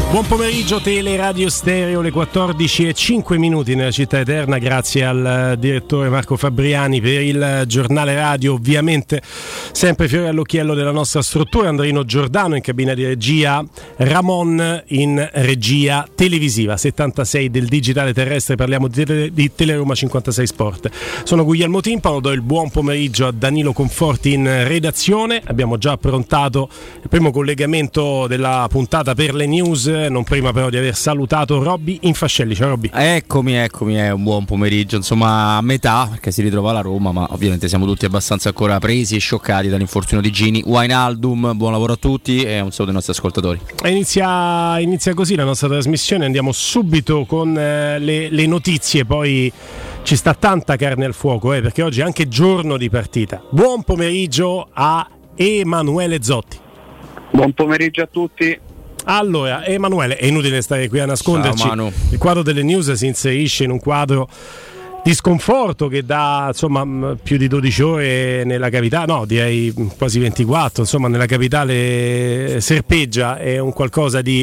Buon pomeriggio, Teleradio Stereo, le 14:05 nella città eterna. Grazie al direttore Marco Fabriani per il giornale radio. Ovviamente sempre fiore all'occhiello della nostra struttura, Andrino Giordano in cabina di regia, Ramon in regia televisiva. 76 del digitale terrestre, parliamo di Teleroma 56 Sport. Sono Guglielmo Timpano, do il buon pomeriggio a Danilo Conforti in redazione. Abbiamo già approntato il primo collegamento della puntata per le news, non prima però di aver salutato Robby Infascelli. Ciao Robby. Eccomi, è un buon pomeriggio, insomma a metà, perché si ritrova la Roma, ma ovviamente siamo tutti abbastanza ancora presi e scioccati dall'infortunio di Gini Wijnaldum. Buon lavoro a tutti e un saluto ai nostri ascoltatori. Inizia così la nostra trasmissione, andiamo subito con le notizie, poi ci sta tanta carne al fuoco, perché oggi è anche giorno di partita. Buon pomeriggio a Emanuele Zotti. Buon pomeriggio a tutti. Allora, Emanuele, è inutile stare qui a nasconderci. Ciao, il quadro delle news si inserisce in un quadro di sconforto che dà insomma più di 12 ore nella capitale, no, direi quasi 24, insomma nella capitale serpeggia. È un qualcosa di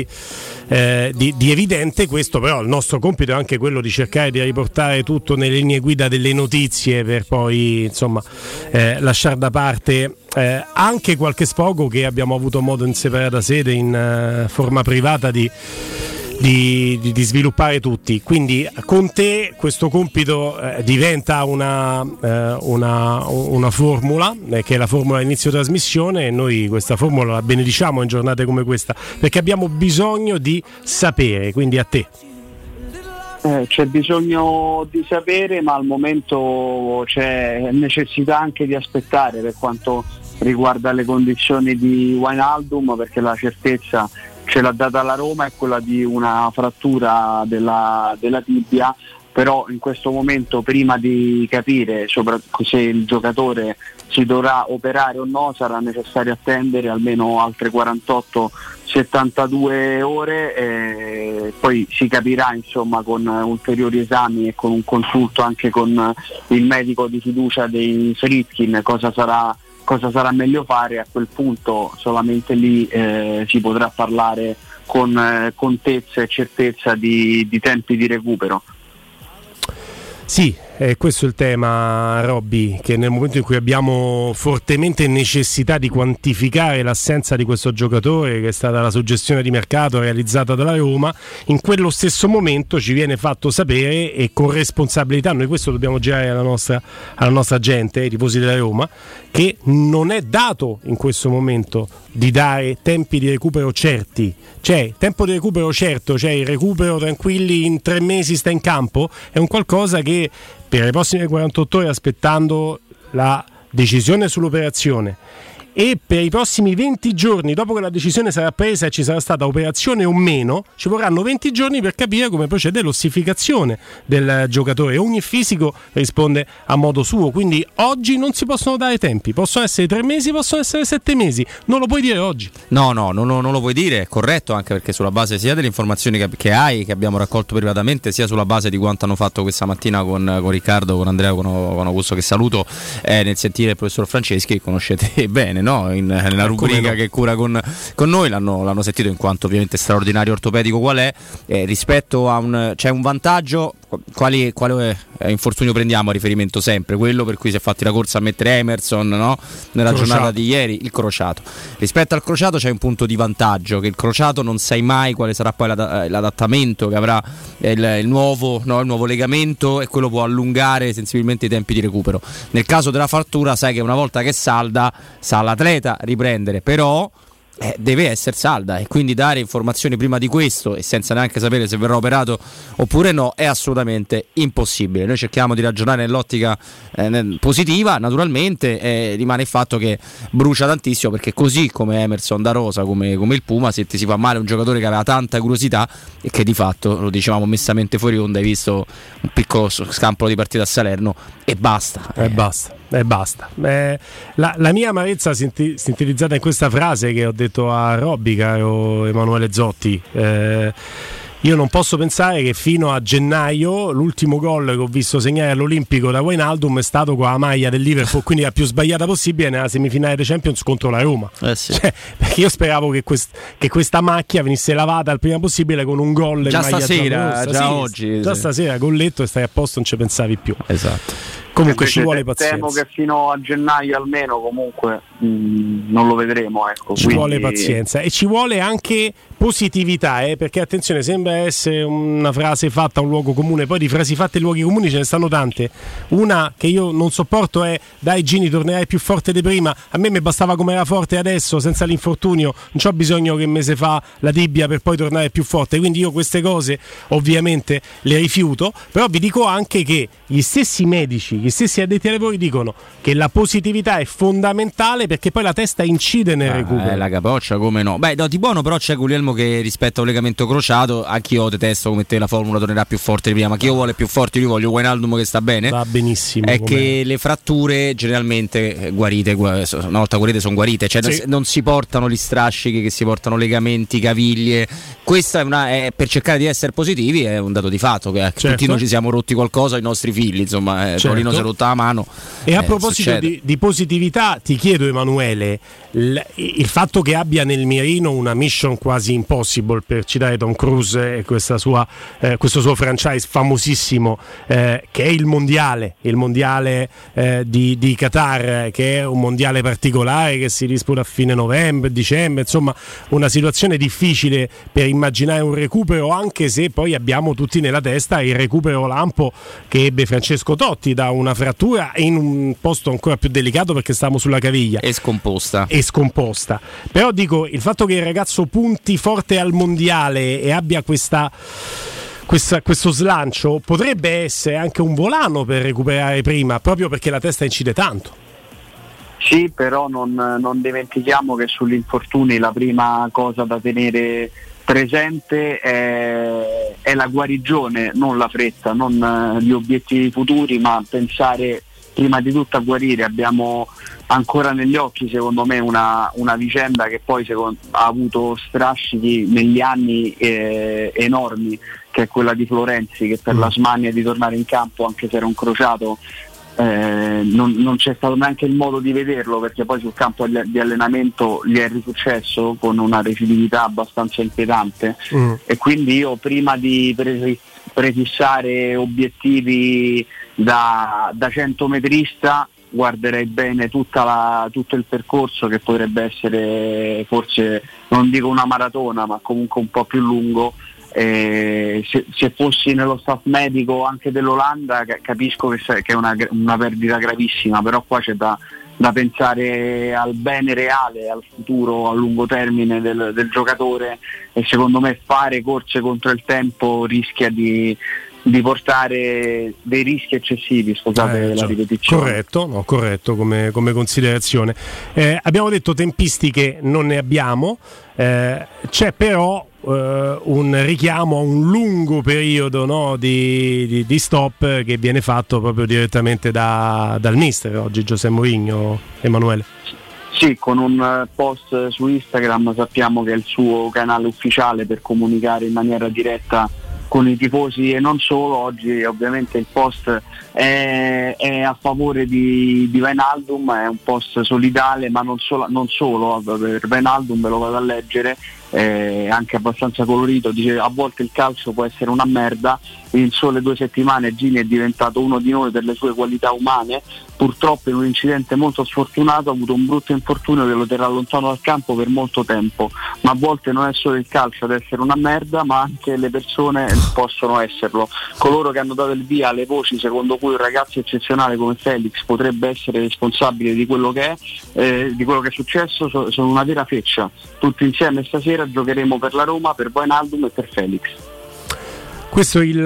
evidente. Questo però il nostro compito è anche quello di cercare di riportare tutto nelle linee guida delle notizie, per poi insomma lasciare da parte anche qualche sfogo che abbiamo avuto modo in separata sede, in forma privata, di sviluppare tutti. Quindi con te questo compito diventa una formula, che è la formula inizio trasmissione, e noi questa formula la benediciamo in giornate come questa, perché abbiamo bisogno di sapere. Quindi a te. C'è bisogno di sapere, ma al momento c'è necessità anche di aspettare per quanto riguarda le condizioni di Wijnaldum, perché la certezza ce l'ha data la Roma, è quella di una frattura della tibia, però in questo momento, prima di capire se il giocatore si dovrà operare o no, sarà necessario attendere almeno altre 48-72 ore, e poi si capirà insomma con ulteriori esami e con un consulto anche con il medico di fiducia dei Friedkin cosa sarà meglio fare. A quel punto solamente lì si potrà parlare con contezza e certezza di tempi di recupero. Sì, questo è il tema, Robby, che nel momento in cui abbiamo fortemente necessità di quantificare l'assenza di questo giocatore, che è stata la suggestione di mercato realizzata dalla Roma, in quello stesso momento ci viene fatto sapere, e con responsabilità, noi questo dobbiamo girare alla nostra gente, ai tifosi della Roma, che non è dato in questo momento di dare tempi di recupero certi. Cioè, tempo di recupero certo, cioè il recupero tranquilli in 3 mesi sta in campo, è un qualcosa che per le prossime 48 ore, aspettando la decisione sull'operazione, e per i prossimi 20 giorni dopo che la decisione sarà presa e ci sarà stata operazione o meno, ci vorranno 20 giorni per capire come procede l'ossificazione del giocatore. Ogni fisico risponde a modo suo, quindi oggi non si possono dare tempi, possono essere 3 mesi, possono essere 7 mesi, non lo puoi dire oggi. No, non lo puoi dire, è corretto, anche perché sulla base sia delle informazioni che hai, che abbiamo raccolto privatamente, sia sulla base di quanto hanno fatto questa mattina con Riccardo, con Andrea, con Augusto, che saluto, nel sentire il professor Franceschi, che conoscete bene, no? Nella rubrica che cura con noi, l'hanno sentito, in quanto ovviamente straordinario ortopedico qual è, rispetto a c'è un vantaggio. Quale infortunio prendiamo a riferimento? Sempre quello per cui si è fatti la corsa a mettere Emerson, no? Nella giornata di ieri, il crociato. Rispetto al crociato c'è un punto di vantaggio, che il crociato non sai mai quale sarà poi l'adattamento che avrà il nuovo legamento, e quello può allungare sensibilmente i tempi di recupero. Nel caso della frattura sai che una volta che salda, sa l'atleta riprendere, però deve essere salda, e quindi dare informazioni prima di questo e senza neanche sapere se verrà operato oppure no è assolutamente impossibile. Noi cerchiamo di ragionare nell'ottica positiva, naturalmente rimane il fatto che brucia tantissimo, perché così come Emerson da Rosa, come il Puma, se ti si fa male un giocatore che aveva tanta curiosità e che di fatto, lo dicevamo messamente fuori onda, hai visto un piccolo scampolo di partita a Salerno e basta. Basta. La mia amarezza sintetizzata in questa frase che ho detto a Robby, caro Emanuele Zotti. io non posso pensare che fino a gennaio l'ultimo gol che ho visto segnare all'Olimpico da Wijnaldum è stato con la maglia del Liverpool, quindi la più sbagliata possibile nella semifinale dei Champions contro la Roma. Sì. Cioè, perché io speravo che questa macchia venisse lavata il prima possibile con un gol già stasera, oggi. Già stasera golletto e stai a posto, non ci pensavi più. Esatto. Comunque ci vuole pazienza. Temo che fino a gennaio almeno comunque non lo vedremo, ecco. Ci vuole pazienza e ci vuole anche positività, perché attenzione, sembra essere una frase fatta, un luogo comune, poi di frasi fatte e luoghi comuni ce ne stanno tante. Una che io non sopporto è: dai Gini, tornerai più forte di prima. A me mi bastava come era forte adesso, senza l'infortunio, non c'ho bisogno che un mese fa la tibia per poi tornare più forte. Quindi io queste cose ovviamente le rifiuto, però vi dico anche che gli stessi medici, gli stessi addetti ai lavori dicono che la positività è fondamentale, perché poi la testa incide nel recupero. La capoccia, come no. Beh, no, di buono però c'è Guglielmo che rispetto al legamento crociato, anch'io detesto come te la formula tornerà più forte di prima, ma chi io vuole più forte, io voglio Wijnaldum che sta bene. Va benissimo. È che le fratture generalmente guarite, una volta guarite sono guarite, cioè sì, non si portano gli strascichi che si portano legamenti, caviglie. Questa è per cercare di essere positivi, è un dato di fatto che tutti noi ci siamo rotti qualcosa, i nostri figli, insomma, Torino si è rotta la mano. E a proposito di positività, ti chiedo Emanuele, il fatto che abbia nel mirino una mission quasi impossible, per citare Tom Cruise e questo suo franchise famosissimo, che è il mondiale di Qatar, che è un mondiale particolare che si disputa a fine novembre, dicembre, insomma una situazione difficile per immaginare un recupero, anche se poi abbiamo tutti nella testa il recupero lampo che ebbe Francesco Totti da una frattura in un posto ancora più delicato perché stavamo sulla caviglia e scomposta. Però dico, il fatto che il ragazzo punti forte al mondiale e abbia questo slancio potrebbe essere anche un volano per recuperare prima, proprio perché la testa incide tanto. Sì, però non dimentichiamo che sugli infortuni la prima cosa da tenere presente è la guarigione, non la fretta, non gli obiettivi futuri, ma pensare prima di tutto a guarire. Abbiamo ancora negli occhi, secondo me, una vicenda che poi ha avuto strascichi negli anni enormi, che è quella di Florenzi, che per la smania di tornare in campo, anche se era un crociato, non c'è stato neanche il modo di vederlo, perché poi sul campo di allenamento gli è risuccesso con una recidività abbastanza inquietante. E quindi io, prima di prefissare obiettivi da 100 metrista, guarderei bene tutto il percorso, che potrebbe essere, forse non dico una maratona, ma comunque un po' più lungo. Se fossi nello staff medico anche dell'Olanda, capisco che è una perdita gravissima, però qua c'è da pensare al bene reale, al futuro a lungo termine del giocatore, e secondo me fare corse contro il tempo rischia di portare dei rischi eccessivi, scusate la ripetizione. Corretto come considerazione. Abbiamo detto tempistiche non ne abbiamo, c'è però un richiamo a un lungo periodo, no, di stop che viene fatto proprio direttamente dal mister oggi, José Mourinho. Emanuele. Sì, con un post su Instagram, sappiamo che è il suo canale ufficiale per comunicare in maniera diretta con i tifosi e non solo. Oggi ovviamente il post è a favore di Wijnaldum, è un post solidale, ma non solo per Wijnaldum, ve lo vado a leggere, anche abbastanza colorito. Dice: a volte il calcio può essere una merda, in sole 2 settimane Gini è diventato uno di noi per le sue qualità umane, purtroppo in un incidente molto sfortunato ha avuto un brutto infortunio che lo terrà lontano dal campo per molto tempo, ma a volte non è solo il calcio ad essere una merda, ma anche le persone possono esserlo. Coloro che hanno dato il via alle voci secondo cui un ragazzo eccezionale come Felix potrebbe essere responsabile di quello che è successo sono una vera feccia. Tutti insieme stasera giocheremo per la Roma, per Wijnaldum e per Felix. Questo è il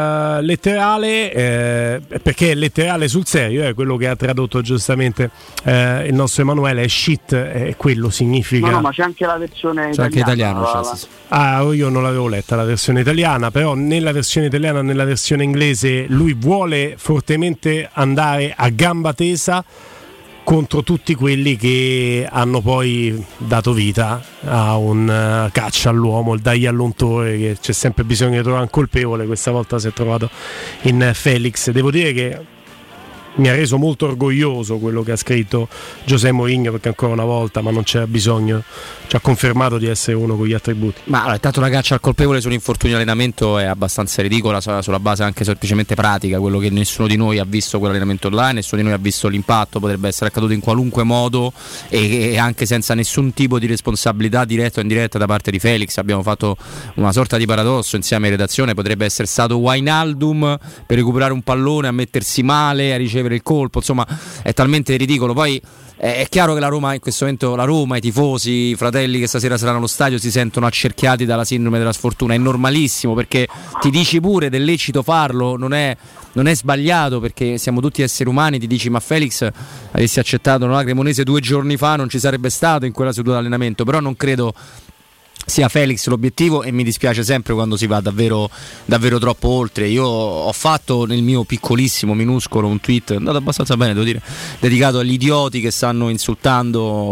letterale, perché è letterale sul serio, quello che ha tradotto giustamente il nostro Emanuele, è shit, quello significa. No, ma c'è anche la versione italiana. Io non l'avevo letta la versione italiana, però nella versione italiana, nella versione inglese, lui vuole fortemente andare a gamba tesa contro tutti quelli che hanno poi dato vita a un caccia all'uomo, il dagli all'untore, che c'è sempre bisogno di trovare un colpevole. Questa volta si è trovato in Felix. Devo dire che mi ha reso molto orgoglioso quello che ha scritto José Mourinho, perché ancora una volta, ma non c'era bisogno, ci ha confermato di essere uno con gli attributi. Ma allora, intanto la caccia al colpevole su un infortunio allenamento è abbastanza ridicola, sulla base anche semplicemente pratica, quello che nessuno di noi ha visto quell'allenamento là, nessuno di noi ha visto l'impatto, potrebbe essere accaduto in qualunque modo e anche senza nessun tipo di responsabilità diretta o indiretta da parte di Felix. Abbiamo fatto una sorta di paradosso insieme in redazione, potrebbe essere stato Wijnaldum per recuperare un pallone, a mettersi male, a ricevere il colpo, insomma è talmente ridicolo. Poi è chiaro che la Roma in questo momento, la Roma, i tifosi, i fratelli che stasera saranno allo stadio si sentono accerchiati dalla sindrome della sfortuna. È normalissimo, perché ti dici pure del lecito farlo, non è sbagliato, perché siamo tutti esseri umani. Ti dici, ma Felix avessi accettato la Cremonese 2 giorni fa non ci sarebbe stato in quella seduta di allenamento. Però non credo sia Felix l'obiettivo e mi dispiace sempre quando si va davvero, davvero troppo oltre. Io ho fatto nel mio piccolissimo, minuscolo, un tweet andato abbastanza bene, devo dire, dedicato agli idioti che hanno insultato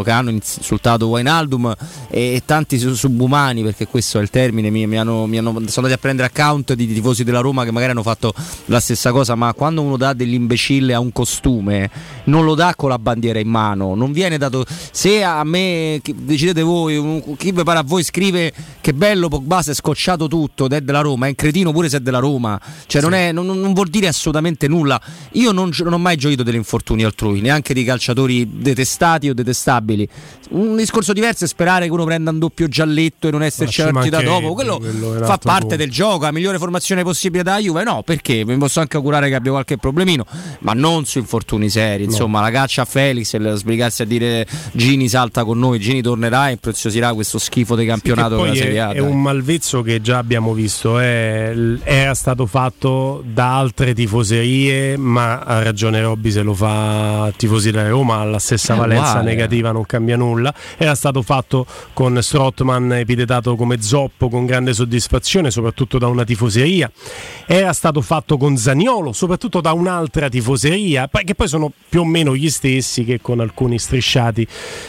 Wijnaldum e tanti subumani, perché questo è il termine. Sono andati a prendere account di tifosi della Roma che magari hanno fatto la stessa cosa, ma quando uno dà dell'imbecille a un costume non lo dà con la bandiera in mano, non viene dato. Se a me, decidete voi, chi vi pare a voi scrive che bello Pogba si è scocciato tutto ed è della Roma, è un cretino pure se è della Roma, cioè sì. non vuol dire assolutamente nulla. Io non ho mai gioito degli infortuni altrui, neanche di calciatori detestati o detestabili. Un discorso diverso è sperare che uno prenda un doppio gialletto e non esserci avvertito da dopo, quello fa parte del gioco. La migliore formazione possibile dalla Juve, no, perché mi posso anche augurare che abbia qualche problemino, ma non su infortuni seri. Insomma, la caccia a Felix e sbrigarsi a dire Gini salta con noi, Gini tornerà e impreziosirà questo schifo dei campionati. Poi è un malvezzo che già abbiamo visto, era stato fatto da altre tifoserie, ma ha ragione Robby se lo fa tifosi della Roma, ha la stessa valenza negativa, non cambia nulla. Era stato fatto con Strootman, epitetato come zoppo, con grande soddisfazione, soprattutto da una tifoseria. Era stato fatto con Zaniolo, soprattutto da un'altra tifoseria, che poi sono più o meno gli stessi che con alcuni strisciati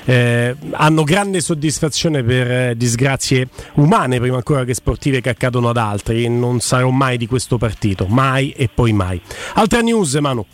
hanno grande soddisfazione per disgrazie umane prima ancora che sportive che accadono ad altri. Non sarò mai di questo partito, mai e poi mai. Altra news, Manu?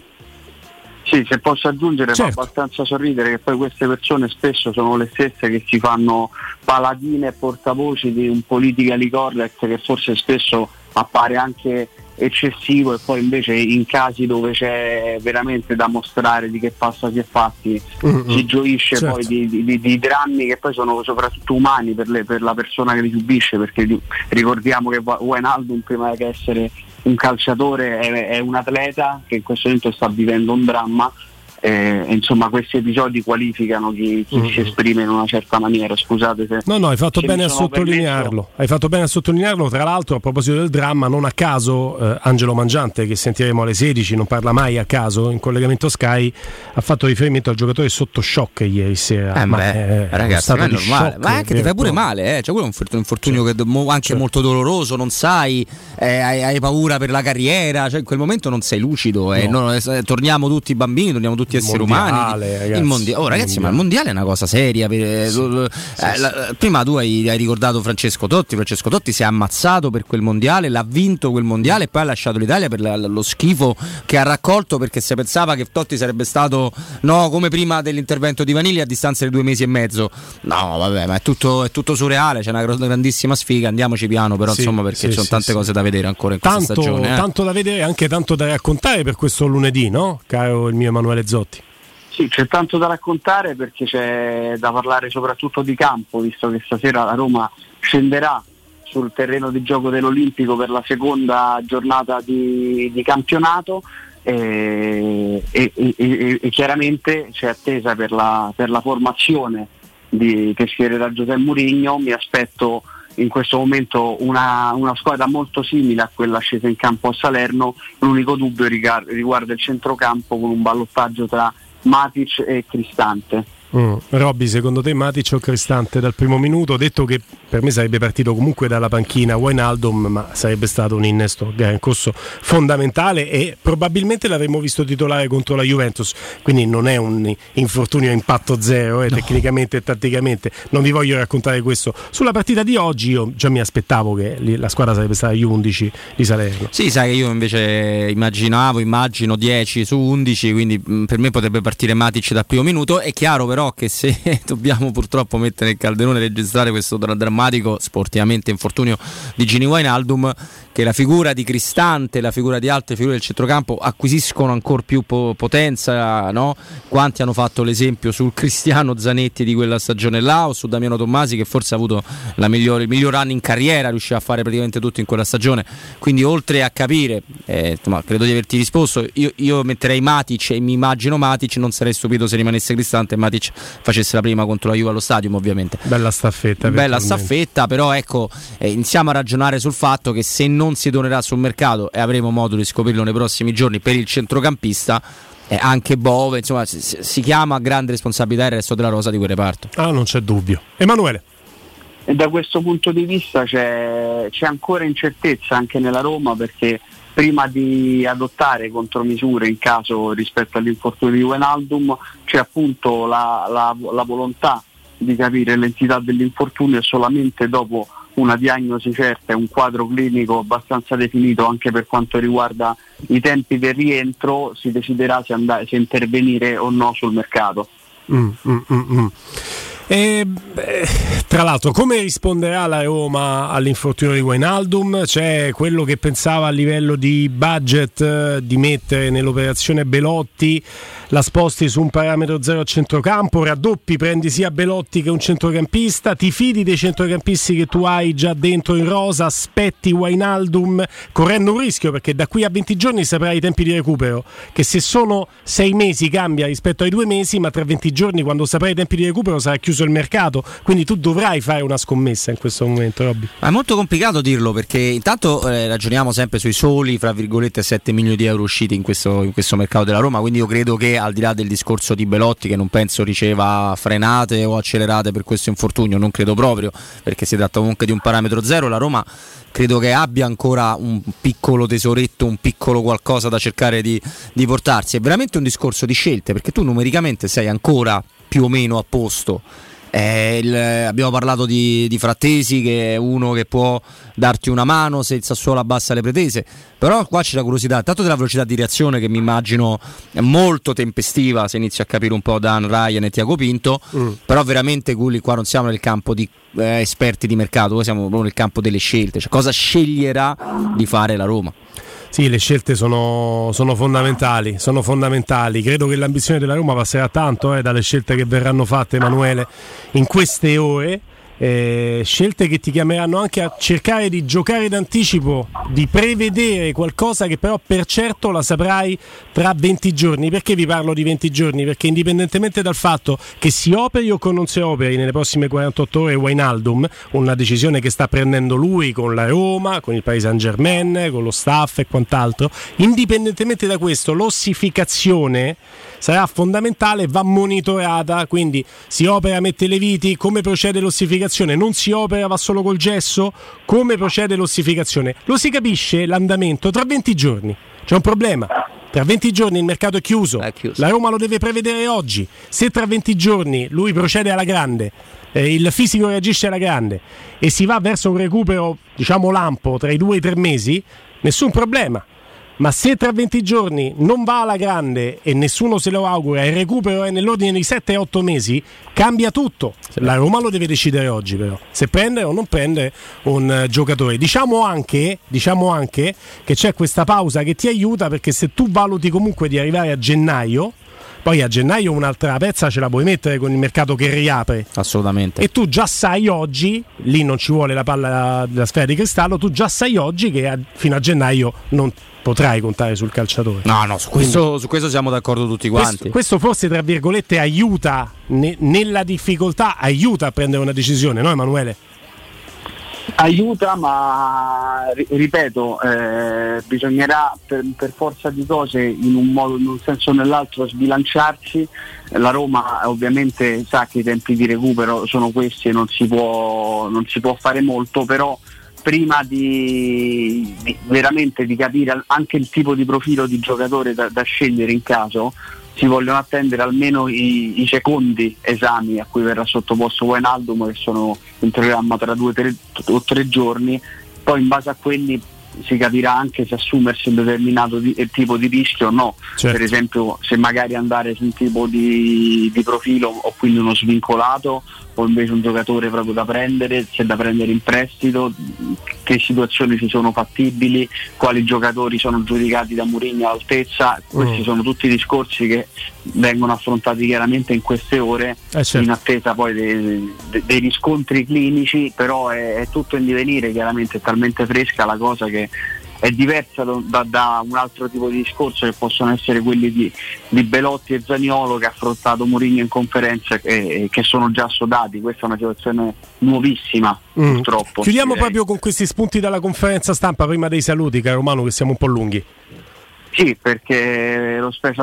Sì, se posso aggiungere, certo. Fa abbastanza sorridere che poi queste persone spesso sono le stesse che si fanno paladine e portavoci di un politically correct che forse spesso appare anche eccessivo, e poi invece in casi dove c'è veramente da mostrare di che passa si è fatti si gioisce, certo. Poi di drammi che poi sono soprattutto umani per la persona che li subisce, perché ricordiamo che Wijnaldum, prima che essere un calciatore, è un atleta che in questo momento sta vivendo un dramma. Insomma, questi episodi qualificano chi si esprime in una certa maniera. Scusate se no, hai fatto bene a sottolinearlo. Hai fatto bene a sottolinearlo. Tra l'altro, a proposito del dramma, non a caso Angelo Mangiante, che sentiremo alle 16, non parla mai a caso, in collegamento Sky, ha fatto riferimento al giocatore sotto shock ieri sera. Ragazzi, non è normale, ma anche ti fai pure male, cioè quello è un infortunio che anche molto doloroso, non sai, hai paura per la carriera, cioè in quel momento non sei lucido, torniamo tutti bambini, torniamo tutti esseri umani. Ragazzi, ma il mondiale è una cosa seria. Prima tu hai ricordato Francesco Totti si è ammazzato per quel mondiale, l'ha vinto quel mondiale e poi ha lasciato l'Italia per lo schifo che ha raccolto, perché si pensava che Totti sarebbe stato come prima dell'intervento di Vaniglia a distanza di 2 mesi e mezzo. No, vabbè, ma è tutto surreale, c'è una grandissima sfiga, andiamoci piano però, insomma, perché ci sono tante cose da vedere ancora in questa stagione. Tanto da vedere, anche tanto da raccontare per questo lunedì, no? Caro il mio Emanuele Zotti. Sì, c'è tanto da raccontare, perché c'è da parlare soprattutto di campo, visto che stasera la Roma scenderà sul terreno di gioco dell'Olimpico per la seconda giornata di campionato e chiaramente c'è attesa per la formazione che schiererà José Mourinho. Mi aspetto in questo momento una squadra molto simile a quella scesa in campo a Salerno. L'unico dubbio riguarda il centrocampo, con un ballottaggio tra Matic e Cristante. Robby, secondo te Matic o Cristante dal primo minuto? Ho detto che per me sarebbe partito comunque dalla panchina Wijnaldum, ma sarebbe stato un innesto in corso fondamentale e probabilmente l'avremmo visto titolare contro la Juventus, quindi non è un infortunio a impatto zero, tecnicamente e tatticamente. Non vi voglio raccontare questo. Sulla partita di oggi io già mi aspettavo che la squadra sarebbe stata gli 11 di Salerno. Sì, sai che io invece immagino 10 su 11, quindi per me potrebbe partire Matic dal primo minuto. È chiaro però che se dobbiamo purtroppo mettere nel calderone e registrare questo drammatico, sportivamente, infortunio di Gini Wijnaldum, che la figura di Cristante, la figura di altre figure del centrocampo acquisiscono ancora più potenza, no? Quanti hanno fatto l'esempio sul Cristiano Zanetti di quella stagione là, o su Damiano Tommasi, che forse ha avuto il miglior anno in carriera, riusciva a fare praticamente tutto in quella stagione. Quindi oltre a capire, credo di averti risposto, io metterei Matic e mi immagino Matic, non sarei stupito se rimanesse Cristante e Matic facesse la prima contro la Juve allo Stadium, ovviamente. Bella staffetta, però ecco, iniziamo a ragionare sul fatto che se non si tornerà sul mercato, e avremo modo di scoprirlo nei prossimi giorni, per il centrocampista, anche Bove, insomma, si chiama a grande responsabilità il resto della rosa di quel reparto. Non c'è dubbio. Emanuele. E da questo punto di vista c'è ancora incertezza anche nella Roma, perché prima di adottare contromisure in caso rispetto all'infortunio di Wijnaldum c'è appunto la volontà di capire l'entità dell'infortunio, e solamente dopo una diagnosi certa e un quadro clinico abbastanza definito anche per quanto riguarda i tempi del rientro si deciderà se intervenire o no sul mercato. Tra l'altro, come risponderà la Roma all'infortunio di Wijnaldum? C'è quello che pensava a livello di budget di mettere nell'operazione Belotti, la sposti su un parametro zero a centrocampo, raddoppi, prendi sia Belotti che un centrocampista, ti fidi dei centrocampisti che tu hai già dentro in rosa, aspetti Wijnaldum correndo un rischio, perché da qui a 20 giorni saprai i tempi di recupero, che se sono 6 mesi cambia rispetto ai 2 mesi, ma tra 20 giorni, quando saprai i tempi di recupero, sarà chiuso il mercato, quindi tu dovrai fare una scommessa in questo momento, Robby. Ma è molto complicato dirlo, perché intanto ragioniamo sempre sui soli, fra virgolette, 7 milioni di euro usciti in questo mercato della Roma, quindi io credo che, al di là del discorso di Belotti, che non penso riceva frenate o accelerate per questo infortunio, non credo proprio, perché si tratta comunque di un parametro zero, la Roma credo che abbia ancora un piccolo tesoretto, un piccolo qualcosa da cercare di portarsi. È veramente un discorso di scelte, perché tu numericamente sei ancora più o meno a posto. Abbiamo parlato di Frattesi, che è uno che può darti una mano se il Sassuolo abbassa le pretese, però qua c'è la curiosità tanto della velocità di reazione, che mi immagino è molto tempestiva se inizi a capire un po' Dan Ryan e Tiago Pinto, però veramente qua non siamo nel campo di esperti di mercato, siamo proprio nel campo delle scelte, cioè cosa sceglierà di fare la Roma. Sì, le scelte sono fondamentali, credo che l'ambizione della Roma passerà tanto dalle scelte che verranno fatte, Emanuele, in queste ore. Scelte che ti chiameranno anche a cercare di giocare d'anticipo, di prevedere qualcosa che però per certo la saprai tra 20 giorni. Perché vi parlo di 20 giorni? Perché indipendentemente dal fatto che si operi o che non si operi nelle prossime 48 ore Wijnaldum, una decisione che sta prendendo lui con la Roma, con il Paris Saint-Germain, con lo staff e quant'altro, indipendentemente da questo l'ossificazione sarà fondamentale, va monitorata, quindi si opera, mette le viti, come procede l'ossificazione, non si opera, va solo col gesso, come procede l'ossificazione, lo si capisce l'andamento tra 20 giorni, c'è un problema, tra 20 giorni il mercato è chiuso, la Roma lo deve prevedere oggi, se tra 20 giorni lui procede alla grande, il fisico reagisce alla grande e si va verso un recupero diciamo lampo tra i 2 e i 3 mesi, nessun problema. Ma se tra 20 giorni non va alla grande e nessuno se lo augura, il recupero è nell'ordine di 7-8 mesi, cambia tutto. La Roma lo deve decidere oggi però, se prendere o non prendere un giocatore. Diciamo anche che c'è questa pausa che ti aiuta, perché se tu valuti comunque di arrivare a gennaio, poi a gennaio un'altra pezza ce la puoi mettere con il mercato che riapre. Assolutamente. E tu già sai oggi, lì non ci vuole la palla della sfera di cristallo, tu già sai oggi che fino a gennaio non potrai contare sul calciatore. No, su questo siamo d'accordo tutti quanti. Questo forse tra virgolette aiuta nella difficoltà, aiuta a prendere una decisione, no Emanuele? Aiuta, ma ripeto, bisognerà per forza di cose in un modo, in un senso o nell'altro sbilanciarsi. La Roma ovviamente sa che i tempi di recupero sono questi e non si può fare molto, però prima di veramente di capire anche il tipo di profilo di giocatore da scegliere in caso, si vogliono attendere almeno i secondi esami a cui verrà sottoposto Wijnaldum, che sono in programma tra 2 o 3 giorni. Poi in base a quelli si capirà anche se assumersi un determinato tipo di rischio o no. Certo. Per esempio, se magari andare su un tipo di profilo o quindi uno svincolato, o invece un giocatore proprio da prendere, se da prendere in prestito, che situazioni ci sono fattibili, quali giocatori sono giudicati da Mourinho all'altezza. Questi sono tutti discorsi che vengono affrontati chiaramente in queste ore, certo, in attesa poi dei riscontri clinici, però è tutto in divenire, chiaramente è talmente fresca la cosa che è diversa da un altro tipo di discorso che possono essere quelli di Belotti e Zaniolo, che ha affrontato Mourinho in conferenza e che sono già assodati. Questa è una situazione nuovissima, purtroppo. Chiudiamo proprio con questi spunti dalla conferenza stampa prima dei saluti, caro Manu, che siamo un po' lunghi. Sì, perché lo Special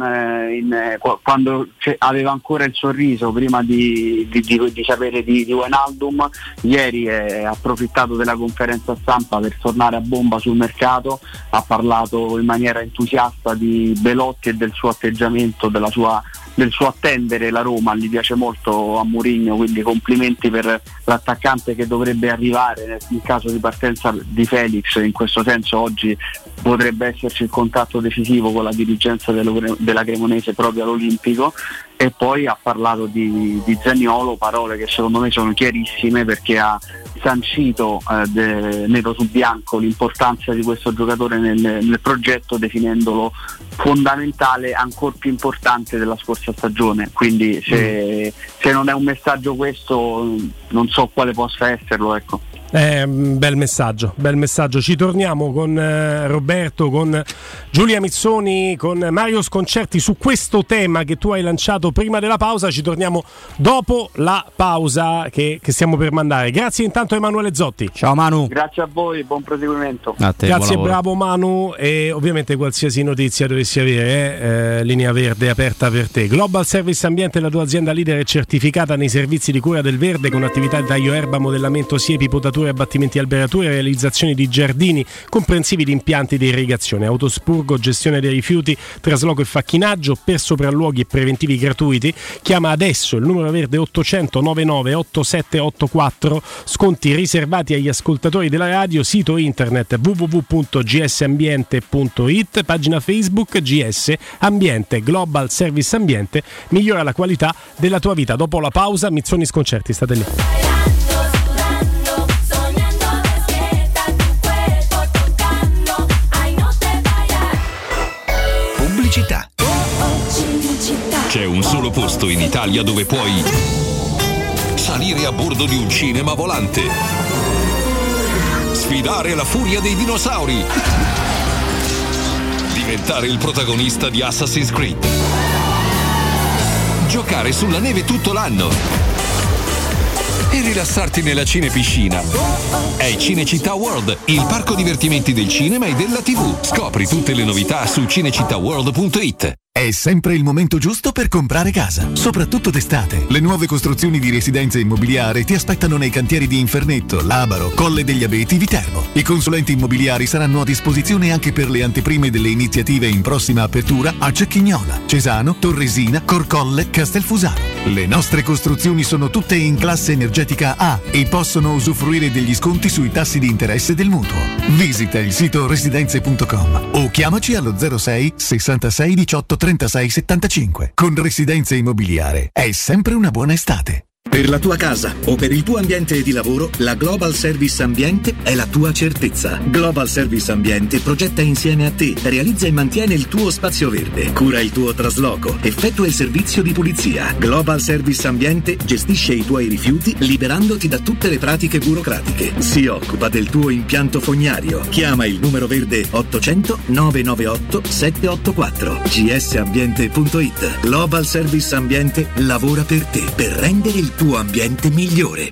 One quando aveva ancora il sorriso prima di sapere di Wijnaldum, ieri ha approfittato della conferenza stampa per tornare a bomba sul mercato. Ha parlato in maniera entusiasta di Belotti e del suo atteggiamento, del suo attendere la Roma. Gli piace molto a Mourinho, quindi complimenti per l'attaccante che dovrebbe arrivare in caso di partenza di Felix. In questo senso oggi potrebbe esserci il contatto decisivo con la dirigenza della Cremonese proprio all'Olimpico. E poi ha parlato di Zaniolo, parole che secondo me sono chiarissime, perché ha sancito nero su bianco l'importanza di questo giocatore nel progetto, definendolo fondamentale, ancor più importante della scorsa stagione. Quindi se non è un messaggio questo, non so quale possa esserlo, ecco. Bel messaggio. Ci torniamo con Roberto, con Giulia Mizzoni, con Mario Sconcerti su questo tema che tu hai lanciato prima della pausa. Ci torniamo dopo la pausa che stiamo per mandare. Grazie intanto a Emanuele Zotti. Ciao Manu. Grazie a voi, buon proseguimento. A te, grazie, bravo Manu. E ovviamente qualsiasi notizia dovessi avere, linea verde aperta per te. Global Service Ambiente, la tua azienda leader e certificata nei servizi di cura del verde, con attività di taglio erba, modellamento siepi, potatura, abbattimenti alberature, realizzazione di giardini comprensivi di impianti di irrigazione, autospurgo, gestione dei rifiuti, trasloco e facchinaggio per sopralluoghi e preventivi gratuiti. Chiama adesso il numero verde 800 99 8784, sconti riservati agli ascoltatori della radio. Sito internet www.gsambiente.it, pagina Facebook GS Ambiente. Global Service Ambiente migliora la qualità della tua vita. Dopo la pausa, Mizzoni Sconcerti, state lì. C'è un solo posto in Italia dove puoi salire a bordo di un cinema volante, sfidare la furia dei dinosauri, diventare il protagonista di Assassin's Creed, giocare sulla neve tutto l'anno e rilassarti nella cinepiscina. È Cinecittà World, il parco divertimenti del cinema e della TV. Scopri tutte le novità su cinecittàworld.it. È sempre il momento giusto per comprare casa, soprattutto d'estate. Le nuove costruzioni di residenze immobiliari ti aspettano nei cantieri di Infernetto, Labaro, Colle degli Abeti, Viterbo. I consulenti immobiliari saranno a disposizione anche per le anteprime delle iniziative in prossima apertura a Cecchignola, Cesano, Torresina, Corcolle, Castelfusaro. Le nostre costruzioni sono tutte in classe energetica A e possono usufruire degli sconti sui tassi di interesse del mutuo. Visita il sito residenze.com o chiamaci allo 06 66 18 36 75. Con Residenze Immobiliare è sempre una buona estate. Per la tua casa o per il tuo ambiente di lavoro, la Global Service Ambiente è la tua certezza. Global Service Ambiente progetta insieme a te, realizza e mantiene il tuo spazio verde, cura il tuo trasloco, effettua il servizio di pulizia. Global Service Ambiente gestisce i tuoi rifiuti liberandoti da tutte le pratiche burocratiche. Si occupa del tuo impianto fognario. Chiama il numero verde 800 998 784. gsambiente.it. Global Service Ambiente lavora per te per rendere il tuo ambiente migliore.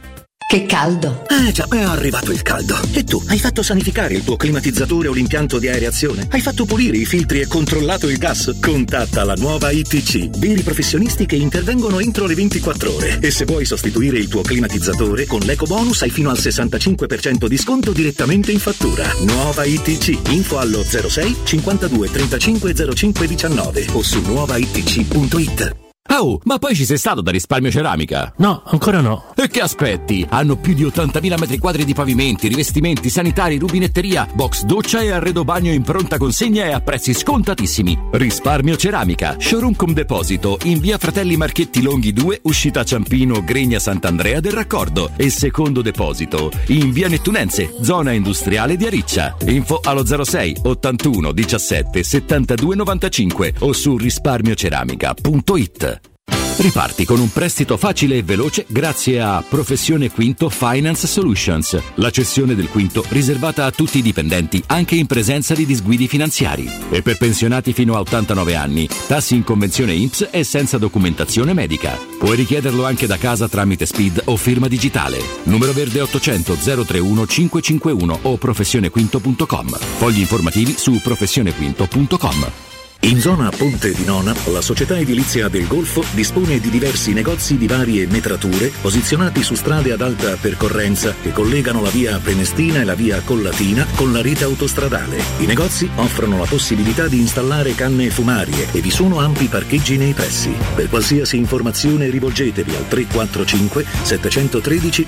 Che caldo! Già, è arrivato il caldo. E tu, hai fatto sanificare il tuo climatizzatore o l'impianto di areazione? Hai fatto pulire i filtri e controllato il gas? Contatta la nuova ITC, veri professionisti che intervengono entro le 24 ore. E se vuoi sostituire il tuo climatizzatore, con l'EcoBonus hai fino al 65% di sconto direttamente in fattura. Nuova ITC, info allo 06 52 35 05 19 o su nuovaitc.it. Oh, ma poi ci sei stato da Risparmio Ceramica? No, ancora no. E che aspetti? Hanno più di 80.000 metri quadri di pavimenti, rivestimenti, sanitari, rubinetteria, box doccia e arredo bagno in pronta consegna e a prezzi scontatissimi. Risparmio Ceramica, showroom con deposito in via Fratelli Marchetti Longhi 2, uscita Ciampino, Gregna Sant'Andrea del Raccordo, e secondo deposito in via Nettunense, zona industriale di Ariccia. Info allo 06 81 17 72 95 o su risparmioceramica.it. Riparti con un prestito facile e veloce grazie a Professione Quinto Finance Solutions, la cessione del quinto riservata a tutti i dipendenti anche in presenza di disguidi finanziari, e per pensionati fino a 89 anni, tassi in convenzione INPS e senza documentazione medica. Puoi richiederlo anche da casa tramite SPID o firma digitale. Numero verde 800 031 551 o professionequinto.com. Fogli informativi su professionequinto.com. In zona Ponte di Nona, la società edilizia del Golfo dispone di diversi negozi di varie metrature posizionati su strade ad alta percorrenza che collegano la via Prenestina e la via Collatina con la rete autostradale. I negozi offrono la possibilità di installare canne fumarie e vi sono ampi parcheggi nei pressi. Per qualsiasi informazione rivolgetevi al 345 713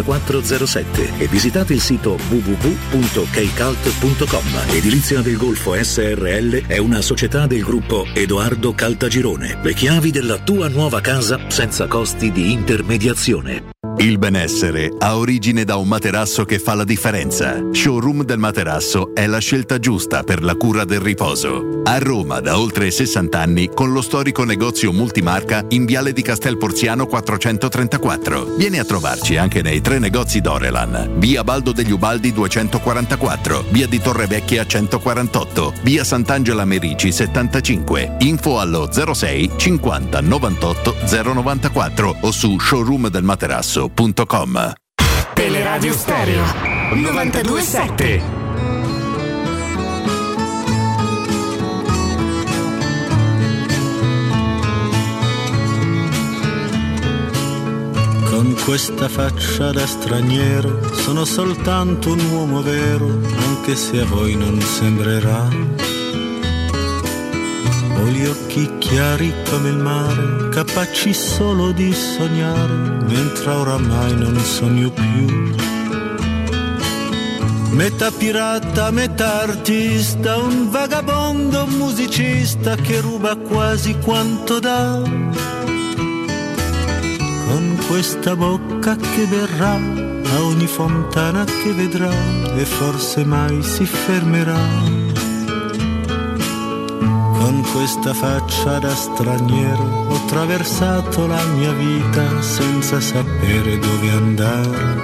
5407 e visitate il sito www.keicalt.com. Edilizia del Golfo SRL è una società del gruppo Edoardo Caltagirone. Le chiavi della tua nuova casa senza costi di intermediazione. Il benessere ha origine da un materasso che fa la differenza. Showroom del Materasso è la scelta giusta per la cura del riposo. A Roma da oltre 60 anni con lo storico negozio multimarca in Viale di Castel Porziano 434. Vieni a trovarci anche nei 3 negozi Dorelan. Via Baldo degli Ubaldi 244, Via di Torrevecchia 148, Via Sant'Angela Merici 75. Info allo 06 50 98 094 o su showroomdelmaterasso.com. Teleradio Stereo 92.7. Con questa faccia da straniero sono soltanto un uomo vero, anche se a voi non sembrerà. Ho gli occhi chiari come il mare, capaci solo di sognare, mentre oramai non sogno più. Metà pirata, metà artista, un vagabondo musicista che ruba quasi quanto dà. Con questa bocca che berrà a ogni fontana che vedrà e forse mai si fermerà. Con questa faccia da straniero ho attraversato la mia vita senza sapere dove andare.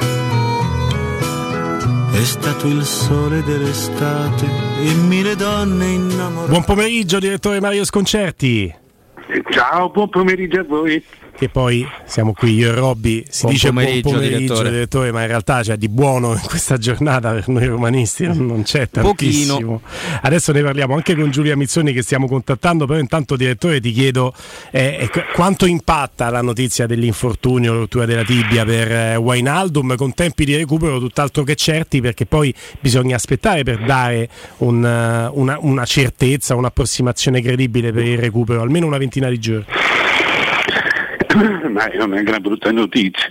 È stato il sole dell'estate e 1000 donne innamorate. Buon pomeriggio, direttore Mario Sconcerti. Ciao, buon pomeriggio a voi. Che poi siamo qui io e Robby, si buon dice pomeriggio, buon pomeriggio direttore, ma in realtà c'è di buono in questa giornata per noi romanisti non c'è tantissimo. Pochino. Adesso ne parliamo anche con Giulia Mizzoni che stiamo contattando, però intanto direttore ti chiedo quanto impatta la notizia dell'infortunio, la rottura della tibia per Wijnaldum, con tempi di recupero tutt'altro che certi, perché poi bisogna aspettare per dare una certezza, un'approssimazione credibile per il recupero, almeno una ventina di giorni. Ma è una gran brutta notizia.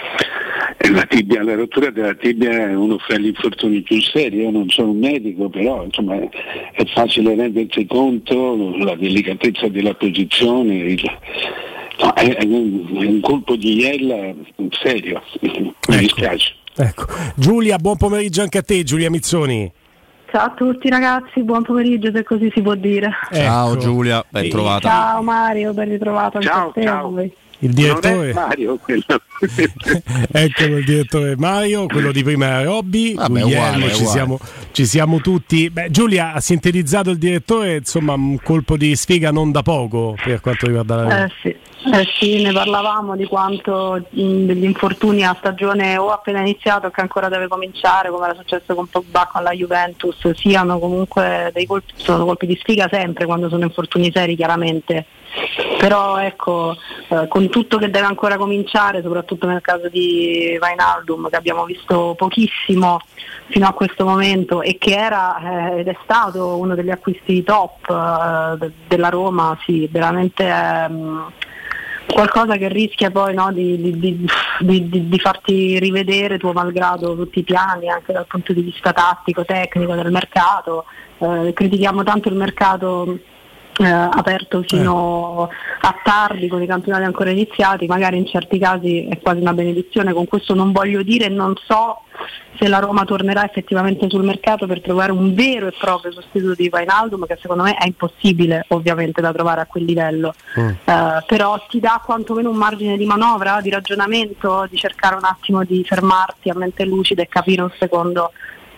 La rottura della tibia è uno fra gli infortuni più seri. Io non sono un medico, però insomma è facile rendersi conto la delicatezza della posizione. È un colpo di iella serio. Mi dispiace. Ecco. Giulia, buon pomeriggio anche a te, Giulia Mizzoni. Ciao a tutti ragazzi, buon pomeriggio se così si può dire. Ciao Giulia, ben trovata. Ciao Mario, ben ritrovato anche a te. Ciao. il direttore. Non è Mario quello. Eccolo il direttore Mario, quello di prima era Robby. Guglielmo, ci siamo tutti. Beh, Giulia ha sintetizzato il direttore, insomma un colpo di sfiga non da poco per quanto riguarda la Roma. Sì, ne parlavamo di quanto degli infortuni a stagione o appena iniziato che ancora deve cominciare, come era successo con Pogba con la Juventus, siano comunque sono colpi di sfiga sempre quando sono infortuni seri, chiaramente. Però ecco, con tutto che deve ancora cominciare, soprattutto nel caso di Wijnaldum, che abbiamo visto pochissimo fino a questo momento e che era ed è stato uno degli acquisti top della Roma, sì, veramente qualcosa che rischia poi, no, di farti rivedere tuo malgrado tutti i piani, anche dal punto di vista tattico, tecnico del mercato. Critichiamo tanto il mercato aperto fino a tardi, con i campionati ancora iniziati, magari in certi casi è quasi una benedizione. Con questo non voglio dire, non so se la Roma tornerà effettivamente sul mercato per trovare un vero e proprio sostituto di Wijnaldum, che secondo me è impossibile ovviamente da trovare a quel livello, però ti dà quantomeno un margine di manovra, di ragionamento, di cercare un attimo di fermarti a mente lucida e capire un secondo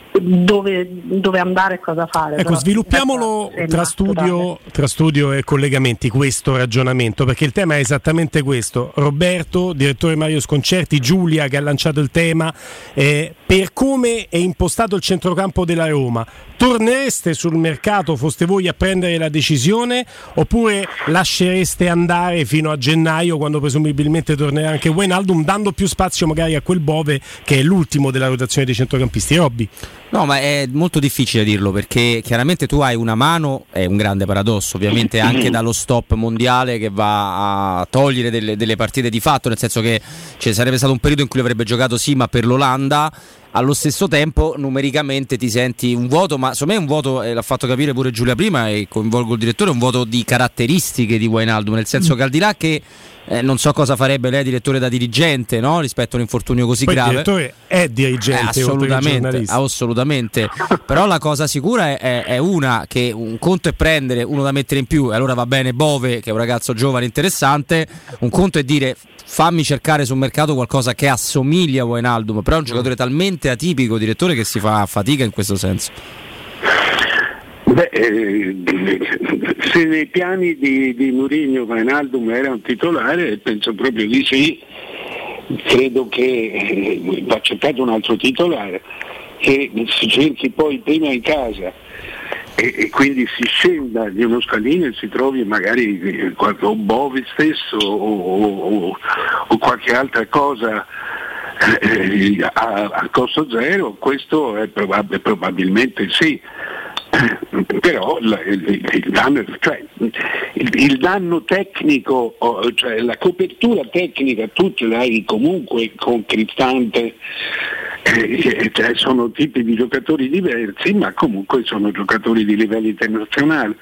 dove andare e cosa fare. Ecco, sviluppiamolo tra studio e collegamenti questo ragionamento, perché il tema è esattamente questo. Roberto, direttore Mario Sconcerti, Giulia che ha lanciato il tema, per come è impostato il centrocampo della Roma, tornereste sul mercato, foste voi a prendere la decisione, oppure lascereste andare fino a gennaio, quando presumibilmente tornerà anche Wijnaldum, dando più spazio magari a quel Bove che è l'ultimo della rotazione dei centrocampisti? Robby? No, ma è molto difficile dirlo, perché chiaramente tu hai una mano, è un grande paradosso ovviamente, anche dallo stop mondiale che va a togliere delle partite di fatto, nel senso che sarebbe stato un periodo in cui avrebbe giocato sì, ma per l'Olanda. Allo stesso tempo numericamente ti senti un vuoto, ma secondo me un vuoto, l'ha fatto capire pure Giulia prima e coinvolgo il direttore, un vuoto di caratteristiche di Wijnaldum, nel senso che al di là che non so cosa farebbe lei direttore da dirigente, no? Rispetto a un infortunio così grave. Il direttore è dirigente, assolutamente. Però la cosa sicura è una, che un conto è prendere uno da mettere in più e allora va bene Bove, che è un ragazzo giovane interessante, un conto è dire fammi cercare sul mercato qualcosa che assomiglia a Wijnaldum, però è un giocatore talmente atipico, direttore, che si fa fatica in questo senso. Se nei piani di Mourinho Wijnaldum era un titolare, penso proprio di sì. Credo che va cercato un altro titolare, che si cerchi poi prima in casa e quindi si scenda di uno scalino e si trovi magari o Bove stesso o qualche altra cosa a costo zero. Questo è probabilmente sì. Però il danno tecnico, cioè la copertura tecnica tu ce l'hai comunque con Cristante, sono tipi di giocatori diversi, ma comunque sono giocatori di livello internazionale.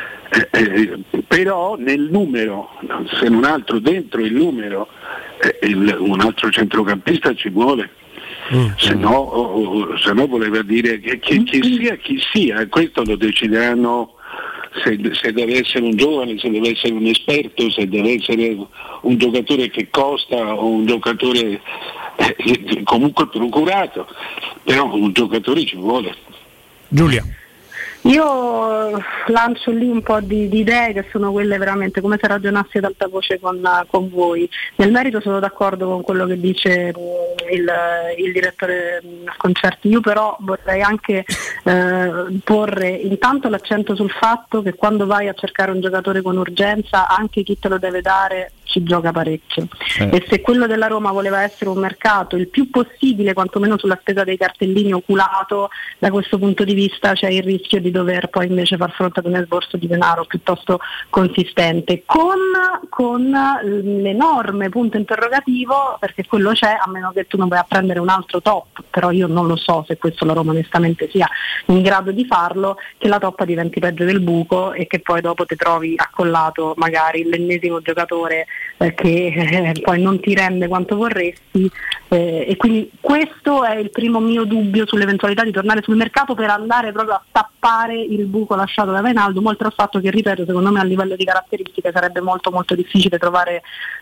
Però nel numero, se non altro dentro il numero, un altro centrocampista ci vuole. Se no voleva dire che chi sia, questo lo decideranno, se deve essere un giovane, se deve essere un esperto, se deve essere un giocatore che costa o un giocatore comunque procurato, però un giocatore ci vuole. Giulia. Io lancio lì un po' di idee che sono quelle veramente come se ragionassi ad alta voce con voi. Nel merito sono d'accordo con quello che dice il direttore Sconcerti. Io però vorrei anche porre intanto l'accento sul fatto che quando vai a cercare un giocatore con urgenza, anche chi te lo deve dare ci gioca parecchio. E se quello della Roma voleva essere un mercato il più possibile, quantomeno sulla spesa dei cartellini, oculato, da questo punto di vista c'è il rischio di dover poi invece far fronte ad un esborso di denaro piuttosto consistente, con l'enorme punto interrogativo, perché quello c'è, a meno che tu non vai a prendere un altro top, però io non lo so se questo la Roma onestamente sia in grado di farlo, che la toppa diventi peggio del buco e che poi dopo ti trovi accollato magari l'ennesimo giocatore che poi non ti rende quanto vorresti, e quindi questo è il primo mio dubbio sull'eventualità di tornare sul mercato per andare proprio a tappare il buco lasciato da Wijnaldum, oltre al fatto che, ripeto, secondo me a livello di caratteristiche sarebbe molto molto difficile trovare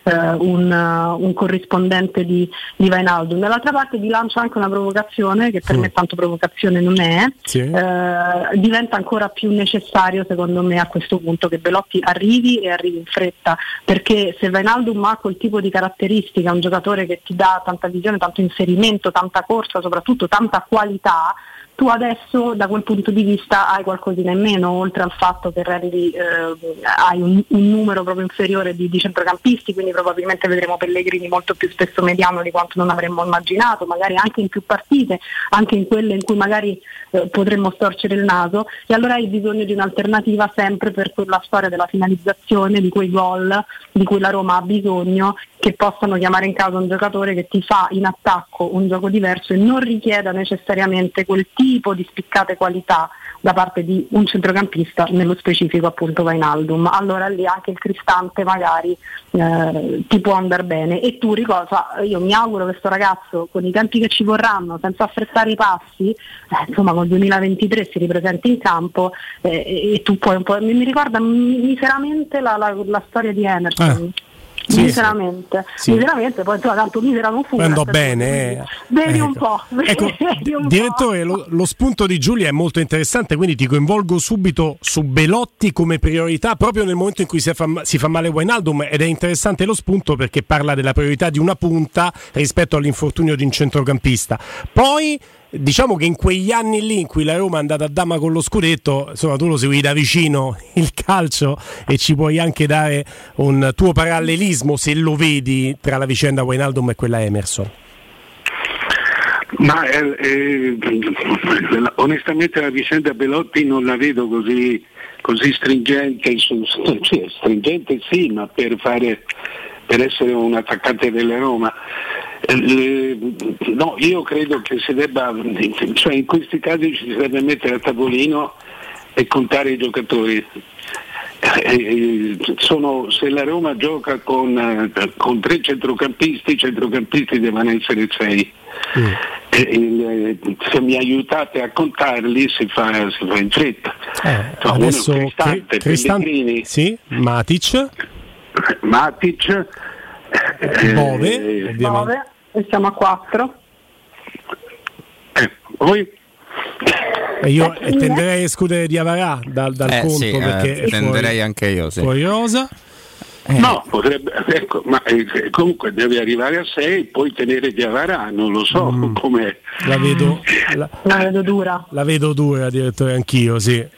un corrispondente di Wijnaldum. Dall'altra parte vi lancio anche una provocazione, che per me tanto provocazione non è, diventa ancora più necessario secondo me a questo punto che Belotti arrivi in fretta, perché se Wijnaldum ha quel tipo di caratteristica, un giocatore che ti dà tanta visione, tanto inserimento, tanta corsa, soprattutto tanta qualità, tu adesso da quel punto di vista hai qualcosina in meno, oltre al fatto che rendi, hai un numero proprio inferiore di centrocampisti, quindi probabilmente vedremo Pellegrini molto più spesso mediano di quanto non avremmo immaginato, magari anche in più partite, anche in quelle in cui magari potremmo storcere il naso, e allora hai bisogno di un'alternativa sempre per quella storia della finalizzazione, di quei gol di cui la Roma ha bisogno, che possano chiamare in causa un giocatore che ti fa in attacco un gioco diverso e non richieda necessariamente quel tipo di spiccate qualità da parte di un centrocampista, nello specifico appunto Wijnaldum. Allora lì anche il Cristante magari ti può andare bene, e tu ricorda, io mi auguro che sto ragazzo con i tempi che ci vorranno, senza affrettare i passi, insomma col 2023 si ripresenti in campo, e tu puoi un po', mi ricorda miseramente la storia di Emerson. Miseramente, poi tanto misera non fu. Andò bene. Bevi un po'. Ecco, direttore, lo spunto di Giulia è molto interessante, quindi ti coinvolgo subito su Belotti come priorità proprio nel momento in cui si fa male Wijnaldum, ed è interessante lo spunto perché parla della priorità di una punta rispetto all'infortunio di un centrocampista. Poi diciamo che in quegli anni lì in cui la Roma è andata a dama con lo scudetto, insomma tu lo segui da vicino il calcio e ci puoi anche dare un tuo parallelismo, se lo vedi, tra la vicenda Wijnaldum e quella Emerson. Ma onestamente la vicenda Belotti non la vedo così stringente, stringente sì, ma per essere un attaccante della Roma. No, io credo che si debba, cioè in questi casi ci si deve mettere a tavolino e contare i giocatori. Se la Roma gioca con 3 centrocampisti, i centrocampisti devono essere 6. Se mi aiutate a contarli si fa in fretta. Adesso Cristante, sì, Matic, Bove, e siamo a 4. Poi io tenderei a escludere Diawara dal conto, sì, perché tenderei anche io, sì. Fuori rosa. No, potrebbe, ecco, ma comunque deve arrivare a 6, poi tenere Diawara, non lo so com'è. La vedo dura. La vedo dura, direttore, anch'io, sì.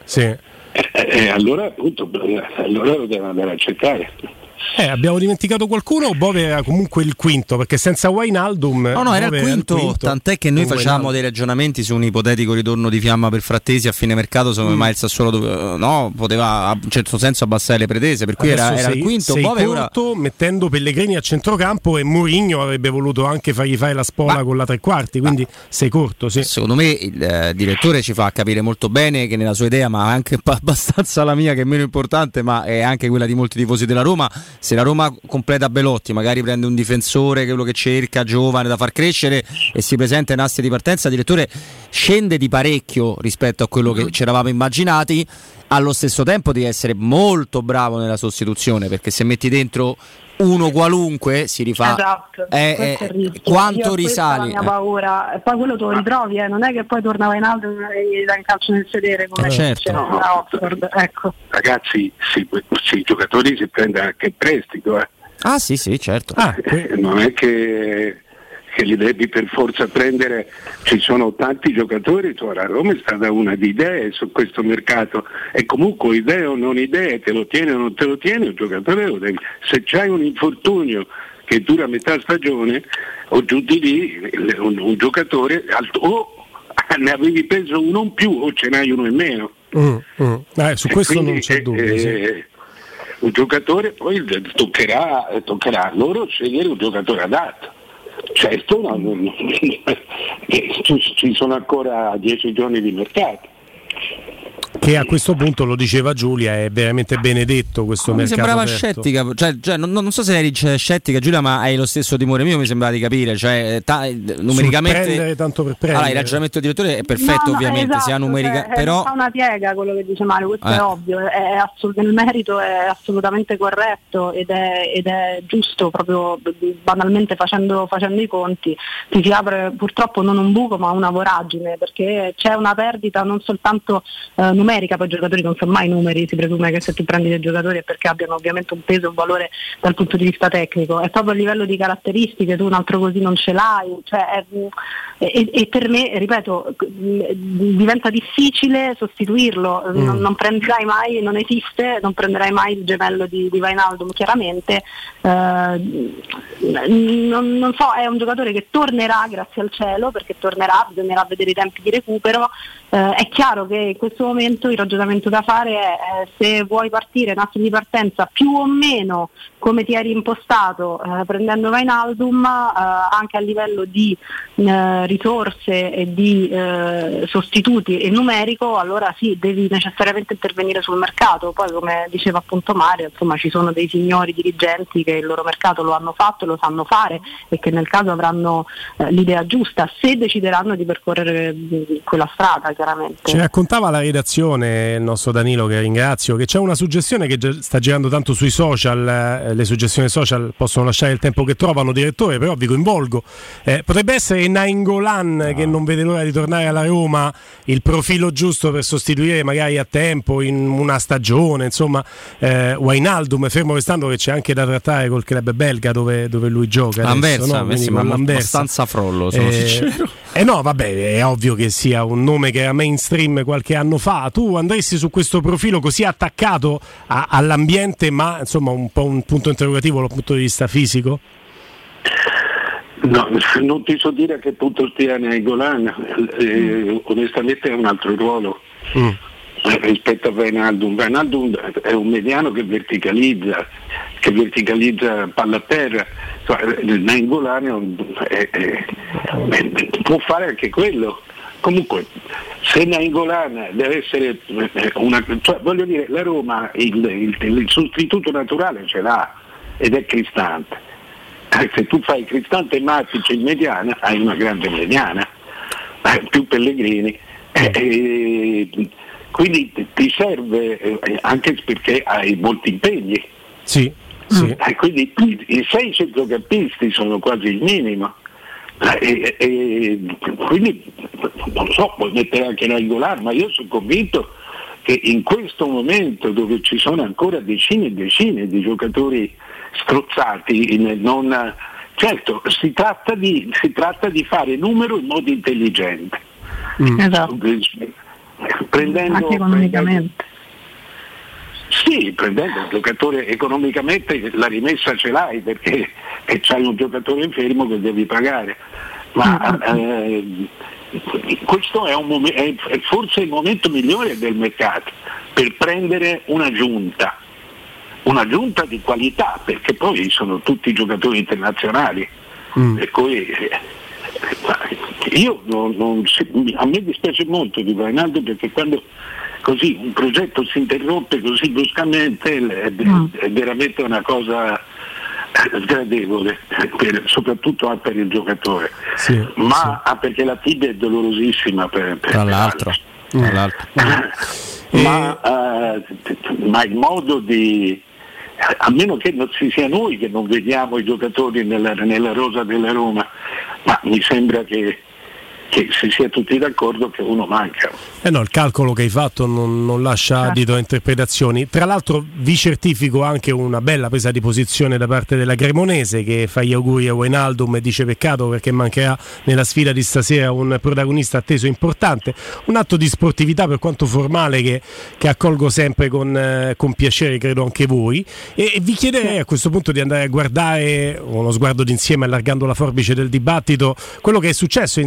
Allora appunto lo deve andare a cercare. Abbiamo dimenticato qualcuno o Bove era comunque il quinto? Perché senza Wijnaldum no, era il quinto, tant'è che noi facciamo dei ragionamenti su un ipotetico ritorno di Fiamma per Frattesi a fine mercato, secondo me il Sassuolo poteva in un certo senso abbassare le pretese, per cui era il quinto. Sei Bove corto, ora mettendo Pellegrini a centrocampo, e Mourinho avrebbe voluto anche fargli fare la spola con la tre quarti, quindi sei corto, sì. Secondo me il direttore ci fa capire molto bene che nella sua idea, ma anche abbastanza la mia, che è meno importante, ma è anche quella di molti tifosi della Roma, se la Roma completa Belotti, magari prende un difensore, che è quello che cerca, giovane da far crescere, e si presenta in asse di partenza, il direttore scende di parecchio rispetto a quello che ci eravamo immaginati. Allo stesso tempo devi essere molto bravo nella sostituzione, perché se metti dentro uno qualunque si rifà. Esatto, quanto risali? La mia paura. E poi quello te lo ritrovi, non è che poi torna Wijnaldum e gli dà un calcio nel sedere come certo. a Oxford. Ecco. Ragazzi, i giocatori si prende anche in prestito. Ah sì, certo. Non è che li devi per forza prendere, ci sono tanti giocatori, la Roma è stata una di idee su questo mercato, e comunque idee o non idee, te lo tieni o non te lo tieni, un giocatore lo devi. Se c'hai un infortunio che dura metà stagione o giù di lì, un giocatore o ne avevi preso uno in più o ce n'hai uno in meno. Su questo quindi, non c'è dubbio. Sì. Un giocatore poi toccherà a loro scegliere un giocatore adatto. Certo, ci sono ancora 10 giorni di mercato. che a questo punto, lo diceva Giulia, è veramente benedetto questo mercato. Mi sembrava aperto. Scettica, cioè, non so se eri scettica Giulia, ma hai lo stesso timore mio, mi sembrava di capire, cioè numericamente prendere tanto per prendere. Allora, il ragionamento del direttore è perfetto, ovviamente, esatto, sia numerica, però fa una piega quello che dice Mario, questo è ovvio, nel merito è assolutamente corretto ed è giusto, proprio banalmente facendo i conti ti si apre purtroppo non un buco ma una voragine, perché c'è una perdita non soltanto numerica, poi i giocatori non sono mai numeri, si presume che se tu prendi dei giocatori è perché abbiano ovviamente un peso e un valore dal punto di vista tecnico, è proprio a livello di caratteristiche, tu un altro così non ce l'hai, cioè, e per me, ripeto, diventa difficile sostituirlo, non prenderai mai, non esiste, non prenderai mai il gemello di Wijnaldum chiaramente, non so, è un giocatore che tornerà, grazie al cielo, perché tornerà, bisognerà vedere i tempi di recupero. È chiaro che in questo momento il ragionamento da fare è se vuoi partire in asse di partenza più o meno come ti eri impostato prendendo Wijnaldum, anche a livello di risorse e di sostituti e numerico, allora sì, devi necessariamente intervenire sul mercato. Poi, come diceva appunto Mario, insomma, ci sono dei signori dirigenti che il loro mercato lo hanno fatto, lo sanno fare e che nel caso avranno l'idea giusta, se decideranno di percorrere quella strada, chiaramente. Ci raccontava la redazione, il nostro Danilo, che ringrazio, che c'è una suggestione che sta girando tanto sui social, le suggestioni social possono lasciare il tempo che trovano, direttore, però vi coinvolgo, potrebbe essere Nainggolan, che non vede l'ora di tornare alla Roma, il profilo giusto per sostituire magari a tempo in una stagione, insomma, Wijnaldum, fermo restando che c'è anche da trattare col club belga dove lui gioca adesso, no? Abbastanza frollo, sono sincero. No, vabbè, è ovvio che sia un nome che era mainstream qualche anno fa. Tu andresti su questo profilo così attaccato all'ambiente, ma insomma un po' un punto interrogativo dal punto di vista fisico? No, non ti so dire a che punto stia Nainggolan, onestamente è un altro ruolo rispetto a Wijnaldum. Wijnaldum è un mediano che verticalizza palla a terra. Nainggolan può fare anche quello. Comunque, se Nainggolan deve essere voglio dire, la Roma il sostituto naturale ce l'ha ed è Cristante. Se tu fai Cristante e Matic in mediana, hai una grande mediana, più Pellegrini, quindi ti serve anche perché hai molti impegni. Sì. Quindi i 6 centrocampisti sono quasi il minimo. Quindi non so, puoi mettere anche Nainggolan, ma io sono convinto che in questo momento, dove ci sono ancora decine e decine di giocatori strozzati, certo si tratta di fare numero in modo intelligente, esatto. Prendendo anche economicamente. Sì, prendendo il giocatore economicamente la rimessa ce l'hai, perché c'hai un giocatore fermo che devi pagare, ma questo è forse il momento migliore del mercato per prendere una giunta di qualità, perché poi sono tutti giocatori internazionali, per cui a me dispiace molto di Wijnaldum, perché quando così un progetto si interrompe così bruscamente è veramente una cosa sgradevole, soprattutto per il giocatore, perché la tibia è dolorosissima tra l'altro. Ma il modo di, a meno che non ci sia noi che non vediamo i giocatori nella rosa della Roma, ma mi sembra che si sia tutti d'accordo che uno manca. No, il calcolo che hai fatto non lascia adito a interpretazioni. Tra l'altro vi certifico anche una bella presa di posizione da parte della Cremonese, che fa gli auguri a Wijnaldum e dice peccato perché mancherà nella sfida di stasera un protagonista atteso importante. Un atto di sportività, per quanto formale, che accolgo sempre con piacere, credo anche voi, e vi chiederei a questo punto di andare a guardare uno sguardo d'insieme, allargando la forbice del dibattito, quello che è successo in Serie A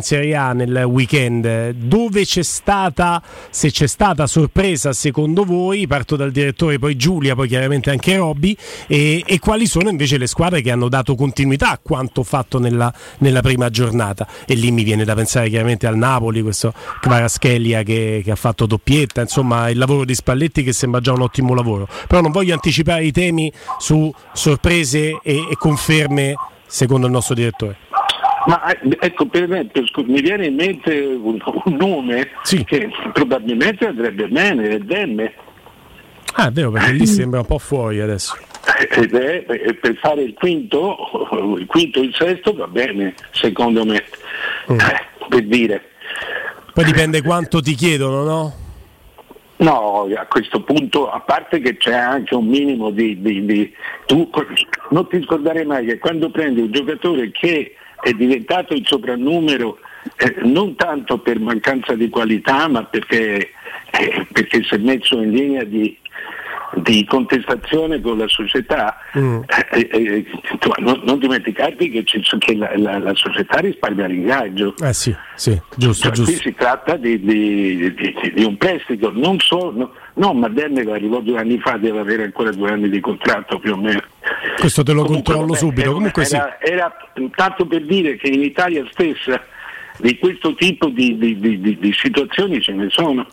realtà nel weekend, dove c'è stata, se c'è stata sorpresa secondo voi, parto dal direttore, poi Giulia, poi chiaramente anche Robby, e quali sono invece le squadre che hanno dato continuità a quanto fatto nella prima giornata. E lì mi viene da pensare chiaramente al Napoli, questo Kvaratskhelia che ha fatto doppietta, insomma il lavoro di Spalletti che sembra già un ottimo lavoro, però non voglio anticipare i temi su sorprese e conferme secondo il nostro direttore. Ma ecco, per esempio, mi viene in mente un nome che probabilmente andrebbe bene, è Demme. Ah, è vero, perché lì sembra un po' fuori adesso. Ed è per fare il quinto, il sesto va bene, secondo me, per dire. Poi dipende quanto ti chiedono, no? No, a questo punto, a parte che c'è anche un minimo di tu non ti scordare mai che quando prendi un giocatore che è diventato il soprannumero non tanto per mancanza di qualità, ma perché si è messo in linea di contestazione con la società, non dimenticarti che la società risparmia l'ingaggio. Sì, giusto. Qui si tratta di un prestito, non solo, no, ma Demme arrivò 2 anni fa, deve avere ancora 2 anni di contratto più o meno. Questo te lo controllo subito. Comunque era tanto per dire che in Italia stessa di questo tipo di situazioni ce ne sono.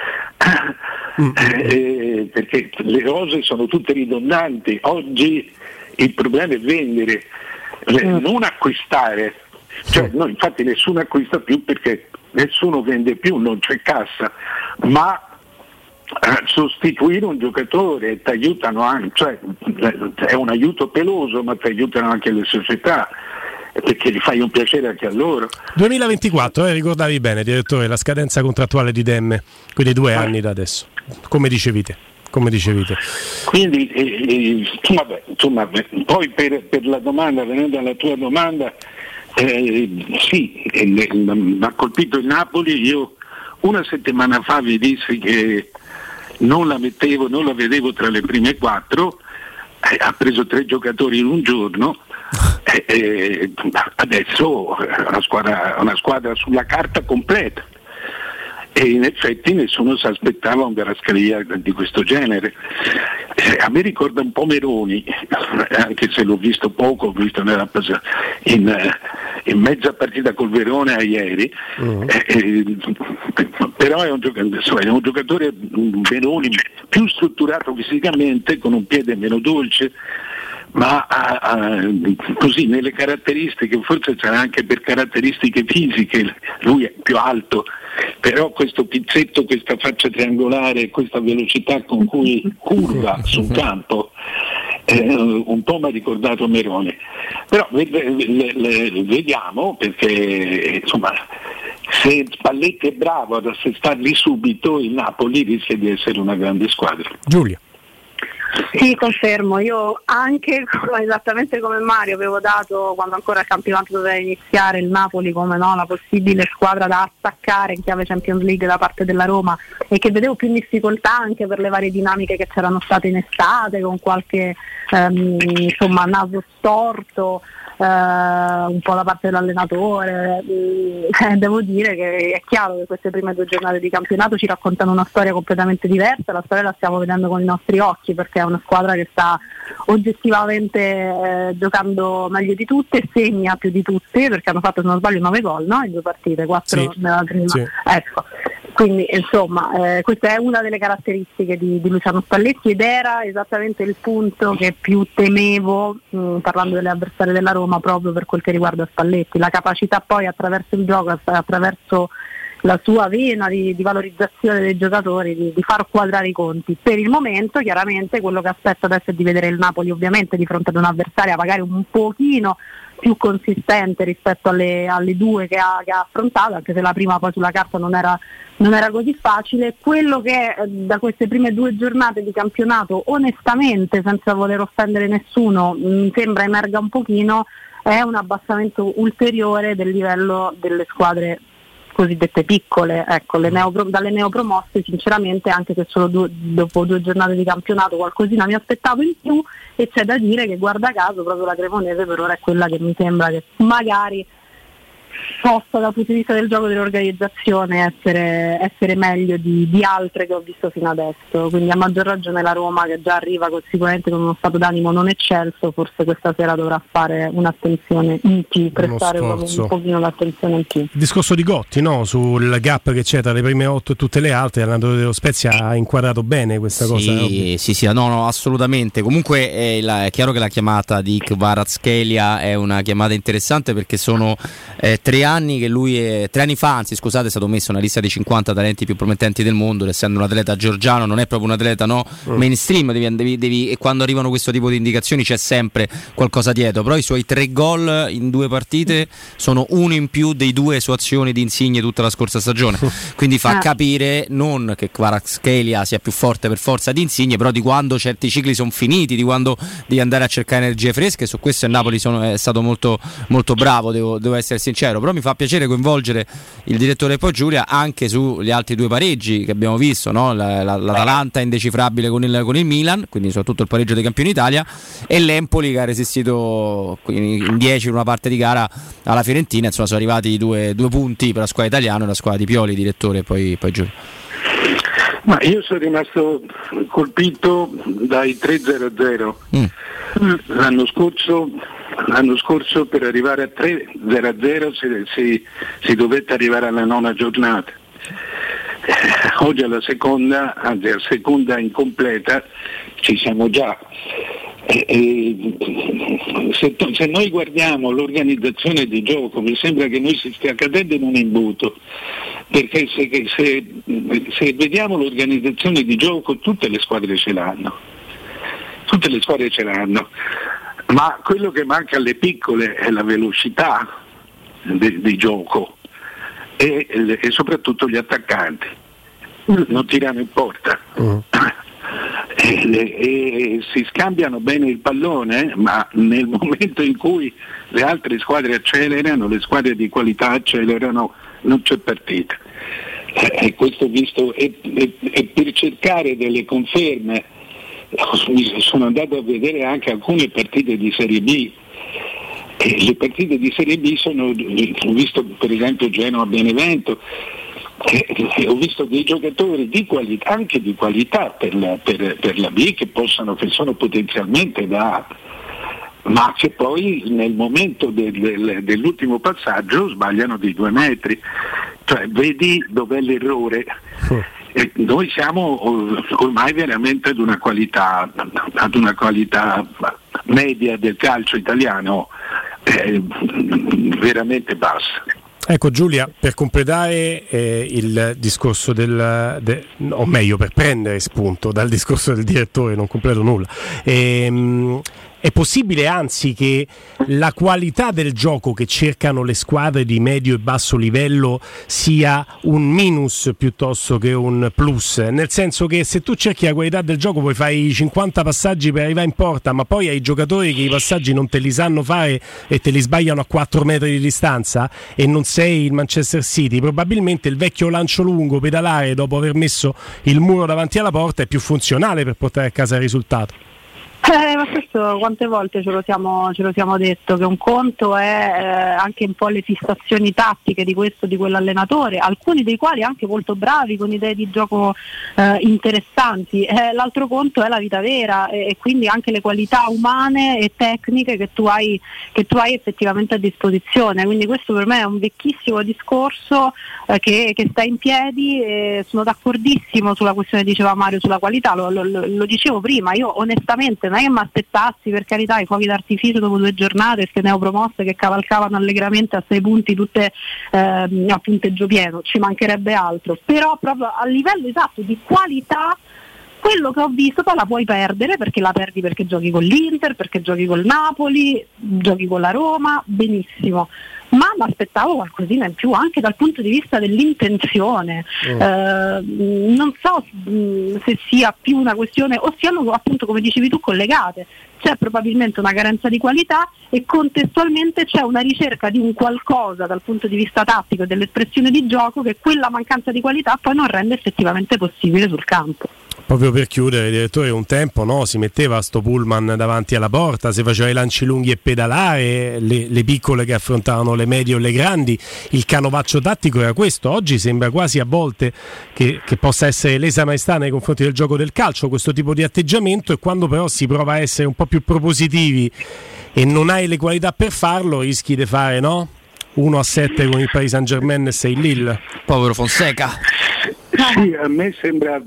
Perché le cose sono tutte ridondanti. Oggi il problema è vendere, non acquistare. Cioè, no, infatti nessuno acquista più perché nessuno vende più, non c'è cassa, ma sostituire un giocatore ti aiutano anche, cioè è un aiuto peloso, ma ti aiutano anche le società, perché gli fai un piacere anche a loro. 2024, ricordavi bene, direttore, la scadenza contrattuale di Demme, quindi 2 anni da adesso, come dicevi te. Quindi insomma, poi per la domanda, venendo alla tua domanda, sì, mi ha colpito il Napoli. Io una settimana fa vi dissi che non la vedevo tra le prime 4, ha preso 3 giocatori in un giorno. Adesso è una squadra sulla carta completa e in effetti nessuno si aspettava un Kvaratskhelia di questo genere. A me ricorda un po' Meroni, anche se l'ho visto poco, ho visto in mezza partita col Verona ieri, però è un giocatore Meroni più strutturato fisicamente, con un piede meno dolce, ma così nelle caratteristiche, forse sarà anche per caratteristiche fisiche, lui è più alto, però questo pizzetto, questa faccia triangolare, questa velocità con cui curva sul campo, un po' mi ha ricordato Meroni. Però vediamo, perché insomma, se Spalletti è bravo ad assestarli subito, il Napoli rischia di essere una grande squadra. Giulia. Sì, confermo, io anche esattamente come Mario avevo dato, quando ancora il campionato doveva iniziare, il Napoli come la possibile squadra da attaccare in chiave Champions League da parte della Roma, e che vedevo più in difficoltà anche per le varie dinamiche che c'erano state in estate, con qualche naso storto, un po' da parte dell'allenatore. Devo dire che è chiaro che queste prime 2 giornate di campionato ci raccontano una storia completamente diversa. La storia la stiamo vedendo con i nostri occhi, perché è una squadra che sta oggettivamente giocando meglio di tutte, segna più di tutte, perché hanno fatto, se non sbaglio, 9 gol, no? In 2 partite, 4 nella prima. Sì. Ecco. Quindi insomma questa è una delle caratteristiche di Luciano Spalletti, ed era esattamente il punto che più temevo parlando delle avversarie della Roma, proprio per quel che riguarda Spalletti, la capacità poi attraverso il gioco, attraverso la sua vena di valorizzazione dei giocatori di far quadrare i conti. Per il momento chiaramente quello che aspetto adesso è di vedere il Napoli ovviamente di fronte ad un'avversaria magari un pochino più consistente rispetto alle 2 che ha affrontato, anche se la prima poi sulla carta non era così facile. Quello che da queste prime 2 giornate di campionato, onestamente, senza voler offendere nessuno, mi sembra emerga un pochino, è un abbassamento ulteriore del livello delle squadre cosiddette piccole, ecco, dalle neopromosse sinceramente, anche se solo dopo 2 giornate di campionato qualcosina mi aspettavo in più, e c'è da dire che guarda caso proprio la Cremonese per ora è quella che mi sembra che magari possa dal punto di vista del gioco dell'organizzazione essere meglio di altre che ho visto fino adesso, quindi a maggior ragione la Roma, che già arriva sicuramente con uno stato d'animo non eccelso, forse questa sera dovrà fare un'attenzione in più, prestare un pochino l'attenzione in più. Il discorso di Gotti, no? Sul gap che c'è tra le prime 8 e tutte le altre, l'allenatore dello Spezia ha inquadrato bene questa cosa. Sì, no, assolutamente. Comunque è chiaro che la chiamata di Kvaratskhelia è una chiamata interessante, perché sono 3 anni che lui 3 anni fa, è stato messo nella lista dei 50 talenti più promettenti del mondo, essendo un atleta georgiano, non è proprio un atleta mainstream, devi, e quando arrivano questo tipo di indicazioni c'è sempre qualcosa dietro, però i suoi 3 gol in 2 partite sono uno in più dei 2 su azioni di Insigne tutta la scorsa stagione, quindi fa capire non che Kvaratskhelia sia più forte per forza di Insigne, però di quando certi cicli sono finiti, di quando devi andare a cercare energie fresche. Su questo il Napoli è stato molto, molto bravo, devo essere sincero, però mi fa piacere coinvolgere il direttore Poi Giulia anche sugli altri 2 pareggi che abbiamo visto, no? L'Atalanta indecifrabile con il Milan, quindi soprattutto il pareggio dei campioni d'Italia, e l'Empoli che ha resistito in 10 in una parte di gara alla Fiorentina. Insomma, sono arrivati 2 punti per la squadra italiana e la squadra di Pioli, direttore, poi Giulia. Ma io sono rimasto colpito dai 3-0-0. L'anno scorso per arrivare a 3-0-0 si dovette arrivare alla 9ª giornata. Oggi alla seconda incompleta ci siamo già. Se noi guardiamo l'organizzazione di gioco, mi sembra che noi si stia cadendo in un imbuto, perché se vediamo l'organizzazione di gioco tutte le squadre ce l'hanno, ma quello che manca alle piccole è la velocità di gioco e soprattutto gli attaccanti non tirano in porta. E si scambiano bene il pallone, ma nel momento in cui le altre squadre accelerano, le squadre di qualità accelerano, non c'è partita. E questo visto, e per cercare delle conferme sono andato a vedere anche alcune partite di Serie B. E le partite di Serie B ho visto per esempio Genoa-Benevento, ho visto dei giocatori di qualità, anche di qualità per la B, che sono potenzialmente da, ma che poi nel momento dell'ultimo passaggio sbagliano di 2 metri, cioè vedi dov'è l'errore. Noi siamo ormai veramente ad una qualità media del calcio italiano veramente bassa. Ecco Giulia, per completare il discorso o meglio per prendere spunto dal discorso del direttore, non completo nulla, è possibile anzi che la qualità del gioco che cercano le squadre di medio e basso livello sia un minus piuttosto che un plus, nel senso che se tu cerchi la qualità del gioco puoi fare i 50 passaggi per arrivare in porta, ma poi hai giocatori che i passaggi non te li sanno fare e te li sbagliano a 4 metri di distanza, e non sei il Manchester City. Probabilmente il vecchio lancio lungo, pedalare dopo aver messo il muro davanti alla porta, è più funzionale per portare a casa il risultato. Ma questo quante volte ce lo siamo detto, che un conto è anche un po' le fissazioni tattiche di questo, di quell'allenatore, alcuni dei quali anche molto bravi, con idee di gioco interessanti, l'altro conto è la vita vera e quindi anche le qualità umane e tecniche che tu hai effettivamente a disposizione. Quindi questo per me è un vecchissimo discorso che sta in piedi, e sono d'accordissimo sulla questione che diceva Mario sulla qualità, lo dicevo prima, io onestamente non è che mi aspettassi, per carità, i fuochi d'artificio dopo 2 giornate, queste neopromosse che cavalcavano allegramente a 6 punti tutte a punteggio pieno, ci mancherebbe altro, però proprio a livello esatto di qualità quello che ho visto poi la puoi perdere, perché la perdi perché giochi con l'Inter, perché giochi col Napoli, giochi con la Roma, benissimo, ma mi aspettavo qualcosina in più anche dal punto di vista dell'intenzione. Non so se sia più una questione o siano appunto, come dicevi tu, collegate. C'è probabilmente una carenza di qualità e contestualmente c'è una ricerca di un qualcosa dal punto di vista tattico e dell'espressione di gioco che quella mancanza di qualità poi non rende effettivamente possibile sul campo. Proprio per chiudere, direttore, un tempo si metteva sto pullman davanti alla porta, si faceva i lanci lunghi e pedalare, le piccole che affrontavano le medie o le grandi, il canovaccio tattico era questo. Oggi sembra quasi a volte che possa essere lesa maestà nei confronti del gioco del calcio questo tipo di atteggiamento, e quando però si prova a essere un po' più propositivi e non hai le qualità per farlo, rischi di fare 1-7 con il Paris Saint-Germain e 6 Lille. Povero Fonseca. Sì, a me sembra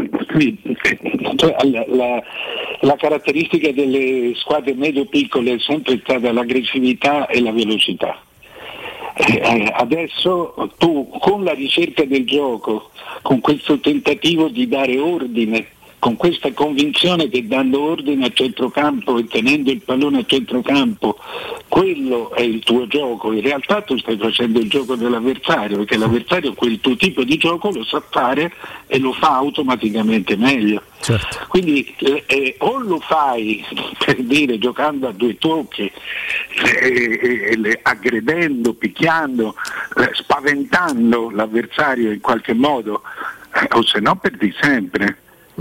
la caratteristica delle squadre medio-piccole è sempre stata l'aggressività e la velocità. Adesso tu, con la ricerca del gioco, con questo tentativo di dare ordine, con questa convinzione che dando ordine a centrocampo e tenendo il pallone a centrocampo, quello è il tuo gioco. In realtà tu stai facendo il gioco dell'avversario, perché l'avversario quel tuo tipo di gioco lo sa fare e lo fa automaticamente meglio. Certo. Quindi o lo fai, per dire, giocando a due tocchi, aggredendo, picchiando, spaventando l'avversario in qualche modo, o se no perdi sempre.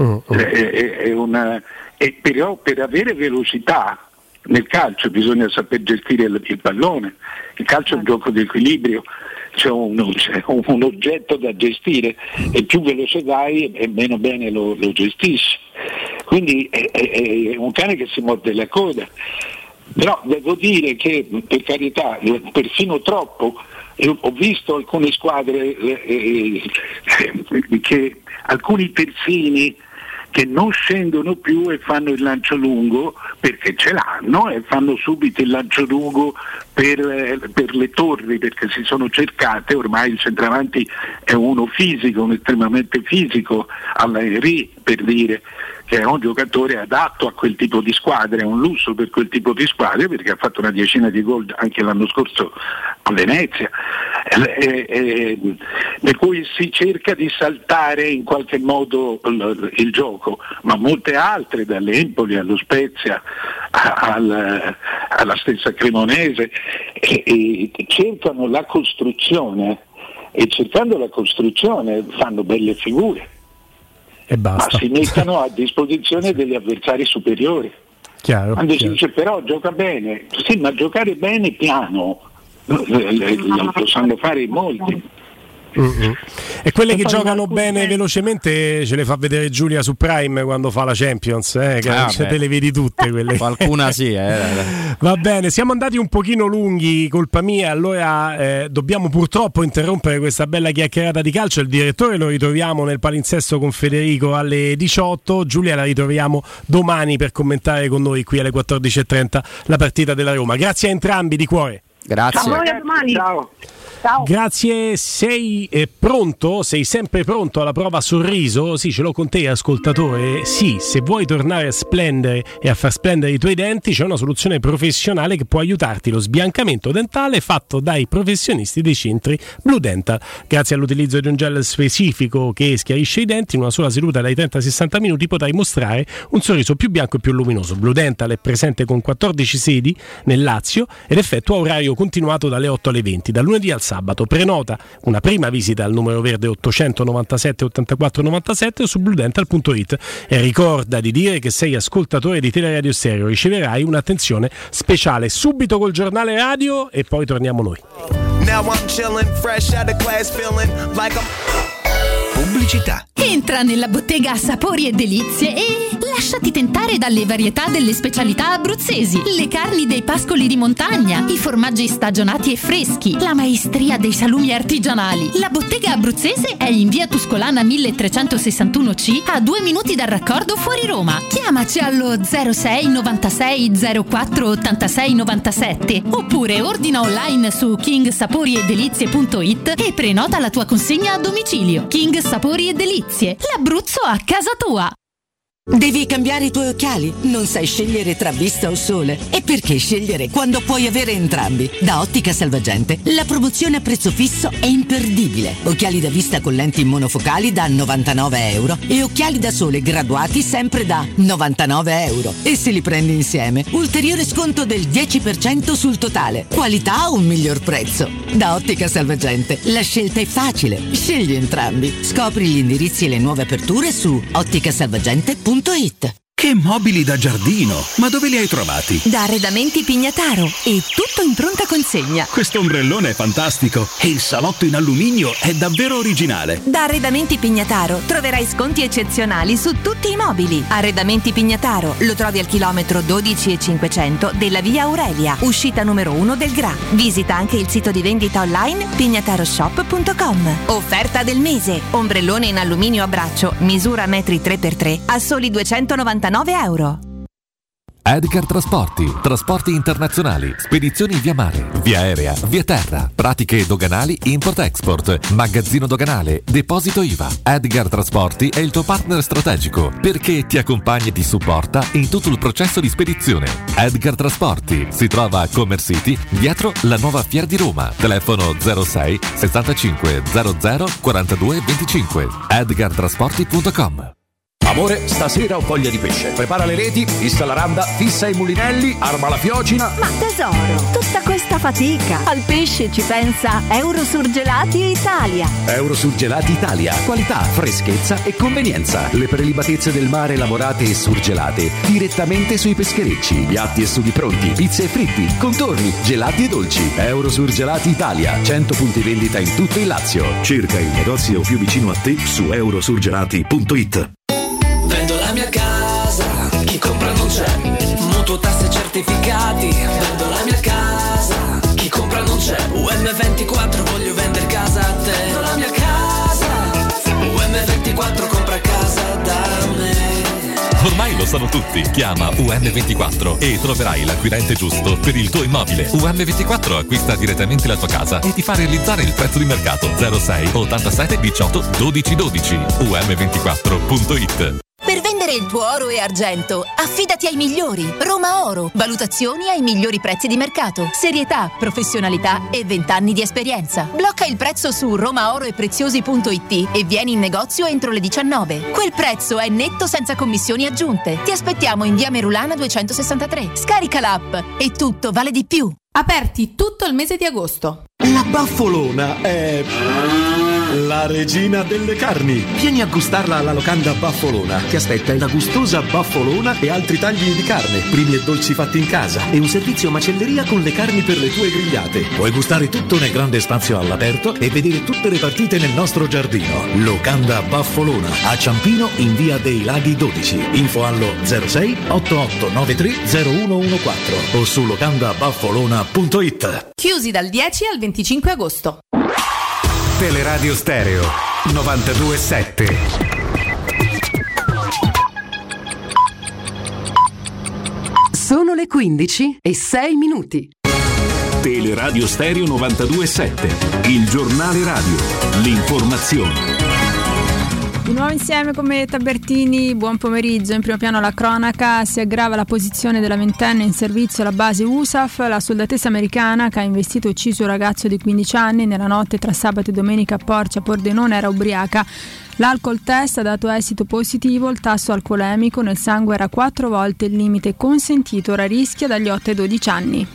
Però per avere velocità nel calcio bisogna saper gestire il pallone. Il calcio è un gioco di equilibrio, c'è un oggetto da gestire, e più veloce vai e meno bene lo gestisci. Quindi è un cane che si morde la coda. Però devo dire che, per carità, persino troppo, ho visto alcune squadre che alcuni terzini che non scendono più e fanno il lancio lungo perché ce l'hanno, e fanno subito il lancio lungo per le torri, perché si sono cercate. Ormai il centravanti è uno fisico, un estremamente fisico, alla Henry, per dire, che è un giocatore adatto a quel tipo di squadre, è un lusso per quel tipo di squadre, perché ha fatto una decina di gol anche l'anno scorso a Venezia, per cui si cerca di saltare in qualche modo il gioco, ma molte altre, dall'Empoli allo Spezia alla stessa Cremonese, cercano la costruzione, e cercando la costruzione fanno belle figure. E basta. Ma si mettono a disposizione degli avversari superiori. Quando si dice però gioca bene, sì, ma giocare bene piano lo sanno fare in molti. E quelle che giocano bene velocemente ce le fa vedere Giulia su Prime quando fa la Champions, che te le vedi tutte quelle. Qualcuna sì. Va bene, siamo andati un pochino lunghi, colpa mia, allora dobbiamo purtroppo interrompere questa bella chiacchierata di calcio. Il direttore lo ritroviamo nel palinsesto con Federico alle 18, Giulia la ritroviamo domani per commentare con noi qui alle 14.30 la partita della Roma. Grazie a entrambi di cuore. Grazie. A voi, a domani. Ciao. Ciao. Grazie, sei pronto? Sei sempre pronto alla prova sorriso? Sì, ce l'ho con te, ascoltatore. Sì, se vuoi tornare a splendere e a far splendere i tuoi denti, c'è una soluzione professionale che può aiutarti: lo sbiancamento dentale fatto dai professionisti dei centri Blue Dental. Grazie all'utilizzo di un gel specifico che schiarisce i denti, in una sola seduta dai 30-60 minuti potrai mostrare un sorriso più bianco e più luminoso. Blue Dental è presente con 14 sedi nel Lazio ed effettua orario continuato dalle 8 alle 20, dal lunedì al sabato. Prenota una prima visita al numero verde 897 84 97 o su bluedental.it e ricorda di dire che sei ascoltatore di Teleradio Stereo. Riceverai un'attenzione speciale subito col giornale radio e poi torniamo noi. Pubblicità. Entra nella bottega Sapori e Delizie e lasciati tentare dalle varietà delle specialità abruzzesi, le carni dei pascoli di montagna, i formaggi stagionati e freschi, la maestria dei salumi artigianali. La bottega abruzzese è in via Tuscolana 1361C, a 2 minuti dal raccordo fuori Roma. Chiamaci allo 06 96 04 86 97 oppure ordina online su kingsaporiedelizie.it e prenota la tua consegna a domicilio. King Sapori e Delizie, l'Abruzzo a casa tua. Devi cambiare i tuoi occhiali? Non sai scegliere tra vista o sole? E perché scegliere quando puoi avere entrambi? Da Ottica Salvagente la promozione a prezzo fisso è imperdibile. Occhiali da vista con lenti monofocali da €99 e occhiali da sole graduati sempre da €99. E se li prendi insieme, ulteriore sconto del 10% sul totale. Qualità o un miglior prezzo? Da Ottica Salvagente la scelta è facile. Scegli entrambi. Scopri gli indirizzi e le nuove aperture su otticasalvagente.it. Che mobili da giardino! Ma dove li hai trovati? Da Arredamenti Pignataro, e tutto in pronta consegna. Questo ombrellone è fantastico e il salotto in alluminio è davvero originale. Da Arredamenti Pignataro troverai sconti eccezionali su tutti i mobili. Arredamenti Pignataro lo trovi al chilometro 12,500 della via Aurelia, uscita numero 1 del Gra. Visita anche il sito di vendita online pignataroshop.com. Offerta del mese: ombrellone in alluminio a braccio, misura metri 3x3 a soli €299. Edgar Trasporti internazionali, spedizioni via mare, via aerea, via terra, pratiche doganali import-export, magazzino doganale, deposito IVA. Edgar Trasporti è il tuo partner strategico perché ti accompagna e ti supporta in tutto il processo di spedizione. Edgar Trasporti si trova a Commerce City, dietro la nuova Fiera di Roma. Telefono 06 65 00 42 25. edgartrasporti.com. Amore, stasera ho voglia di pesce. Prepara le reti, fissa la randa, fissa i mulinelli, arma la fiocina. Ma tesoro, tutta questa fatica. Al pesce ci pensa Eurosurgelati Italia. Eurosurgelati Italia. Qualità, freschezza e convenienza. Le prelibatezze del mare lavorate e surgelate direttamente sui pescherecci. Piatti e sughi pronti, pizze e fritti, contorni, gelati e dolci. Eurosurgelati Italia. 100 punti vendita in tutto il Lazio. Cerca il negozio più vicino a te su eurosurgelati.it. Vendo la mia casa, chi compra non c'è. Mutuo, tasse, certificati. Vendo la mia casa, chi compra non c'è. UM24, voglio vendere casa a te. Vendo la mia casa, UM24, compra casa da me. Ormai lo sanno tutti. Chiama UM24 e troverai l'acquirente giusto per il tuo immobile. UM24 acquista direttamente la tua casa e ti fa realizzare il prezzo di mercato. 06 87 18 12 12. UM24.it. Per vendere il tuo oro e argento, affidati ai migliori. Roma Oro. Valutazioni ai migliori prezzi di mercato. Serietà, professionalità e 20 anni di esperienza. Blocca il prezzo su romaoroepreziosi.it e vieni in negozio entro le 19. Quel prezzo è netto senza commissioni aggiunte. Ti aspettiamo in via Merulana 263. Scarica l'app e tutto vale di più. Aperti tutto il mese di agosto. La Baffolona è la regina delle carni. Vieni a gustarla alla locanda Baffolona. Ti aspetta una gustosa baffolona e altri tagli di carne, primi e dolci fatti in casa e un servizio macelleria con le carni per le tue grigliate. Puoi gustare tutto nel grande spazio all'aperto e vedere tutte le partite nel nostro giardino. Locanda Baffolona a Ciampino in via dei Laghi 12. Info allo 06 8893 0114 o su locandabaffolona.it. Chiusi dal 10 al 25 agosto. Teleradio Stereo 92.7. Sono le 15:06. Teleradio Stereo 92.7, il giornale radio, l'informazione. Di nuovo insieme con me Tabertini, buon pomeriggio. In primo piano la cronaca: si aggrava la posizione della ventenne in servizio alla base USAF. La soldatessa americana che ha investito e ucciso un ragazzo di 15 anni nella notte tra sabato e domenica a Porcia Pordenone era ubriaca. L'alcol test ha dato esito positivo, il tasso alcolemico nel sangue era 4 volte il limite consentito, ora rischia dagli 8 ai 12 anni.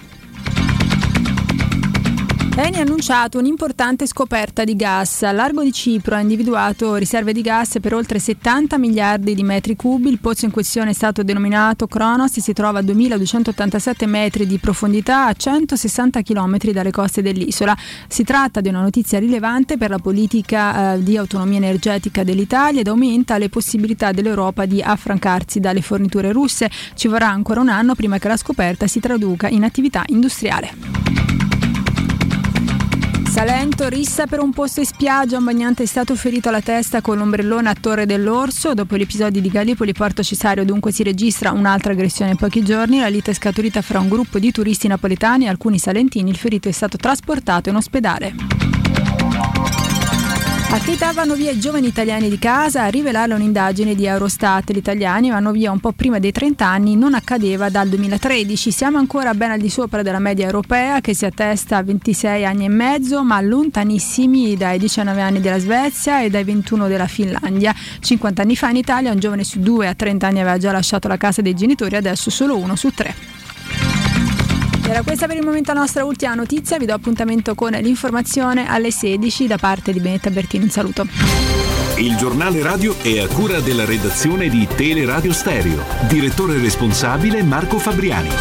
Eni ha annunciato un'importante scoperta di gas. Al largo di Cipro ha individuato riserve di gas per oltre 70 miliardi di metri cubi. Il pozzo in questione è stato denominato Kronos e si trova a 2287 metri di profondità a 160 chilometri dalle coste dell'isola. Si tratta di una notizia rilevante per la politica di autonomia energetica dell'Italia ed aumenta le possibilità dell'Europa di affrancarsi dalle forniture russe. Ci vorrà ancora un anno prima che la scoperta si traduca in attività industriale. Salento, rissa per un posto in spiaggia, un bagnante è stato ferito alla testa con l'ombrellone a Torre dell'Orso. Dopo gli episodi di Gallipoli, Porto Cesario, dunque si registra un'altra aggressione in pochi giorni. La lite è scaturita fra un gruppo di turisti napoletani e alcuni salentini. Il ferito è stato trasportato in ospedale. A che età vanno via i giovani italiani di casa? A rivelarlo un'indagine di Eurostat. Gli italiani vanno via un po' prima dei 30 anni, non accadeva dal 2013. Siamo ancora ben al di sopra della media europea, che si attesta a 26 anni e mezzo, ma lontanissimi dai 19 anni della Svezia e dai 21 della Finlandia. 50 anni fa in Italia un giovane su 2 a 30 anni aveva già lasciato la casa dei genitori, adesso solo 1 su 3. Era questa per il momento la nostra ultima notizia, vi do appuntamento con l'informazione alle 16 da parte di Benetta Bertini, un saluto. Il giornale radio è a cura della redazione di Teleradio Stereo, direttore responsabile Marco Fabriani.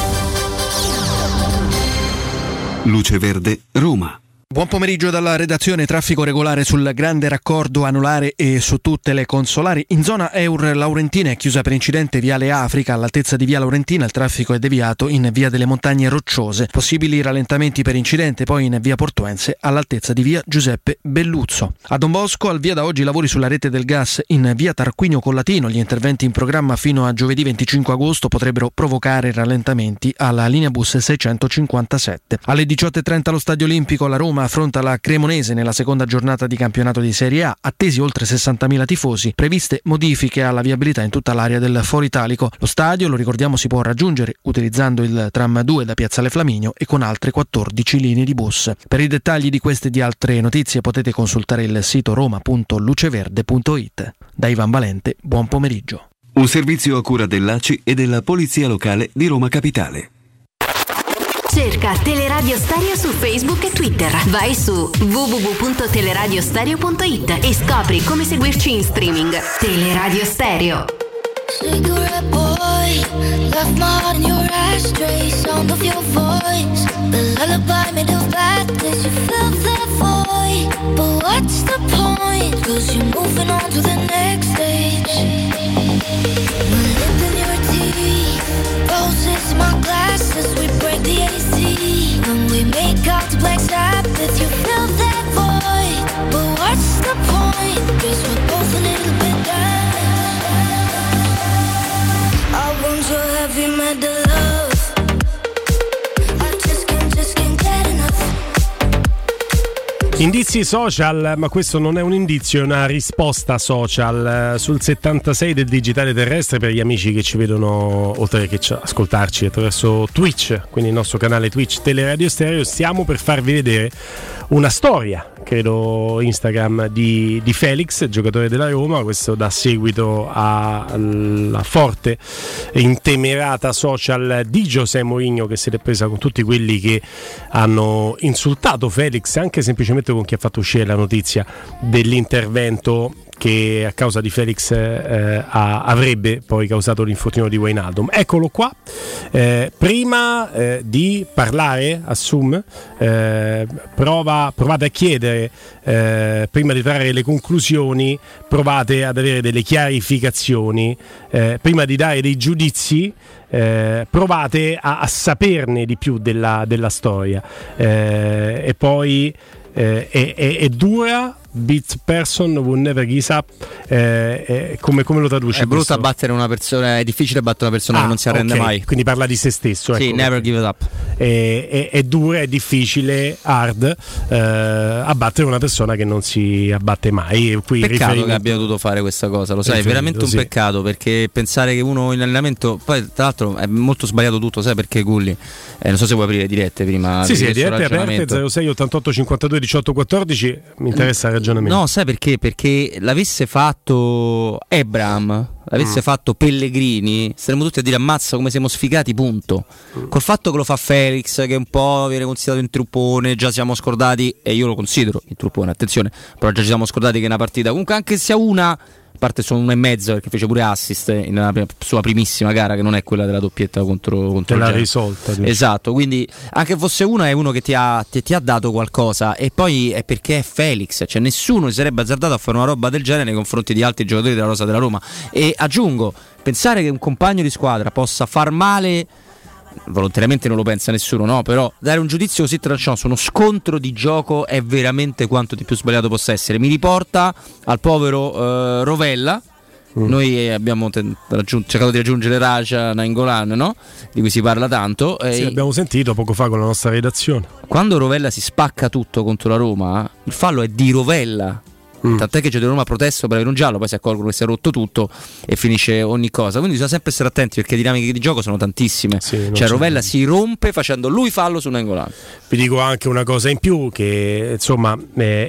Luce Verde, Roma. Buon pomeriggio dalla redazione. Traffico regolare sul grande raccordo anulare e su tutte le consolari. In zona Eur Laurentina è chiusa per incidente Viale Africa. All'altezza di Via Laurentina il traffico è deviato in Via delle Montagne Rocciose. Possibili rallentamenti per incidente poi in Via Portuense all'altezza di Via Giuseppe Belluzzo. A Don Bosco al via da oggi lavori sulla rete del gas in Via Tarquinio Collatino. Gli interventi in programma fino a giovedì 25 agosto potrebbero provocare rallentamenti alla linea bus 657. Alle 18.30 allo Stadio Olimpico la Roma affronta la Cremonese nella seconda giornata di campionato di Serie A. Attesi oltre 60.000 tifosi, previste modifiche alla viabilità in tutta l'area del Foro Italico. Lo stadio, lo ricordiamo, si può raggiungere utilizzando il tram 2 da Piazzale Flaminio e con altre 14 linee di bus. Per i dettagli di queste e di altre notizie potete consultare il sito roma.luceverde.it. Da Ivan Valente, buon pomeriggio. Un servizio a cura dell'ACI e della Polizia Locale di Roma Capitale. Cerca Teleradio Stereo su Facebook e Twitter. Vai su www.teleradiostereo.it e scopri come seguirci in streaming. Teleradio Stereo. Cigarette boy, left my heart in your ashtray. Sound of your voice, the lullaby made of bad days. You fill that void, but what's the point? 'Cause you're moving on to the next stage. My lip in your teeth, roses in my glasses. We break the AC when we make out to Black Sabbath. You fill that void, but what's the point? 'Cause we're both a little bit down. I want your heavy metal love. I just can't get enough. Indizi social, ma questo non è un indizio, è una risposta social sul 76 del digitale terrestre per gli amici che ci vedono, oltre che ascoltarci attraverso Twitch, quindi il nostro canale Twitch Teleradio Stereo. Stiamo per farvi vedere una storia, credo Instagram, di Felix, giocatore della Roma. Questo dà seguito alla forte e intemerata social di José Mourinho, che si è presa con tutti quelli che hanno insultato Felix, anche semplicemente con chi ha fatto uscire la notizia dell'intervento che a causa di Felix avrebbe poi causato l'infortunio di Wijnaldum. Eccolo qua. Prima di parlare a Zoom, provate a chiedere, prima di trarre le conclusioni, provate ad avere delle chiarificazioni, prima di dare dei giudizi. Provate a saperne di più della storia, e poi è dura. Beat person who never gives up, come lo traduci? È brutto abbattere una persona, è difficile battere una persona che non si arrende mai. Quindi parla di se stesso. Sì, ecco, never give it up. È dura, è difficile, hard abbattere una persona che non si abbatte mai. Qui peccato che abbia dovuto fare questa cosa, lo sai, è veramente un peccato, perché pensare che uno in allenamento, poi tra l'altro è molto sbagliato tutto, sai perché, Gulli? Non so se vuoi aprire dirette prima. Sì, dirette aperte 06 88 52 18 14. Mi interessa il ragionamento. No, sai perché? Perché l'avesse fatto Abraham, l'avesse fatto Pellegrini, saremmo tutti a dire ammazza come siamo sfigati, punto. Col fatto che lo fa Felix, che un po' viene considerato un truppone, già siamo scordati, e io lo considero il truppone, attenzione, però già ci siamo scordati che è una partita, comunque anche se sia una, a parte sono 1,5 perché fece pure assist nella sua primissima gara, che non è quella della doppietta contro l'ha risolta, esatto, quindi anche fosse una, è uno che ti ha dato qualcosa, e poi è perché è Felix, cioè nessuno si sarebbe azzardato a fare una roba del genere nei confronti di altri giocatori della rosa della Roma. E aggiungo, pensare che un compagno di squadra possa far male, volontariamente non lo pensa nessuno, no? Però dare un giudizio così tranchant su uno scontro di gioco è veramente quanto di più sbagliato possa essere. Mi riporta al povero Rovella. Noi abbiamo cercato di raggiungere Raja Nainggolan, no? Di cui si parla tanto. Sì, abbiamo sentito poco fa con la nostra redazione. Quando Rovella si spacca tutto contro la Roma, il fallo è di Rovella. Tant'è che Roma ha protesto per avere un giallo, poi si accorgono che si è rotto tutto e finisce ogni cosa. Quindi bisogna sempre stare attenti, perché le dinamiche di gioco sono tantissime. Cioè Rovella si rompe facendo lui fallo su Nainggolan. Vi dico anche una cosa in più, che insomma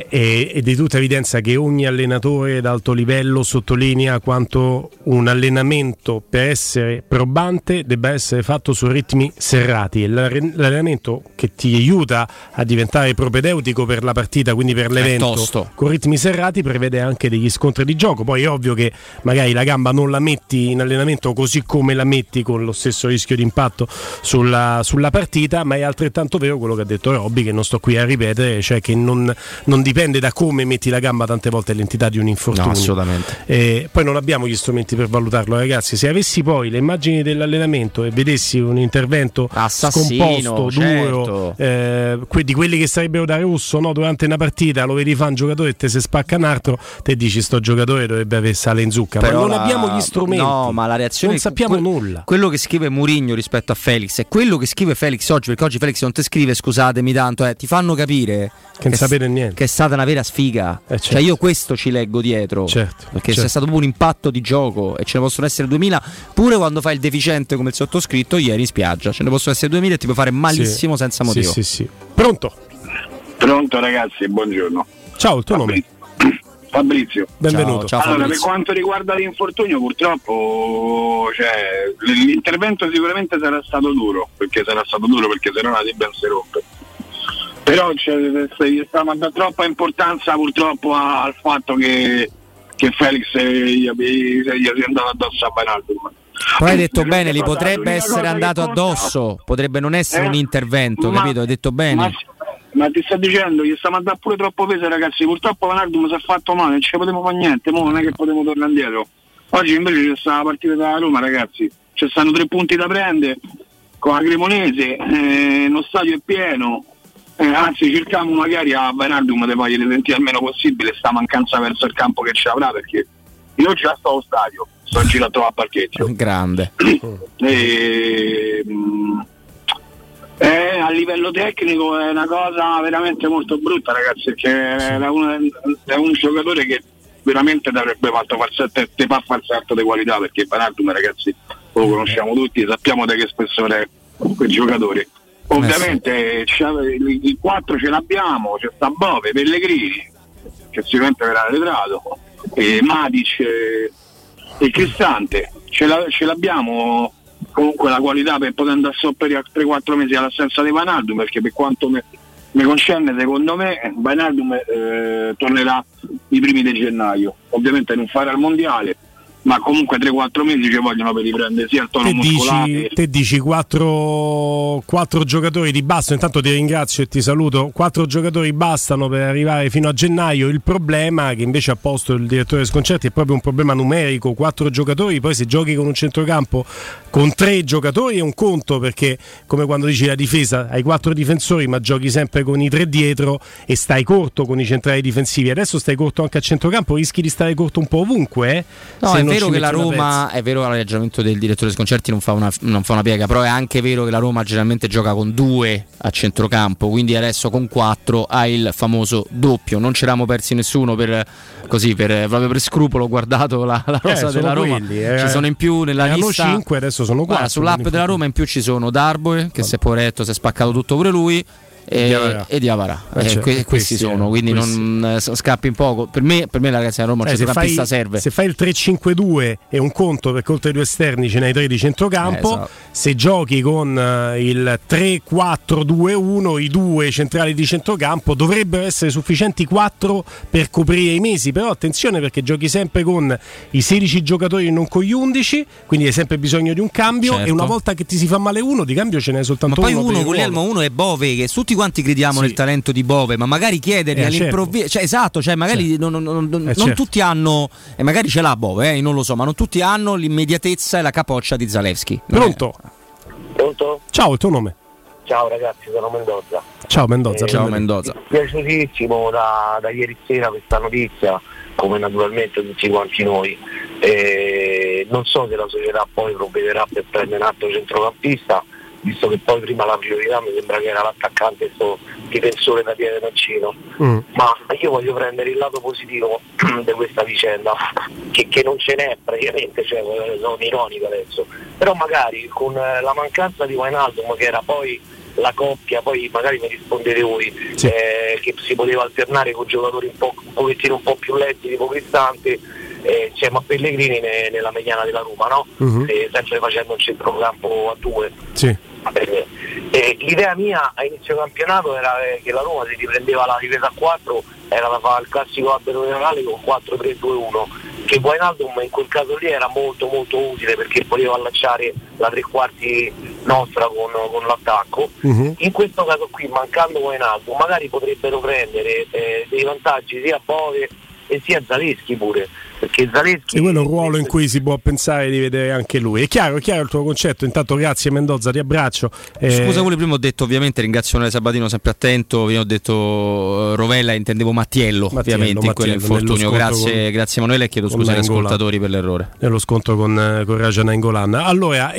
è di tutta evidenza che ogni allenatore d'alto livello sottolinea quanto un allenamento per essere probante debba essere fatto su ritmi serrati, e l'allenamento che ti aiuta a diventare propedeutico per la partita, quindi per l'evento, con ritmi serrati prevede anche degli scontri di gioco. Poi è ovvio che magari la gamba non la metti in allenamento così come la metti con lo stesso rischio di impatto sulla partita, ma è altrettanto vero quello che ha detto Robby, che non sto qui a ripetere, cioè che non dipende da come metti la gamba tante volte l'entità di un infortunio. No, assolutamente. Poi non abbiamo gli strumenti per valutarlo, ragazzi. Se avessi poi le immagini dell'allenamento e vedessi un intervento scomposto, duro, di quelli che sarebbero da rosso, no? Durante una partita lo vedi fa un giocatore e te si spacca un altro, te dici sto giocatore dovrebbe avere sale in zucca, però ma non abbiamo gli strumenti, no, ma la reazione, non sappiamo nulla. Quello che scrive Mourinho rispetto a Felix è quello che scrive Felix oggi, perché oggi Felix non ti scrive scusatemi tanto, ti fanno capire che non sapete niente, che è stata una vera sfiga, certo. Cioè io questo ci leggo dietro, perché c'è stato proprio un impatto di gioco, e ce ne possono essere 2000 pure quando fai il deficiente come il sottoscritto ieri in spiaggia, ce ne possono essere 2000 e ti puoi fare malissimo senza motivo. Sì. Pronto ragazzi, buongiorno. Ciao, il tuo nome? Fabrizio. Benvenuto. Ciao, allora, Fabrizio. per quanto riguarda l'infortunio, purtroppo l'intervento sicuramente sarà stato duro, perché se no la tibia si rompe. Però gli sta mandando troppa importanza purtroppo al fatto che Felix gli sia andato addosso a Wijnaldum. Poi hai detto bene, gli potrebbe essere andato addosso, potrebbe non essere un intervento, capito? Hai detto bene. Ma ti sto dicendo, gli sta mandando pure troppo peso, ragazzi. Purtroppo Wijnaldum si è fatto male, non ci potevo fare niente, non è che potevo tornare indietro. Oggi invece c'è stata la partita da Roma, ragazzi. Ci stanno 3 punti da prendere con la Cremonese, lo stadio è pieno. Anzi, cerchiamo magari a Wijnaldum di fargli sentire il meno possibile sta mancanza verso il campo che ci avrà, perché io già sto allo stadio, sto girato a parcheggio. Grande. A livello tecnico è una cosa veramente molto brutta, ragazzi, perché è un giocatore che veramente avrebbe fatto far salto di qualità, perché Wijnaldum, ragazzi, lo conosciamo tutti, sappiamo di che spessore è quel giocatore. Ovviamente i 4 ce l'abbiamo, c'è sta Bove, Pellegrini, che sicuramente verrà arretrato, e Matic e Cristante, ce l'abbiamo comunque la qualità per poter andare a sopperire a 3-4 mesi all'assenza di Wijnaldum, perché per quanto mi concerne, secondo me Wijnaldum tornerà i primi di gennaio, ovviamente non farà il mondiale, ma comunque 3-4 mesi ci vogliono per riprendere sia il tono muscolare. Te dici 4 giocatori di basta. Intanto ti ringrazio e ti saluto. 4 giocatori bastano per arrivare fino a gennaio. Il problema che invece ha posto il direttore Sconcerti è proprio un problema numerico. 4 giocatori, poi se giochi con un centrocampo con 3 giocatori è un conto, perché come quando dici la difesa hai 4 difensori ma giochi sempre con i 3 dietro e stai corto con i centrali difensivi. Adesso stai corto anche a centrocampo, rischi di stare corto un po' ovunque. No, è vero che la Roma, è vero che l'atteggiamento del direttore Sconcerti non fa una piega, però è anche vero che la Roma generalmente gioca con 2 a centrocampo, quindi adesso con 4 ha il famoso doppio. Non ci eravamo persi nessuno proprio per scrupolo, ho guardato la rosa della Roma, ci sono in più nella lista 5, adesso sono 4. Sull'app della Roma in più ci sono Darboe, che si è poveretto, si è spaccato tutto pure lui, e Diawara, questi sono, quindi non scappi un poco. Per me ragazzi, la Roma un centrocampista serve. Se fai il 3-5-2 è un conto, perché oltre ai 2 esterni ce n'hai 3 di centrocampo. Esatto. Se giochi con il 3-4-2-1, i 2 centrali di centrocampo dovrebbero essere sufficienti 4 per coprire i mesi. Però attenzione, perché giochi sempre con i 16 giocatori e non con gli 11, quindi hai sempre bisogno di un cambio, certo. E una volta che ti si fa male uno, di cambio ce n'è soltanto uno. Ma poi Guglielmo, uno è Bove, che tutti quanti crediamo nel talento di Bove, ma magari chiedergli all'improvviso, magari non tutti hanno, e magari ce l'ha Bove, non lo so, ma non tutti hanno l'immediatezza e la capoccia di Zalewski. Pronto? Ciao, il tuo nome? Ciao ragazzi, sono Mendoza. Ciao Mendoza. Ciao Mendoza. Piaciutissimo da ieri sera questa notizia, come naturalmente tutti quanti noi. Non so se la società poi provvederà per prendere un altro centrocampista, visto che poi prima la priorità mi sembra che era l'attaccante, questo difensore da piede mancino. Ma io voglio prendere il lato positivo di questa vicenda, che non ce n'è praticamente, cioè, sono ironico adesso, però magari con la mancanza di Wijnaldum, che era poi la coppia, poi magari mi rispondete voi, che si poteva alternare con giocatori un pochettino un po' più lenti, tipo Cristante, ma Pellegrini nella mediana della Roma, no? Sempre facendo un centrocampo a 2. Sì. L'idea mia a inizio campionato era che la Roma, si riprendeva la difesa a 4, era da fare il classico albero generale con 4-3-2-1, che Wijnaldum in quel caso lì era molto molto utile perché poteva allacciare la tre quarti nostra con l'attacco. In questo caso qui, mancando Wijnaldum, magari potrebbero prendere dei vantaggi sia a Bove e sia a Zaleschi pure, perché Zaleschi, e quello è un ruolo in cui si può pensare di vedere anche lui. È chiaro il tuo concetto. Intanto grazie Mendoza, ti abbraccio. Scusa, quello prima ho detto, ovviamente ringrazio Sabatino sempre attento, prima ho detto Rovella, intendevo Mattiello ovviamente in quell'infortunio. Grazie Emanuele, e chiedo scusa agli ascoltatori per l'errore nello scontro con Raja Nainggolan. Allora,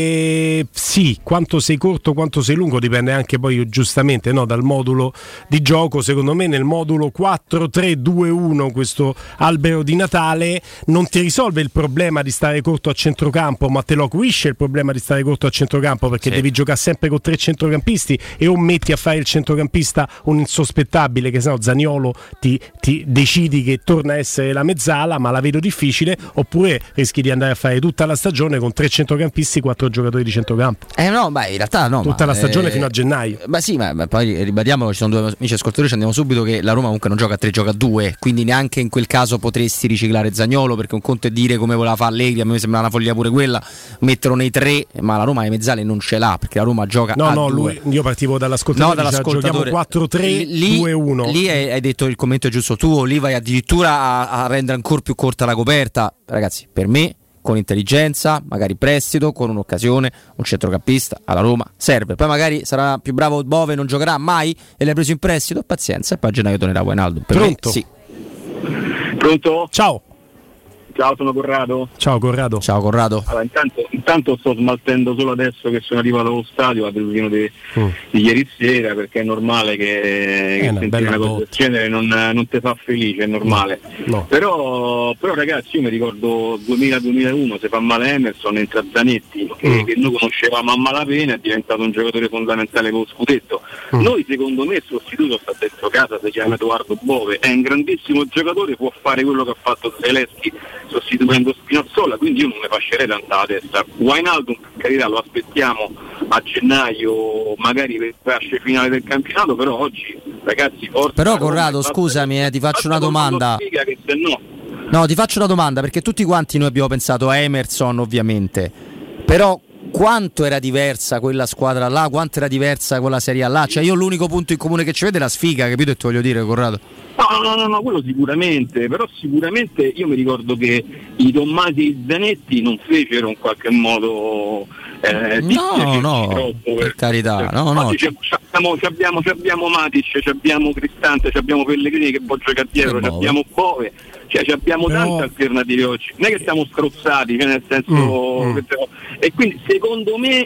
sì, quanto sei corto, quanto sei lungo dipende anche poi giustamente, no, dal modulo di gioco. Secondo me nel modulo 4-3-2-1 questo albero di Natale non ti risolve il problema di stare corto a centrocampo, ma te lo acuisce il problema di stare corto a centrocampo, perché devi giocare sempre con 3 centrocampisti, e o metti a fare il centrocampista un insospettabile, che sennò Zaniolo ti decidi che torna a essere la mezzala, ma la vedo difficile, oppure rischi di andare a fare tutta la stagione con 3 centrocampisti, 4 giocatori di centrocampo. No, in realtà no. Tutta la stagione fino a gennaio. Sì, ma poi ribadiamolo, ci sono due amici ascoltatori, ci andiamo subito, che la Roma comunque non gioca a 3, gioca a 2, quindi neanche in quel caso potresti riciclare Zaniolo, perché un conto è dire come voleva fare Allegri, a me sembra una follia pure quella, metterlo nei 3, ma la Roma ai mezzali non ce l'ha, perché la Roma gioca a 2. Io partivo dall'ascoltatore, giochiamo 4-3-2-1. Lì hai detto il commento giusto tuo, lì vai addirittura a rendere ancora più corta la coperta. Ragazzi, per me, con intelligenza, magari prestito, con un'occasione, un centrocampista alla Roma serve. Poi magari sarà più bravo Bove, non giocherà mai e l'hai preso in prestito, pazienza, e poi a gennaio tornerà Wijnaldum. Pronto? Me, sì. Pronto? Ciao, sono Corrado. Ciao Corrado. Allora, intanto sto smaltendo solo adesso che sono arrivato allo stadio la delusione di ieri sera, perché è normale che sentire una cosa del genere non ti fa felice, è normale. No. Però ragazzi, io mi ricordo 2000-2001, se fa male Emerson, entra Zanetti, che noi conoscevamo a malapena, è diventato un giocatore fondamentale per lo scudetto. Noi, secondo me, il sostituto sta dentro casa, si chiama Edoardo Bove, è un grandissimo giocatore, può fare quello che ha fatto Zaleschi sostituendo Spinazzola, quindi io non ne fascerei tanta la testa. Wijnaldum, per carità, lo aspettiamo a gennaio, magari per fasce finale del campionato, però oggi, ragazzi, forza. Però Corrado, scusami, ti faccio una domanda. No, ti faccio una domanda, perché tutti quanti noi abbiamo pensato a Emerson, ovviamente, però quanto era diversa quella squadra là, quanto era diversa quella Serie A là? Cioè, io l'unico punto in comune che ci vede è la sfiga, capito che ti voglio dire, Corrado? No, quello sicuramente, però sicuramente io mi ricordo che i Tommasi e i Zanetti non fecero in qualche modo per carità, abbiamo Matic, abbiamo Cristante, abbiamo Pellegrini che può giocare dietro, abbiamo Bove, cioè abbiamo tante alternative oggi, non è che siamo strozzati, cioè nel senso e quindi secondo me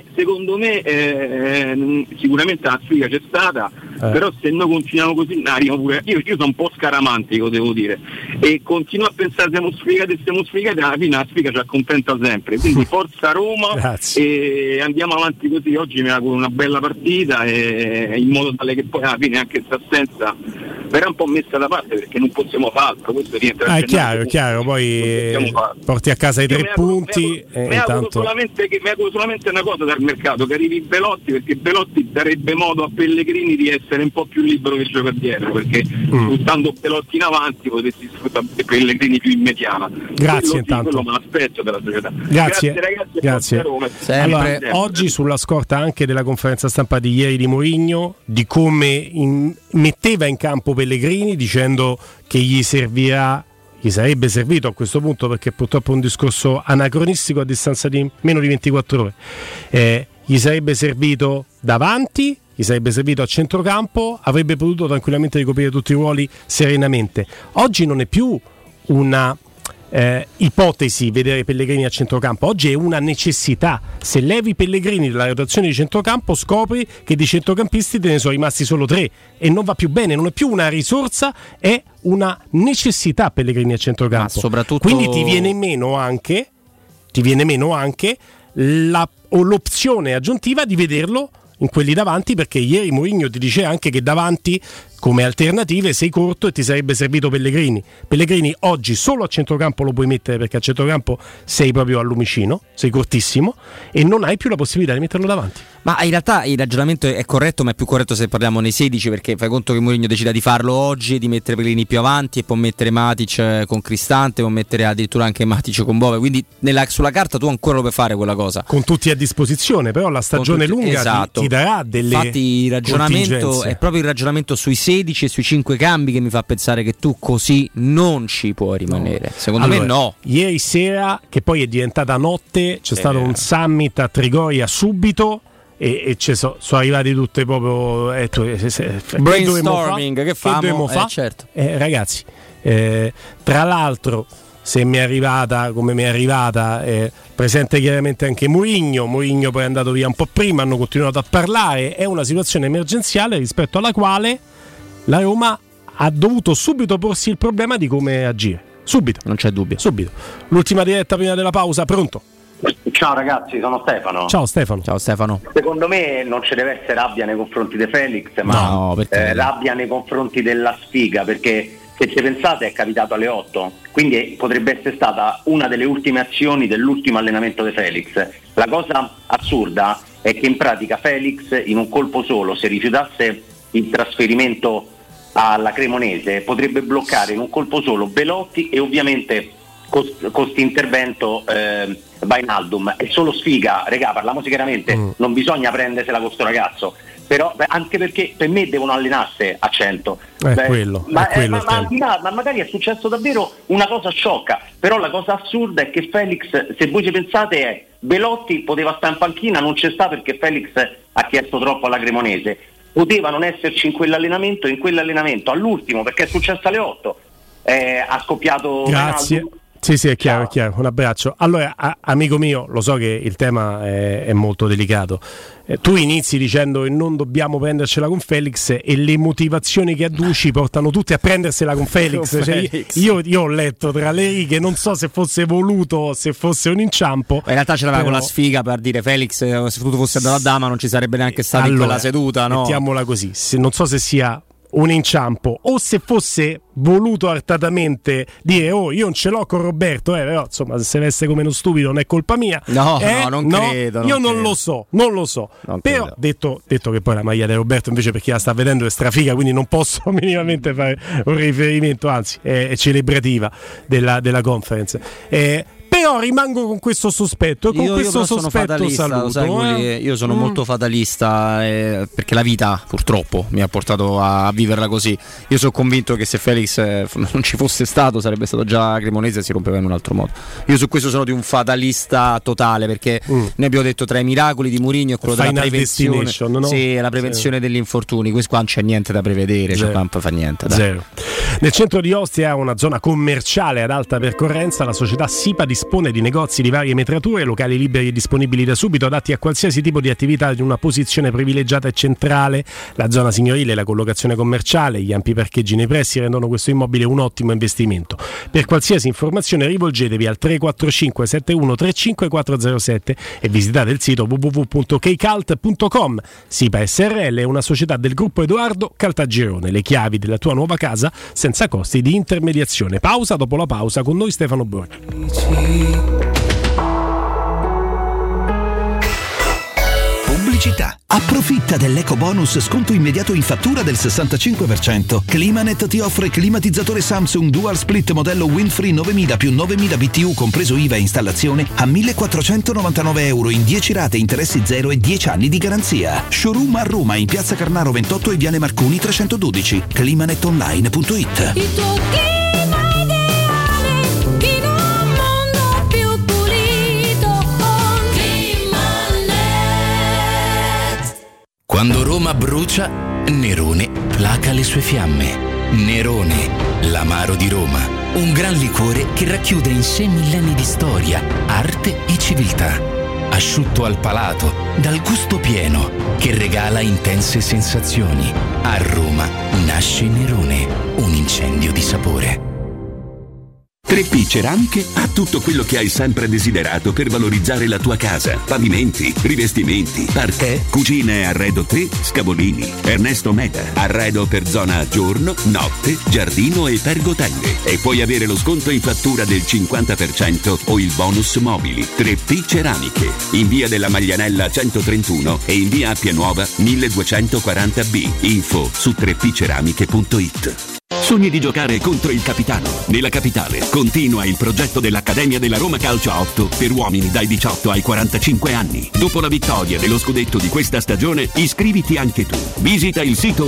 sicuramente la sfiga c'è stata, però se noi continuiamo così arriva pure io sono un po' scaramantico, devo dire, e continuo a pensare siamo sfigati, alla fine la sfiga ci accontenta sempre, quindi forza Roma. E andiamo avanti così. Oggi mi auguro una bella partita, e in modo tale che poi alla fine anche questa assenza verrà un po' messa da parte, perché non possiamo fare altro, questo rientra è chiaro, poi porti a casa i 3 punti. Mi auguro solamente una cosa dal mercato, che arrivi Belotti, perché Belotti darebbe modo a Pellegrini di essere un po' più libero che giocare dietro, perché sfruttando Belotti in avanti potresti sfruttare Pellegrini più in mediana. Grazie, intanto quello me l'aspetto della società. Grazie ragazzi, grazie. Allora, oggi sulla scorta anche della conferenza stampa di ieri di Mourinho, di come metteva in campo Pellegrini, dicendo che gli sarebbe servito a questo punto, perché purtroppo è un discorso anacronistico a distanza di meno di 24 ore, gli sarebbe servito davanti, gli sarebbe servito a centrocampo, avrebbe potuto tranquillamente ricoprire tutti i ruoli serenamente. Oggi non è più una ipotesi vedere Pellegrini a centrocampo. Oggi è una necessità. Se levi Pellegrini dalla rotazione di centrocampo, scopri che di centrocampisti te ne sono rimasti solo 3 e non va più bene, non è più una risorsa, è una necessità Pellegrini a centrocampo. Soprattutto... Quindi ti viene meno anche l'opzione aggiuntiva di vederlo in quelli davanti, perché ieri Mourinho ti dice anche che davanti come alternative sei corto e ti sarebbe servito Pellegrini. Pellegrini oggi solo a centrocampo lo puoi mettere, perché a centrocampo sei proprio al lumicino, sei cortissimo e non hai più la possibilità di metterlo davanti. Ma in realtà il ragionamento è corretto, ma è più corretto se parliamo nei 16, perché fai conto che Mourinho decida di farlo oggi, di mettere Pellegrini più avanti e può mettere Matic con Cristante, può mettere addirittura anche Matic con Bove, quindi sulla carta tu ancora lo puoi fare quella cosa. Con tutti a disposizione, però la stagione lunga esatto. ti darà delle Infatti il ragionamento è proprio il ragionamento sui 16 e sui 5 cambi che mi fa pensare che tu così non ci puoi rimanere. Secondo me no. Ieri sera, che poi è diventata notte, c'è stato un summit a Trigoria subito e sono arrivati tutte proprio brainstorming, che famo? Certo. Ragazzi, tra l'altro, se mi è arrivata come mi è arrivata, presente chiaramente anche Mourinho poi è andato via un po' prima, hanno continuato a parlare, è una situazione emergenziale rispetto alla quale la Roma ha dovuto subito porsi il problema di come agire, subito, non c'è dubbio, subito. L'ultima diretta prima della pausa, pronto? Ciao ragazzi, sono Stefano. Ciao Stefano. Ciao Stefano. Secondo me non ci deve essere rabbia nei confronti di Felix, ma rabbia nei confronti della sfiga, perché se ci pensate è capitato alle 8, quindi potrebbe essere stata una delle ultime azioni dell'ultimo allenamento di Felix. La cosa assurda è che in pratica Felix in un colpo solo, se rifiutasse il trasferimento alla Cremonese, potrebbe bloccare in un colpo solo Belotti e ovviamente costi intervento Wijnaldum. È solo sfiga, regà, parliamo chiaramente, non bisogna prendersela con sto ragazzo, però anche perché per me devono allenarsi a 100. Ma magari è successo davvero una cosa sciocca, però la cosa assurda è che Felix, se voi ci pensate, è Belotti poteva stare in panchina, non c'è sta perché Felix ha chiesto troppo alla Cremonese, poteva non esserci in quell'allenamento, all'ultimo, perché è successo alle 8, ha scoppiato. Grazie. Wijnaldum. Sì, è chiaro, un abbraccio. Allora, amico mio, lo so che il tema è molto delicato. Tu inizi dicendo che non dobbiamo prendercela con Felix e le motivazioni che adduci portano tutti a prendersela con Felix. Io ho letto tra le righe, non so se fosse voluto o se fosse un inciampo. In realtà ce l'aveva con la sfiga per dire Felix, se tu fossi andato a Dama non ci sarebbe neanche stato in quella seduta, no? Mettiamola così, non so se sia un inciampo o se fosse voluto artatamente dire io non ce l'ho con Roberto, però insomma, se si veste come uno stupido non è colpa mia. No, non credo. Io non lo so. Però detto che poi la maglia di Roberto invece, per chi la sta vedendo, è strafiga, quindi non posso minimamente fare un riferimento, anzi è celebrativa della conference. Però rimango con questo sospetto. Io sono fatalista, saluto. Io sono molto fatalista, perché la vita purtroppo mi ha portato a viverla così. Io sono convinto che se Felix non ci fosse stato sarebbe stato già Cremonese e si rompeva in un altro modo. Io su questo sono di un fatalista totale, perché noi abbiamo detto tra i miracoli di Mourinho è quello della prevenzione, no? Sì, la prevenzione degli infortuni. Questo qua non c'è niente da prevedere, cioè non fa niente. Zero. Nel centro di Ostia, una zona commerciale ad alta percorrenza, la società SIPA dispone di negozi di varie metrature, locali liberi e disponibili da subito, adatti a qualsiasi tipo di attività, in una posizione privilegiata e centrale. La zona signorile, la collocazione commerciale, gli ampi parcheggi nei pressi rendono questo immobile un ottimo investimento. Per qualsiasi informazione rivolgetevi al 345 71 35 407 e visitate il sito www.keicalt.com. SIPA SRL è una società del gruppo Edoardo Caltagirone, le chiavi della tua nuova casa senza costi di intermediazione. Pausa, dopo la pausa con noi Stefano Borghi. Pubblicità. Approfitta dell'eco bonus sconto immediato in fattura del 65%. Climanet ti offre climatizzatore Samsung Dual Split modello Windfree 9000 più 9000 BTU compreso IVA e installazione a €1.499 in 10 rate, interessi zero e 10 anni di garanzia. Showroom a Roma in Piazza Carnaro 28 e Viale Marconi 312. climanetonline.it. Il tuo clima ideale in un mondo più pulito con Climanet. Quando Roma brucia, Nerone placa le sue fiamme. Nerone, l'amaro di Roma. Un gran liquore che racchiude in sé millenni di storia, arte e civiltà. Asciutto al palato, dal gusto pieno, che regala intense sensazioni. A Roma nasce Nerone, un incendio di sapore. 3P Ceramiche ha tutto quello che hai sempre desiderato per valorizzare la tua casa. Pavimenti, rivestimenti, parquet, cucine e arredo 3, Scavolini. Ernesto Meda, arredo per zona giorno, notte, giardino e pergotende. E puoi avere lo sconto in fattura del 50% o il bonus mobili. 3P Ceramiche, in via della Maglianella 131 e in via Appia Nuova 1240B. Info su 3pceramiche.it. Sogni di giocare contro il capitano. Nella capitale continua il progetto dell'Accademia della Roma Calcio a 8 per uomini dai 18 ai 45 anni. Dopo la vittoria dello scudetto di questa stagione, iscriviti anche tu. Visita il sito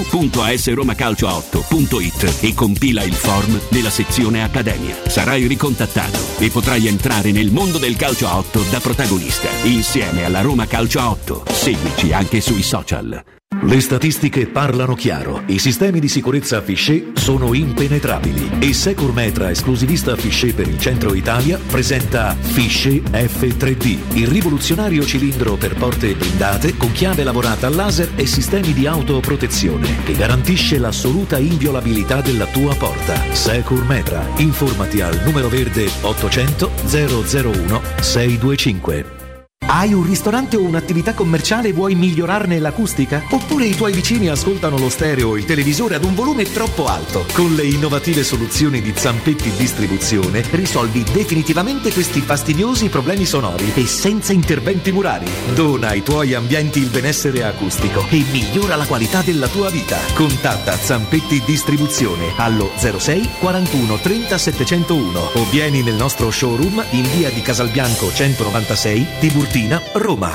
www.asromacalcio8.it e compila il form nella sezione Accademia. Sarai ricontattato e potrai entrare nel mondo del calcio a 8 da protagonista, insieme alla Roma Calcio a 8. Seguici anche sui social. Le statistiche parlano chiaro. I sistemi di sicurezza Fichet sono impenetrabili e Securmetra, esclusivista Fichet per il centro Italia, presenta Fichet F3D, il rivoluzionario cilindro per porte blindate con chiave lavorata a laser e sistemi di autoprotezione che garantisce l'assoluta inviolabilità della tua porta. Securmetra. Informati al numero verde 800 001 625. Hai un ristorante o un'attività commerciale e vuoi migliorarne l'acustica? Oppure i tuoi vicini ascoltano lo stereo o il televisore ad un volume troppo alto? Con le innovative soluzioni di Zampetti Distribuzione risolvi definitivamente questi fastidiosi problemi sonori e senza interventi murari. Dona ai tuoi ambienti il benessere acustico e migliora la qualità della tua vita. Contatta Zampetti Distribuzione allo 06 41 30 701 o vieni nel nostro showroom in via di Casalbianco 196 Tiburtina, Roma.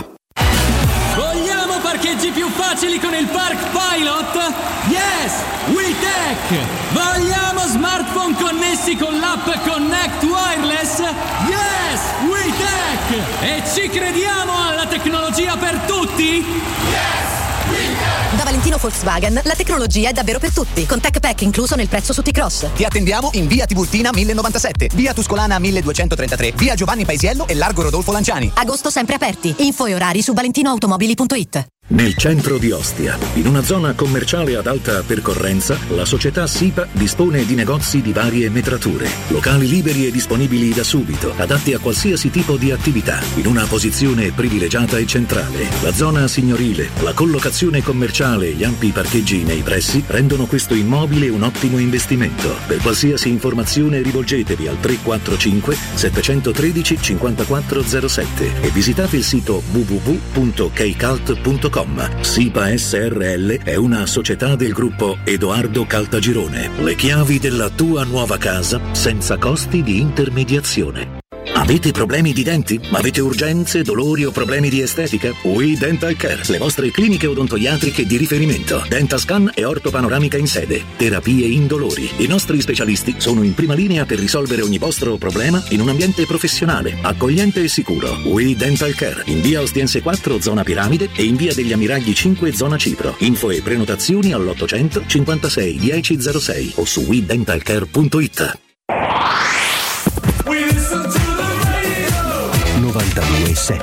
Vogliamo parcheggi più facili con il Park Pilot? Yes! WeTech! Vogliamo smartphone connessi con l'app Connect Wireless? Yes! WeTech! E ci crediamo alla tecnologia per tutti? Yes! Da Valentino Volkswagen la tecnologia è davvero per tutti, con Tech Pack incluso nel prezzo su T-Cross. Ti attendiamo in via Tiburtina 1097, via Tuscolana 1233, via Giovanni Paisiello e largo Rodolfo Lanciani. Agosto sempre aperti. Info e orari su valentinoautomobili.it. Nel centro di Ostia, in una zona commerciale ad alta percorrenza, la società SIPA dispone di negozi di varie metrature, locali liberi e disponibili da subito, adatti a qualsiasi tipo di attività, in una posizione privilegiata e centrale. La zona signorile, la collocazione commerciale e gli ampi parcheggi nei pressi rendono questo immobile un ottimo investimento. Per qualsiasi informazione rivolgetevi al 345 713 5407 e visitate il sito www.keicalt.com. SIPA SRL è una società del gruppo Edoardo Caltagirone. Le chiavi della tua nuova casa senza costi di intermediazione. Avete problemi di denti? Avete urgenze, dolori o problemi di estetica? We Dental Care, le vostre cliniche odontoiatriche di riferimento. Dentascan e ortopanoramica in sede. Terapie indolori. I nostri specialisti sono in prima linea per risolvere ogni vostro problema in un ambiente professionale, accogliente e sicuro. We Dental Care, in via Ostiense 4, zona Piramide e in via degli Ammiragli 5, zona Cipro. Info e prenotazioni all'800 56 1006 o su wedentalcare.it. 92.7.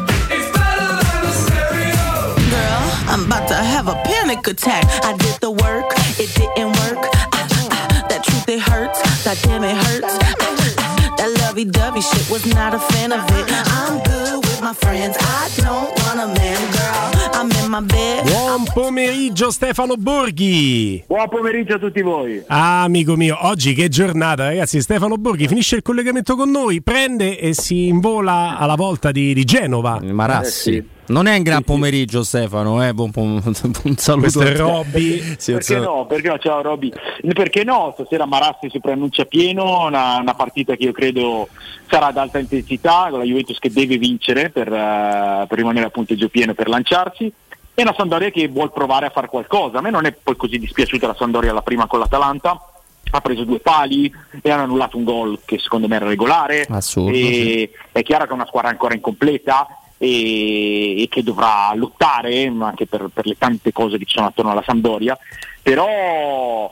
Girl, I'm about to have a panic attack. I did the work, it didn't work. That truth, it hurts. That damn, it hurts. That lovey-dovey shit, was not a fan of it. I'm good with my friends. I don't want a man, girl. I'm in my bed. Buon pomeriggio Stefano Borghi. Buon pomeriggio a tutti voi. Ah, amico mio, oggi che giornata, ragazzi. Stefano Borghi finisce il collegamento con noi, prende e si invola alla volta di Genova. Marassi. Sì. Non è un gran pomeriggio Stefano, un saluto. Questo è Robby. Perché no? Ciao Robby. Perché no? Stasera Marassi si preannuncia pieno, una partita che io credo sarà ad alta intensità, con la Juventus che deve vincere per rimanere a punteggio pieno, per lanciarsi, e una Sampdoria che vuol provare a fare qualcosa. A me non è poi così dispiaciuta la Sampdoria alla prima con l'Atalanta. Ha preso 2 pali e hanno annullato un gol che secondo me era regolare. Assurdo, sì. È chiaro che è una squadra ancora incompleta e che dovrà lottare anche per le tante cose che ci sono attorno alla Sampdoria, però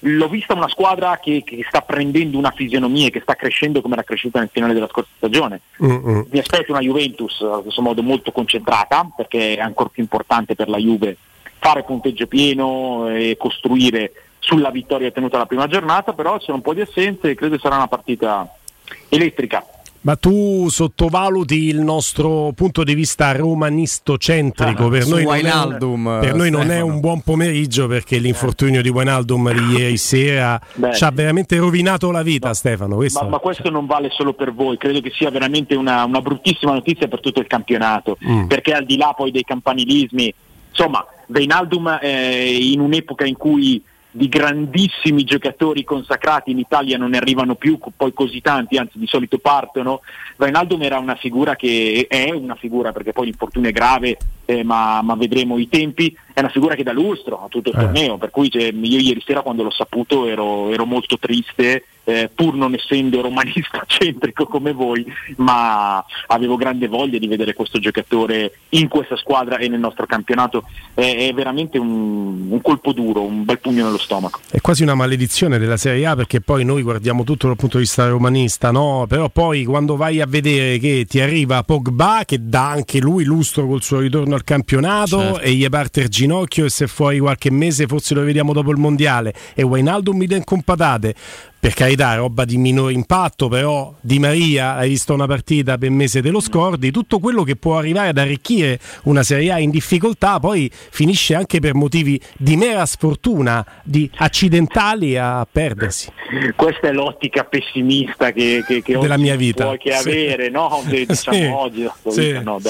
l'ho vista una squadra che sta prendendo una fisionomia, che sta crescendo come era cresciuta nel finale della scorsa stagione. Mi aspetto una Juventus a questo modo molto concentrata, perché è ancora più importante per la Juve fare punteggio pieno e costruire sulla vittoria ottenuta la prima giornata, però c'è un po' di assenze e credo sarà una partita elettrica. Ma tu sottovaluti il nostro punto di vista romanistocentrico. Per noi non è un buon pomeriggio, perché l'infortunio di Wijnaldum di ieri sera ci ha veramente rovinato la vita, Stefano. Ma questo non vale solo per voi, credo che sia veramente una bruttissima notizia per tutto il campionato, perché al di là poi dei campanilismi, insomma, Wijnaldum in un'epoca in cui di grandissimi giocatori consacrati in Italia non ne arrivano più poi così tanti, anzi di solito partono. Wijnaldum era una figura che è una figura, perché poi l'infortunio è grave, ma vedremo i tempi, è una figura che dà lustro a tutto il torneo, per cui io ieri sera quando l'ho saputo ero molto triste, pur non essendo romanista centrico come voi, ma avevo grande voglia di vedere questo giocatore in questa squadra e nel nostro campionato. È veramente un colpo duro, un bel pugno nello stomaco. È quasi una maledizione della Serie A, perché poi noi guardiamo tutto dal punto di vista romanista, no? Però poi quando vai a vedere che ti arriva Pogba, che dà anche lui lustro col suo ritorno al campionato, e gli parte il ginocchio e se fuori qualche mese forse lo vediamo dopo il mondiale, e Wijnaldum idem con patate, per carità roba di minore impatto, però Di Maria, hai visto una partita per mese te lo scordi, tutto quello che può arrivare ad arricchire una Serie A in difficoltà poi finisce anche per motivi di mera sfortuna, di accidentali a perdersi. Questa è l'ottica pessimista che della oggi mia vita puoi che avere, no? Diciamo oggi la tua vita, no?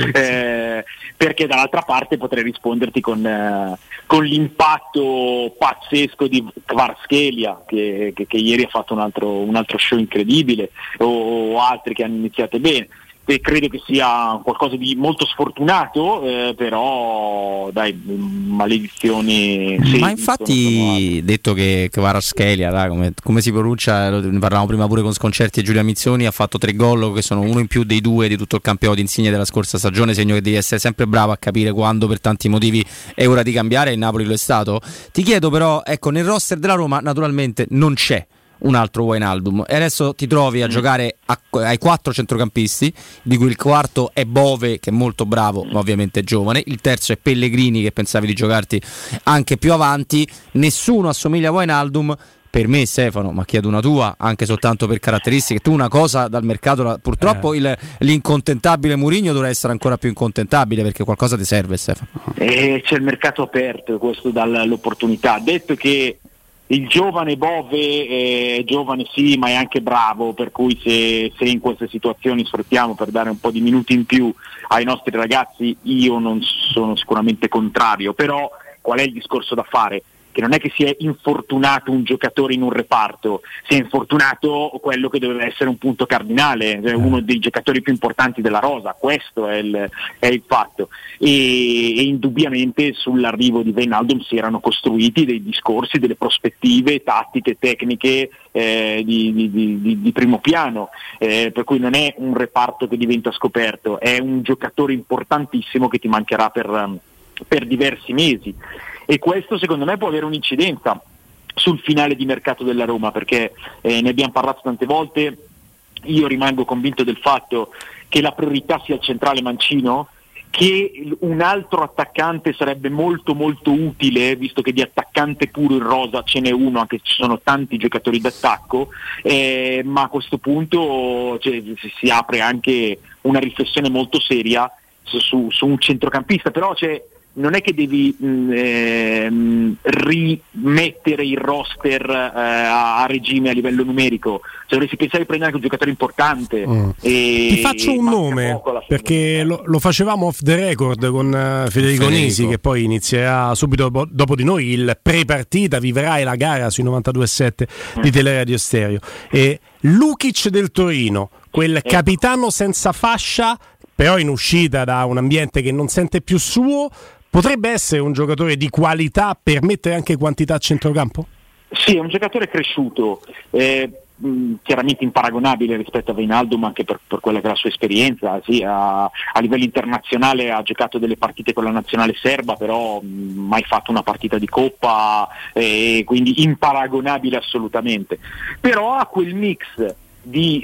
Perché dall'altra parte potrei risponderti con l'impatto pazzesco di Kvaratskhelia che ieri ha fatto un altro show incredibile, o altri che hanno iniziato bene. E credo che sia qualcosa di molto sfortunato, però dai, maledizioni. Ma infatti, detto che Kvaratskhelia, come si pronuncia, ne parlavamo prima pure con Sconcerti e Giulia Mizzoni, ha fatto 3 gol che sono uno in più dei 2 di tutto il campionato Insigne della scorsa stagione, segno che devi essere sempre bravo a capire quando per tanti motivi è ora di cambiare, e il Napoli lo è stato. Ti chiedo però, ecco, nel roster della Roma naturalmente non c'è un altro Wijnaldum e adesso ti trovi a giocare ai 4 centrocampisti, di cui il quarto è Bove, che è molto bravo ma ovviamente è giovane, il terzo è Pellegrini, che pensavi di giocarti anche più avanti. Nessuno assomiglia a Wijnaldum per me, Stefano, ma chiedo una tua, anche soltanto per caratteristiche. Tu una cosa dal mercato, purtroppo l'incontentabile Mourinho dovrà essere ancora più incontentabile, perché qualcosa ti serve, Stefano. C'è il mercato aperto, questo dà l'opportunità. Detto che il giovane Bove è giovane sì, ma è anche bravo, per cui se in queste situazioni sfruttiamo per dare un po' di minuti in più ai nostri ragazzi, io non sono sicuramente contrario. Però qual è il discorso da fare? Che non è che si è infortunato un giocatore in un reparto, si è infortunato quello che doveva essere un punto cardinale, uno dei giocatori più importanti della rosa. Questo è il fatto, e indubbiamente sull'arrivo di Wijnaldum si erano costruiti dei discorsi, delle prospettive tattiche, tecniche di primo piano, per cui non è un reparto che diventa scoperto, è un giocatore importantissimo che ti mancherà per diversi mesi. E questo secondo me può avere un'incidenza sul finale di mercato della Roma, perché ne abbiamo parlato tante volte. Io rimango convinto del fatto che la priorità sia il centrale mancino, che un altro attaccante sarebbe molto molto utile, visto che di attaccante puro in rosa ce n'è uno, anche se ci sono tanti giocatori d'attacco, ma a questo punto si apre anche una riflessione molto seria su un centrocampista. Però non è che devi rimettere il roster a regime a livello numerico, dovresti pensare di prendere anche un giocatore importante. Ti faccio un nome, perché lo facevamo off the record con Federico Nisi, che poi inizierà subito dopo di noi il pre-partita, vivrà la gara sui 92.7 di Teleradio Stereo. Lukic del Torino, quel capitano senza fascia, però in uscita da un ambiente che non sente più suo, potrebbe essere un giocatore di qualità per mettere anche quantità a centrocampo? Sì, è un giocatore cresciuto, chiaramente imparagonabile rispetto a Wijnaldum, anche per quella che è la sua esperienza, sì, a livello internazionale ha giocato delle partite con la nazionale serba, però mai fatto una partita di coppa, quindi imparagonabile assolutamente, però ha quel mix di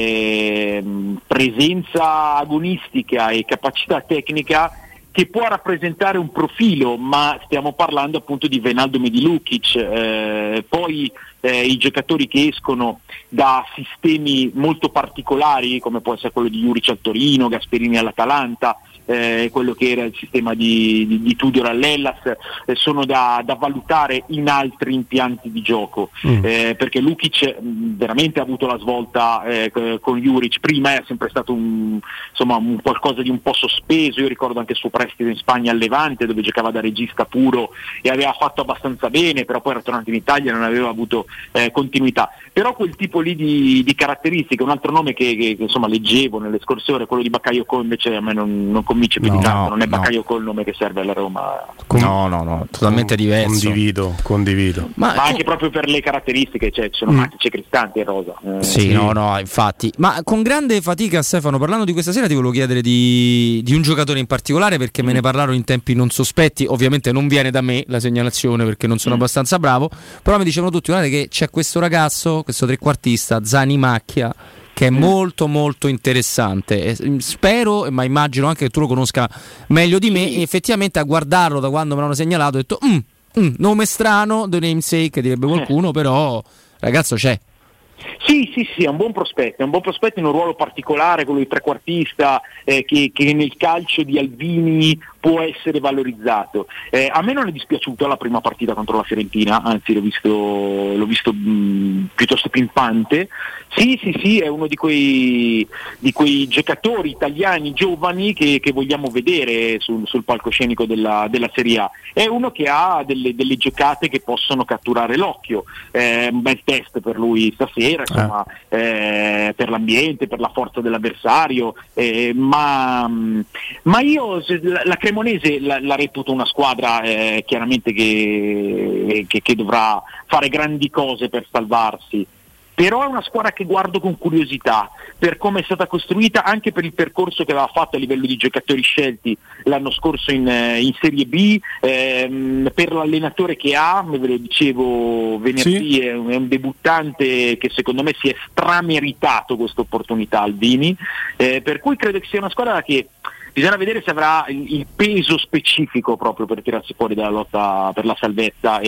presenza agonistica e capacità tecnica che può rappresentare un profilo, ma stiamo parlando appunto di Wijnaldum e di Lukic. Poi i giocatori che escono da sistemi molto particolari, come può essere quello di Juric al Torino, Gasperini all'Atalanta, quello che era il sistema di Tudor all'Hellas, sono da valutare in altri impianti di gioco, perché Lukic veramente ha avuto la svolta con Juric. Prima è sempre stato un qualcosa di un po' sospeso. Io ricordo anche il suo prestito in Spagna al Levante, dove giocava da regista puro e aveva fatto abbastanza bene, però poi era tornato in Italia e non aveva avuto continuità. Però quel tipo lì di caratteristiche, un altro nome che insomma leggevo nelle scorse ore, quello di Bakayoko, invece a me non convince più di tanto. Non è Bakayoko il nome che serve alla Roma. No, totalmente diverso. Condivido. Ma anche proprio per le caratteristiche, cioè ci sono Matic e Cristante in rosa. Sì, no, infatti. Ma con grande fatica, Stefano, parlando di questa sera ti volevo chiedere di un giocatore in particolare, perché me ne parlarono in tempi non sospetti. Ovviamente non viene da me la segnalazione, perché non sono abbastanza bravo, però mi dicevano tutti, guardate che c'è questo ragazzo, questo trequartista Zani Macchia, che è molto molto interessante. Spero, ma immagino anche che tu lo conosca meglio di me, e effettivamente a guardarlo da quando me l'hanno segnalato ho detto nome strano, the namesake direbbe qualcuno, però ragazzo c'è. Sì, è un buon prospetto in un ruolo particolare, quello di trequartista, che nel calcio di Alvini può essere valorizzato. A me non è dispiaciuto la prima partita contro la Fiorentina, anzi l'ho visto piuttosto pimpante. Sì, è uno di quei giocatori italiani giovani che vogliamo vedere sul palcoscenico della Serie A. È uno che ha delle giocate che possono catturare l'occhio. Un bel test per lui stasera, insomma, per l'ambiente, per la forza dell'avversario, ma io la Cremonese la reputo una squadra chiaramente che dovrà fare grandi cose per salvarsi. Però è una squadra che guardo con curiosità per come è stata costruita, anche per il percorso che aveva fatto a livello di giocatori scelti l'anno scorso in Serie B, per l'allenatore che ha, ve lo dicevo venerdì, sì. È un debuttante che secondo me si è strameritato questa opportunità, Alvini, per cui credo che sia una squadra che bisogna vedere se avrà il peso specifico proprio per tirarsi fuori dalla lotta per la salvezza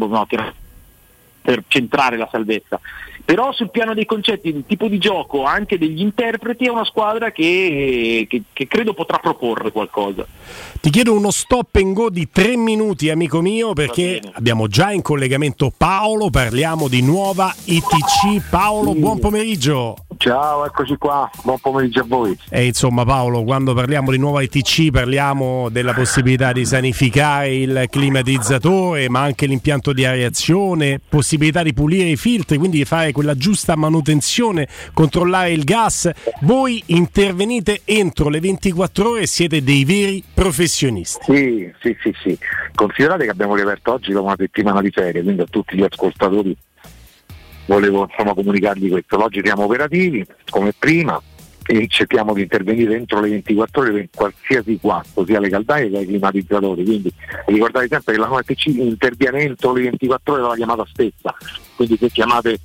per centrare la salvezza. Però sul piano dei concetti, del tipo di gioco, anche degli interpreti, è una squadra che credo potrà proporre qualcosa. Ti chiedo uno stop and go di 3 minuti, amico mio, perché abbiamo già in collegamento Paolo, parliamo di nuova ITC. Paolo, buon pomeriggio. Ciao, eccoci qua, buon pomeriggio a voi. Insomma Paolo, quando parliamo di nuova ITC parliamo della possibilità di sanificare il climatizzatore, ma anche l'impianto di areazione, possibilità di pulire i filtri, quindi di fare quella giusta manutenzione, controllare il gas. Voi intervenite entro le 24 ore e siete dei veri professionisti. Sì. Considerate che abbiamo riaperto oggi da una settimana di ferie, quindi a tutti gli ascoltatori volevo comunicarvi questo. Oggi siamo operativi come prima e cerchiamo di intervenire entro le 24 ore in qualsiasi guasto, sia le caldaie che ai climatizzatori, quindi ricordate sempre che la nuova ITC interviene entro le 24 ore dalla chiamata stessa, quindi se chiamate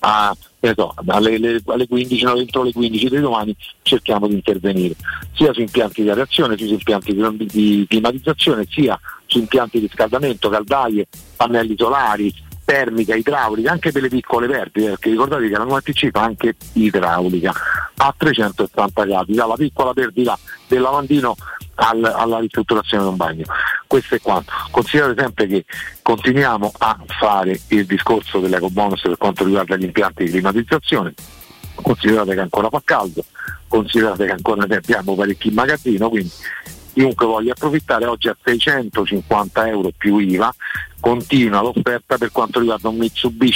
alle 15, no, entro le 15 di domani cerchiamo di intervenire sia su impianti di areazione, sia su impianti di climatizzazione, sia su impianti di riscaldamento, caldaie, pannelli solari, termica, idraulica, anche delle piccole perdite, perché ricordate che la nuova TC fa anche idraulica a 380 gradi, dalla piccola perdita del lavandino alla ristrutturazione di un bagno. Questo è quanto. Considerate sempre che continuiamo a fare il discorso dell'ecobonus per quanto riguarda gli impianti di climatizzazione. Considerate che ancora fa caldo, considerate che ancora ne abbiamo parecchi in magazzino, quindi chiunque voglia approfittare oggi a 650 euro più IVA continua l'offerta per quanto riguarda un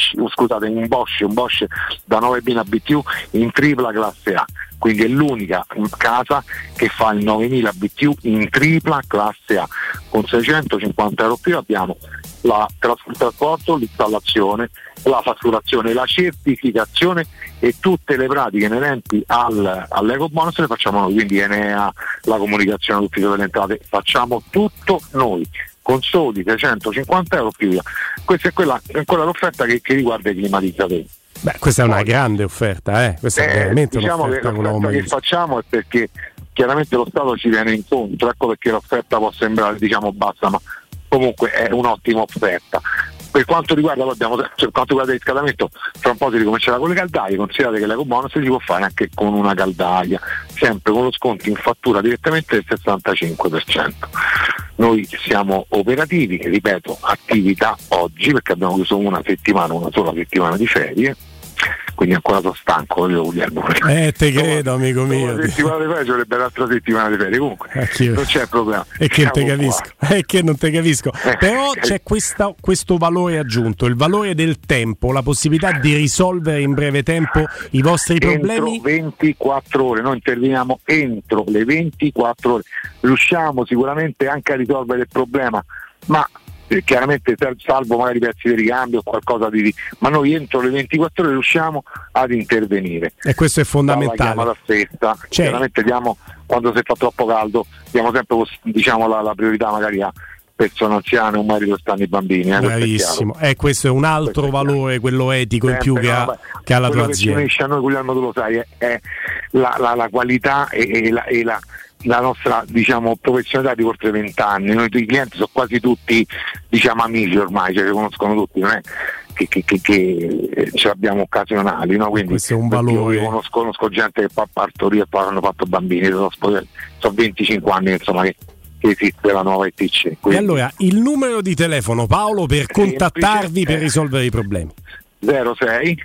Bosch da 9000 BTU in tripla classe A, quindi è l'unica casa che fa il 9000 BTU in tripla classe A. Con 650 euro più abbiamo il trasporto, l'installazione, la fatturazione, la certificazione e tutte le pratiche inerenti all'ecobonus le facciamo noi, quindi Enea, la comunicazione all'ufficio delle entrate, facciamo tutto noi con soli 650 euro più via. Questa è quella l'offerta che riguarda i climatizzatori. Beh, questa è una grande offerta, questa è veramente un'offerta che l'offerta che facciamo è perché chiaramente lo Stato ci viene incontro, ecco perché l'offerta può sembrare bassa, ma comunque è un'ottima offerta. Per quanto riguarda il riscaldamento, tra un po' si ricomincerà con le caldaie. Considerate che l'ecobonus si può fare anche con una caldaia, sempre con lo sconto in fattura direttamente del 65%. Noi siamo operativi, ripeto, attività oggi perché abbiamo chiuso una sola settimana di ferie, quindi ancora sono stanco io, Guglielmo. Te credo, amico mio. Una settimana di ferie ci vorrebbe l'altra settimana di ferie, comunque non c'è problema. E che non te capisco. Però c'è questo valore aggiunto, il valore del tempo, la possibilità di risolvere in breve tempo i vostri problemi. Entro 24 ore, noi interveniamo entro le 24 ore. Riusciamo sicuramente anche a risolvere il problema, ma chiaramente salvo magari pezzi di ricambio o qualcosa ma noi entro le 24 ore riusciamo ad intervenire, e questo è fondamentale. La stessa, chiaramente quando si fa troppo caldo diamo sempre la priorità magari a persone anziane, un marito che stanno i bambini. Bravissimo, questo è un altro valore, quello etico in più che ha la tua azienda. Quello che ci unisce a noi, Guglielmo, tu lo sai, è la qualità e la nostra professionalità di oltre 20 anni. Noi i clienti sono quasi tutti amici ormai, ci conoscono tutti, non è che ce l'abbiamo occasionali, no? Quindi questo è un valore. Io conosco gente che fa partorire e poi hanno fatto bambini, sono 25 anni che esiste la nuova ETC. E allora il numero di telefono, Paolo, per contattarvi per risolvere i problemi? 06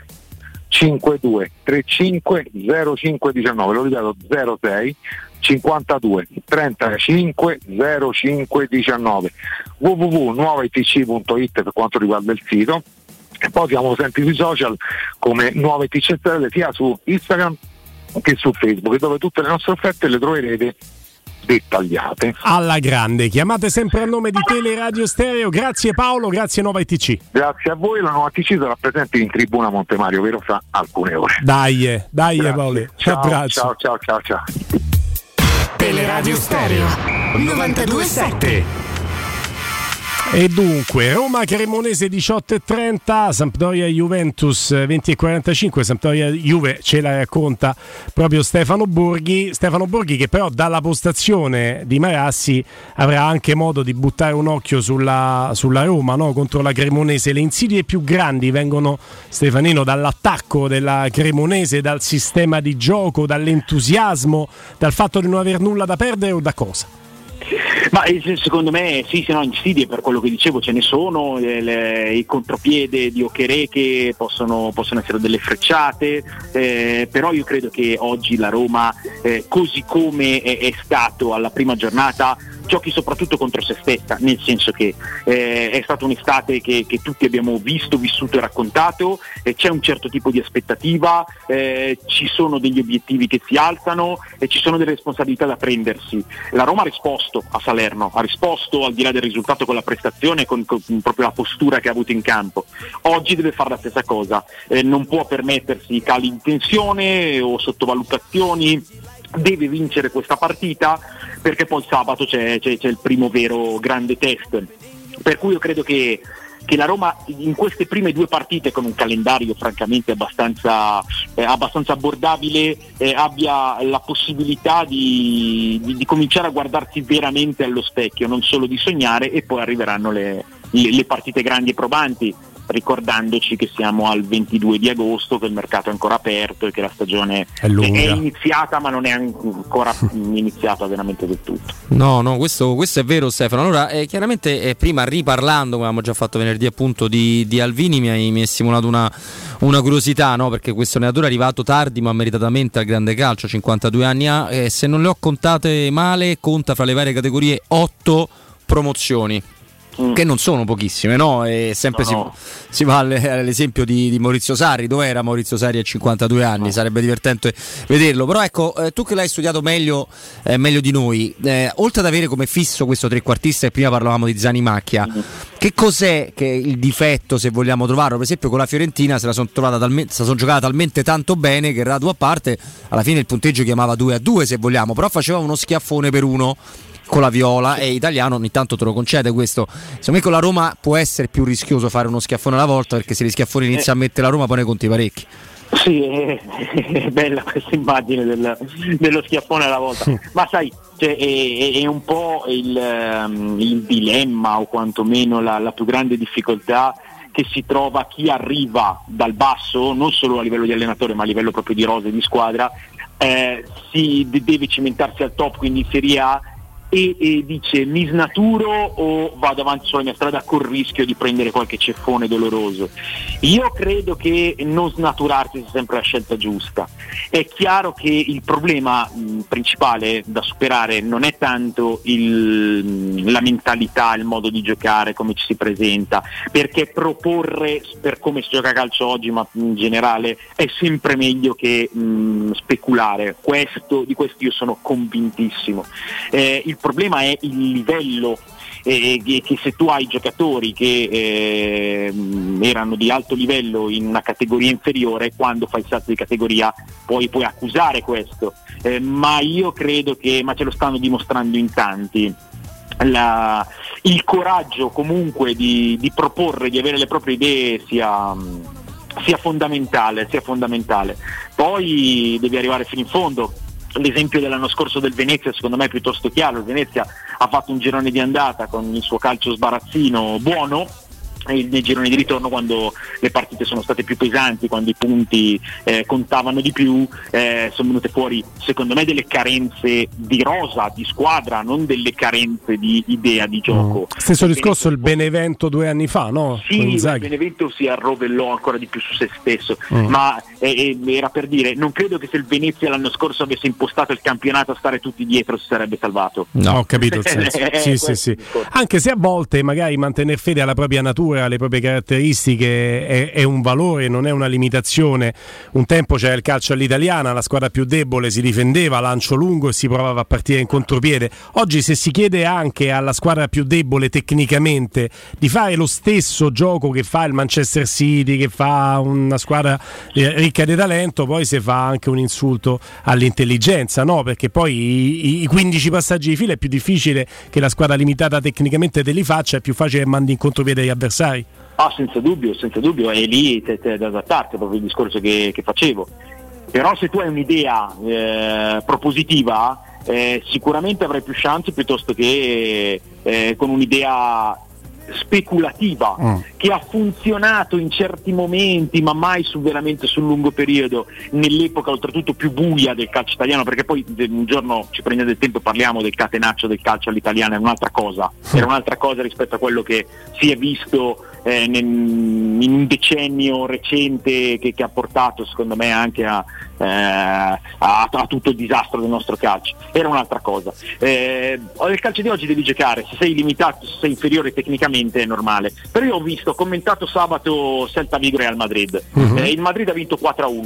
52 35 0519, lo ripeto, 06 52 35 05 19, www.nuovaitc.it per quanto riguarda il sito, e poi siamo sempre sui social come Nuova ETC sia su Instagram che su Facebook, dove tutte le nostre offerte le troverete dettagliate. Alla grande, chiamate sempre a nome di Teleradio Stereo. Grazie Paolo, grazie Nuova ETC. Grazie a voi, la Nuova ETC sarà presente in tribuna Montemario, vero, fra alcune ore. Dai Paolo, abbraccio. Ciao. Teleradio Stereo 92.7. E dunque Roma Cremonese 18:30, Sampdoria Juventus 20:45. Sampdoria Juve ce la racconta proprio Stefano Borghi che però dalla postazione di Marassi avrà anche modo di buttare un occhio sulla Roma, no? Contro la Cremonese. Le insidie più grandi vengono, Stefanino, dall'attacco della Cremonese, dal sistema di gioco, dall'entusiasmo, dal fatto di non aver nulla da perdere, o da cosa? Ma secondo me sì, se no insidie, per quello che dicevo ce ne sono, il contropiede di Okereke possono essere delle frecciate, però io credo che oggi la Roma, così come è stato alla prima giornata, giochi soprattutto contro se stessa, nel senso che è stata un'estate che tutti abbiamo visto, vissuto e raccontato, c'è un certo tipo di aspettativa, ci sono degli obiettivi che si alzano e ci sono delle responsabilità da prendersi. La Roma ha risposto a Salerno, ha risposto al di là del risultato con la prestazione, con proprio la postura che ha avuto in campo. Oggi deve fare la stessa cosa, non può permettersi cali in tensione o sottovalutazioni, deve vincere questa partita perché poi sabato c'è il primo vero grande test, per cui io credo che la Roma in queste prime due partite, con un calendario francamente abbastanza abbordabile, abbia la possibilità di cominciare a guardarsi veramente allo specchio, non solo di sognare, e poi arriveranno le partite grandi e probanti, ricordandoci che siamo al 22 di agosto, che il mercato è ancora aperto e che la stagione è iniziata, ma non è ancora iniziata veramente del tutto. No, questo è vero, Stefano. Allora, chiaramente prima, riparlando, come abbiamo già fatto venerdì, appunto di Alvini, mi è stimolato una curiosità, no? Perché questo allenatore è arrivato tardi ma meritatamente al grande calcio, 52 anni ha, se non le ho contate male, conta fra le varie categorie 8 promozioni. che non sono pochissime, no? E sempre si va all'esempio di Maurizio Sarri. Dove era Maurizio Sarri a 52 anni? Sarebbe divertente vederlo. Però ecco, tu che l'hai studiato meglio di noi, oltre ad avere come fisso questo trequartista, e prima parlavamo di Zani Macchia, che cos'è che il difetto, se vogliamo trovarlo? Per esempio con la Fiorentina se la sono giocata talmente tanto bene che Radu a parte alla fine il punteggio chiamava 2-2 se vogliamo, però faceva uno schiaffone per uno con la Viola, e Italiano ogni tanto te lo concede questo. Secondo me con la Roma può essere più rischioso fare uno schiaffone alla volta, perché se gli schiaffoni inizia a mettere la Roma poi ne conti parecchi. Sì, è bella questa immagine dello schiaffone alla volta, ma sai, cioè, è un po' il dilemma, o quantomeno la più grande difficoltà che si trova chi arriva dal basso, non solo a livello di allenatore ma a livello proprio di rosa e di squadra, si deve cimentarsi al top, quindi in Serie A, e dice mi snaturo o vado avanti sulla mia strada col rischio di prendere qualche ceffone doloroso. Io credo che non snaturarsi sia sempre la scelta giusta. È chiaro che il problema principale da superare non è tanto la mentalità, il modo di giocare, come ci si presenta, perché proporre per come si gioca a calcio oggi, ma in generale, è sempre meglio che speculare. Di questo io sono convintissimo. Il problema è il livello, che se tu hai giocatori che erano di alto livello in una categoria inferiore, quando fai il salto di categoria puoi accusare questo, ma io credo ma ce lo stanno dimostrando in tanti. Il coraggio comunque di proporre, di avere le proprie idee sia fondamentale. Poi devi arrivare fino in fondo. L'esempio dell'anno scorso del Venezia secondo me è piuttosto chiaro. Il Venezia ha fatto un girone di andata con il suo calcio sbarazzino buono, e nei gironi di ritorno, quando le partite sono state più pesanti, quando i punti contavano di più, sono venute fuori secondo me delle carenze di rosa, di squadra, non delle carenze di idea di gioco. Stesso discorso il Benevento 2 anni fa, no? Sì, il Benevento si arrovellò ancora di più su se stesso, ma era per dire, non credo che se il Venezia l'anno scorso avesse impostato il campionato a stare tutti dietro si sarebbe salvato. No, ho capito il senso. sì. Anche se a volte magari mantenere fede alla propria natura, alle proprie caratteristiche è un valore, non è una limitazione. Un tempo c'era il calcio all'italiana, la squadra più debole si difendeva, lancio lungo e si provava a partire in contropiede. Oggi se si chiede anche alla squadra più debole tecnicamente di fare lo stesso gioco che fa il Manchester City, che fa una squadra ricca di talento, poi si fa anche un insulto all'intelligenza, no? Perché poi i 15 passaggi di fila è più difficile che la squadra limitata tecnicamente te li faccia, è più facile che mandi in contropiede gli avversari. Senza dubbio, è lì da adattarti, proprio il discorso che facevo. Però se tu hai un'idea propositiva, sicuramente avrai più chance piuttosto che con un'idea speculativa che ha funzionato in certi momenti, ma mai veramente sul lungo periodo, nell'epoca oltretutto più buia del calcio italiano, perché poi un giorno ci prendiamo del tempo e parliamo del catenaccio del calcio all'italiana, era un'altra cosa rispetto a quello che si è visto in un decennio recente, che ha portato secondo me anche a tutto il disastro del nostro calcio. Era un'altra cosa. Nel calcio di oggi devi giocare, se sei limitato, se sei inferiore tecnicamente è normale. Però io ho commentato sabato Celta Vigo Real Madrid. Il Madrid ha vinto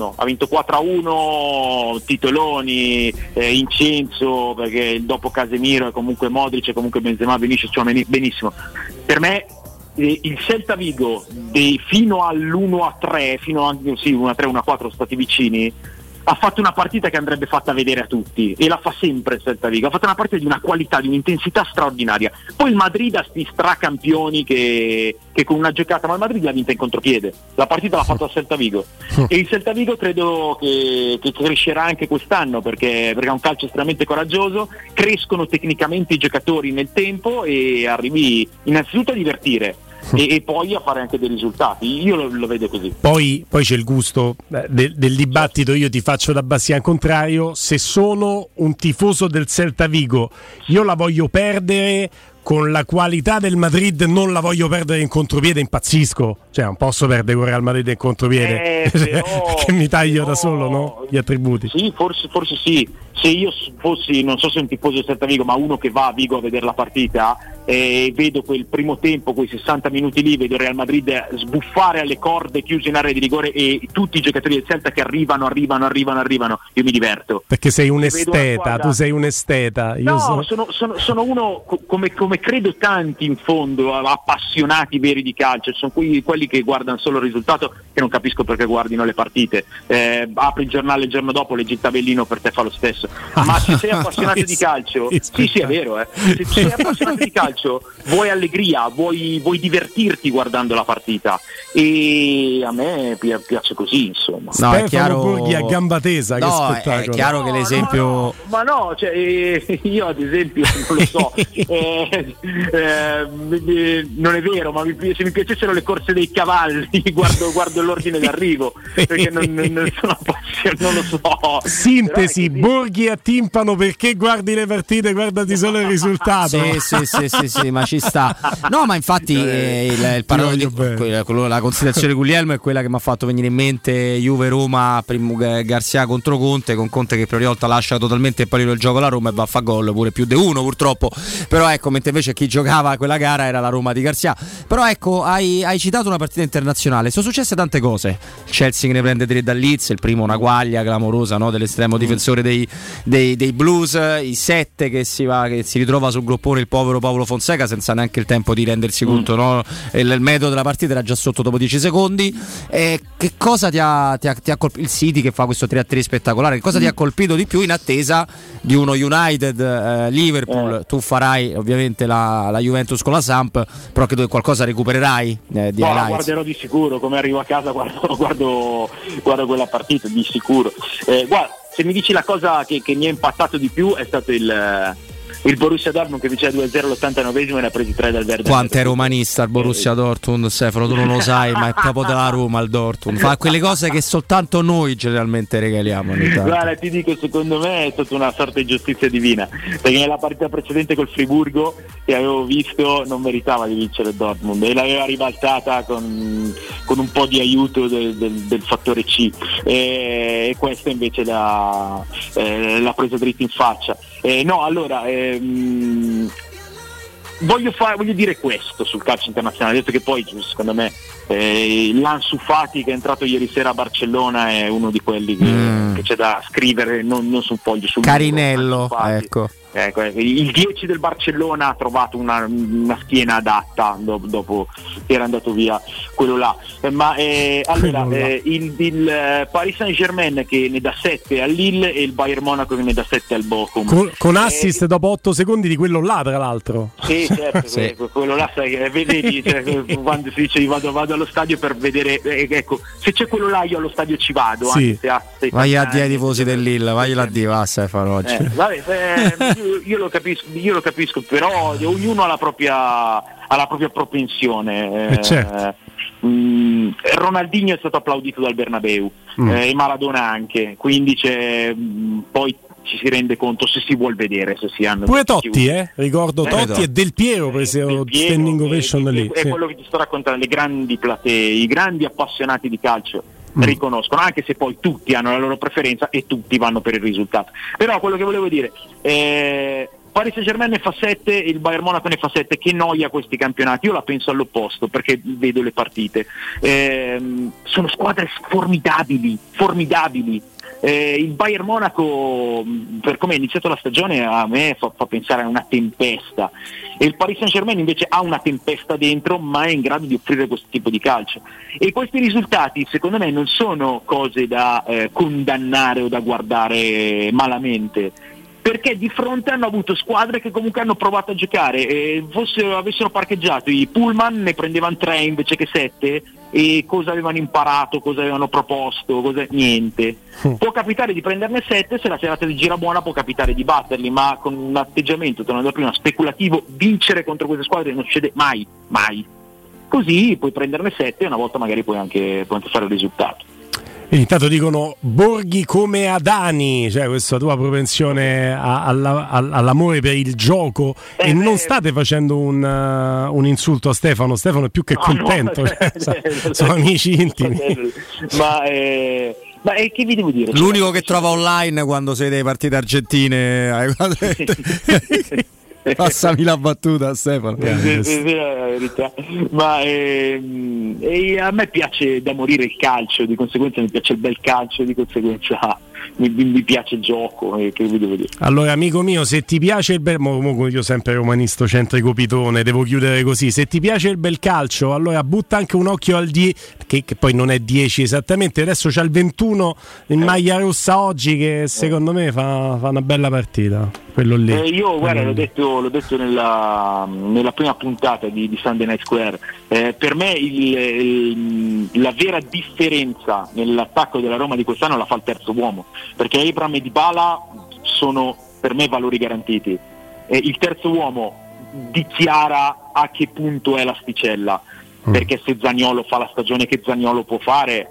4-1, titoloni, Incenso, perché dopo Casemiro e comunque Modric e comunque Benzema, Vinicius, benissimo. Per me il Celta Vigo fino all'1-3, fino a 1-3, 1-4 sono stati vicini, ha fatto una partita che andrebbe fatta vedere a tutti, e la fa sempre il Celta Vigo. Ha fatto una partita di una qualità, di un'intensità straordinaria. Poi il Madrid ha sti stracampioni che con una giocata, ma il Madrid l'ha vinta in contropiede, la partita l'ha fatta al Celta Vigo, e il Celta Vigo credo che crescerà anche quest'anno, perché è un calcio estremamente coraggioso, crescono tecnicamente i giocatori nel tempo e arrivi innanzitutto a divertire e poi a fare anche dei risultati. Io lo vedo così. Poi c'è il gusto del dibattito. Io ti faccio da Bastian contrario. Se sono un tifoso del Celta Vigo, io la voglio perdere con la qualità del Madrid, non la voglio perdere in contropiede, impazzisco. Cioè non posso perdere con Real Madrid in contropiede, però, che mi taglio da solo, no? Gli attributi. Sì, forse sì. se io fossi, non so se un tifoso del Celta Vigo, ma uno che va a Vigo a vedere la partita, vedo quel primo tempo, quei 60 minuti lì, vedo il Real Madrid sbuffare alle corde chiuse in area di rigore e tutti i giocatori del Celta che arrivano, io mi diverto. Perché sei un esteta, tu sei un esteta. No, sono uno come credo tanti in fondo, appassionati veri di calcio, sono quelli che guardano solo il risultato, che non capisco perché guardino le partite. Apri il giornale il giorno dopo, leggi il tabellino, per te fa lo stesso. Ma se sei appassionato di calcio, sì è vero, se sei appassionato di calcio vuoi allegria, vuoi divertirti guardando la partita, e a me piace così, insomma. No, è chiaro, Borghi a gamba tesa, che spettacolo. È chiaro che l'esempio cioè, io ad esempio non lo so, non è vero, ma se mi piacessero le corse dei cavalli guardo l'ordine d'arrivo, perché non sono appassionato, non lo so. Sintesi, Borghi a timpano, perché guardi le partite, guardati solo il risultato. Sì, ma ci sta. No, ma infatti il parallelo la considerazione di Guglielmo è quella che mi ha fatto venire in mente Juve-Roma, Garcia contro Conte, con Conte che per una volta lascia totalmente il pallino il gioco alla Roma e va a fa gol, pure più di uno purtroppo, però ecco, mentre invece chi giocava quella gara era la Roma di Garcia. Però ecco, hai citato una partita internazionale, sono successe tante cose. Chelsea che ne prende 3 dal Leeds, il primo una guaglia clamorosa, no, dell'estremo difensore dei Blues, i 7 che si ritrova sul groppone il povero Paolo Fonseca senza neanche il tempo di rendersi conto, no? Il metodo della partita era già sotto dopo 10 secondi. Che cosa ti ha colpito? Il City che fa questo 3-3 spettacolare, che cosa ti ha colpito di più in attesa di uno United Liverpool? Tu farai ovviamente la Juventus con la Samp, però che qualcosa recupererai di la guarderò di sicuro, come arrivo a casa guardo quella partita di sicuro. Guarda, se mi dici la cosa che mi ha impattato di più è stato il Borussia Dortmund che vinceva 2-0 all'89esimo e ne ha presi 3 dal Werder. Quanto è romanista il Borussia Dortmund, Stefano, tu non lo sai, ma è proprio della Roma il Dortmund, fa quelle cose che soltanto noi generalmente regaliamo. Guarda, ti dico, secondo me è stata una sorta di giustizia divina, perché nella partita precedente col Friburgo che avevo visto non meritava di vincere il Dortmund e l'aveva ribaltata con un po' di aiuto del fattore C, e questa invece l'ha presa dritto in faccia. Voglio dire questo sul calcio internazionale, detto che poi secondo me l'Ansu Fati che è entrato ieri sera a Barcellona è uno di quelli che c'è da scrivere non sul foglio, sul Carinello, ecco. Il 10 del Barcellona ha trovato una schiena adatta dopo che era andato via quello là, ma il Paris Saint-Germain che ne dà 7 al Lille e il Bayern Monaco che ne dà 7 al Bochum, con assist dopo 8 secondi di quello là, tra l'altro. Sì, certo. Sì. Quello là, vedi, quando si dice vado allo stadio per vedere, ecco, se c'è quello là io allo stadio ci vado, sì. Vai a dire ai tifosi del Lille, vai a dire, va Stefano oggi. Io lo capisco, però ognuno ha la propria propensione. Ronaldinho è stato applaudito dal Bernabeu e Maradona anche, quindi poi ci si rende conto se si vuol vedere, se si hanno pure Totti, ricordo Totti e Del Piero presero standing ovation lì. È quello che ti sto raccontando, le grandi platee, i grandi appassionati di calcio riconoscono, anche se poi tutti hanno la loro preferenza e tutti vanno per il risultato. Però quello che volevo dire, Paris Saint-Germain ne fa 7, il Bayern Monaco ne fa 7, che noia questi campionati. Io la penso all'opposto, perché vedo le partite, sono squadre formidabili. Il Bayern Monaco, per come è iniziato la stagione, a me fa pensare a una tempesta, e il Paris Saint-Germain invece ha una tempesta dentro, ma è in grado di offrire questo tipo di calcio, e questi risultati secondo me non sono cose da condannare o da guardare malamente, perché di fronte hanno avuto squadre che comunque hanno provato a giocare, avessero parcheggiato i Pullman ne prendevano 3 invece che 7, e cosa avevano imparato, cosa avevano proposto, niente. Può capitare di prenderne 7, se la serata di gira buona può capitare di batterli, ma con un atteggiamento, tornando prima, speculativo, vincere contro queste squadre non succede mai. Così puoi prenderne 7 e una volta magari puoi anche fare il risultato. E intanto dicono Borghi come Adani, cioè questa tua propensione all'amore per il gioco, e non state facendo un insulto a Stefano è più che contento, sono amici intimi. Ma che vi devo dire? L'unico che trova online quando siete partite argentine. Passami la battuta, Stefano. È la verità. Ma a me piace da morire il calcio, di conseguenza mi piace il bel calcio, di conseguenza mi piace il gioco. Che vi devo dire? Allora, amico mio, se ti piace il bel, io sempre romanisto centrico pitone, devo chiudere così. Se ti piace il bel calcio, allora butta anche un occhio al 10, che poi non è 10 esattamente. Adesso c'ha il 21 in maglia rossa oggi, che secondo me fa una bella partita. Quello lì. Io guarda, l'ho detto nella prima puntata di Sunday Night Square. Per me la vera differenza nell'attacco della Roma di quest'anno la fa il terzo uomo, perché Abraham e Dybala sono per me valori garantiti. Il terzo uomo dichiara a che punto è l'asticella, perché se Zaniolo fa la stagione che Zaniolo può fare,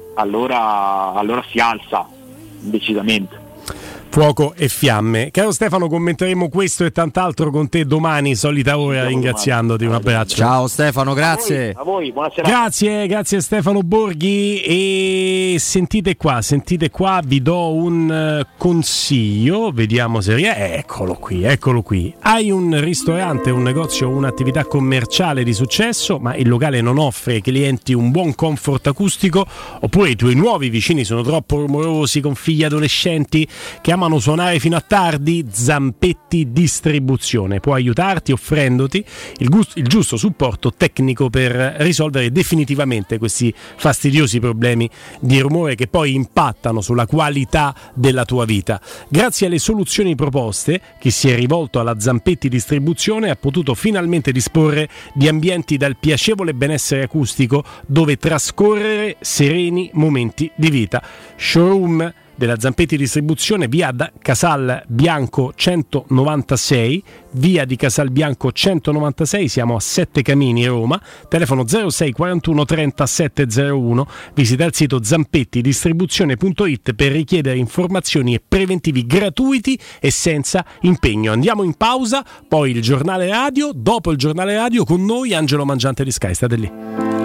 allora si alza decisamente. Fuoco e fiamme. Caro Stefano, commenteremo questo e tant'altro con te domani, solita ora, ringraziandoti. Un abbraccio. Ciao Stefano, grazie. A voi, buonasera. Grazie Stefano Borghi. E sentite qua, vi do un consiglio, vediamo se eccolo qui. Hai un ristorante, un negozio, un'attività commerciale di successo, ma il locale non offre ai clienti un buon comfort acustico, oppure i tuoi nuovi vicini sono troppo rumorosi, con figli adolescenti che amano suonare fino a tardi? Zampetti Distribuzione può aiutarti offrendoti il giusto supporto tecnico per risolvere definitivamente questi fastidiosi problemi di rumore che poi impattano sulla qualità della tua vita. Grazie alle soluzioni proposte, chi si è rivolto alla Zampetti Distribuzione ha potuto finalmente disporre di ambienti dal piacevole benessere acustico dove trascorrere sereni momenti di vita. Showroom della Zampetti Distribuzione, via Casal Bianco 196, via di Casal Bianco 196, siamo a Sette Camini, Roma, telefono 06 41 30 701, visita il sito zampettidistribuzione.it per richiedere informazioni e preventivi gratuiti e senza impegno. Andiamo in pausa, poi il giornale radio, dopo il giornale radio con noi Angelo Mangiante di Sky, state lì.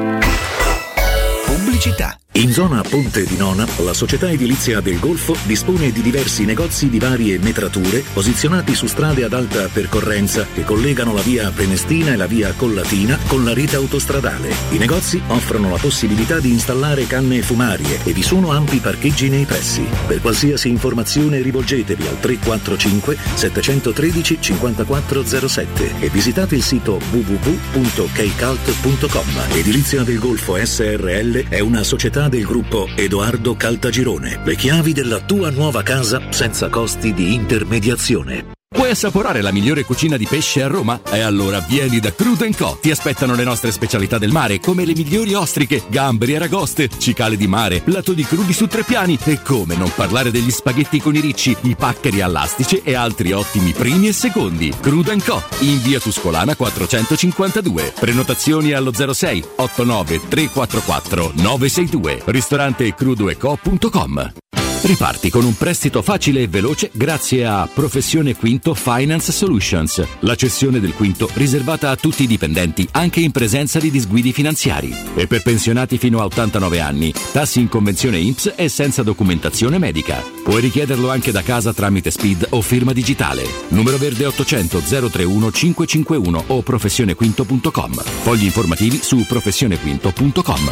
Pubblicità. In zona Ponte di Nona, la società edilizia del Golfo dispone di diversi negozi di varie metrature posizionati su strade ad alta percorrenza che collegano la via Prenestina e la via Collatina con la rete autostradale. I negozi offrono la possibilità di installare canne fumarie e vi sono ampi parcheggi nei pressi. Per qualsiasi informazione rivolgetevi al 345 713 5407 e visitate il sito www.kcalt.com. Edilizia del Golfo SRL è una società del gruppo Edoardo Caltagirone. Le chiavi della tua nuova casa senza costi di intermediazione. Vuoi assaporare la migliore cucina di pesce a Roma? E allora vieni da Crudo & Co. Ti aspettano le nostre specialità del mare, come le migliori ostriche, gamberi, aragoste, cicale di mare, plato di crudi su 3 piani e come non parlare degli spaghetti con i ricci, i paccheri all'astice e altri ottimi primi e secondi. Crudo & Co. in via Tuscolana 452. Prenotazioni allo 06 89 344 962. Ristorante crudoeco.com. Riparti con un prestito facile e veloce grazie a Professione Quinto Finance Solutions, la cessione del quinto riservata a tutti i dipendenti anche in presenza di disguidi finanziari. E per pensionati fino a 89 anni, tassi in convenzione INPS e senza documentazione medica. Puoi richiederlo anche da casa tramite SPID o firma digitale. Numero verde 800 031 551 o professionequinto.com. Fogli informativi su professionequinto.com.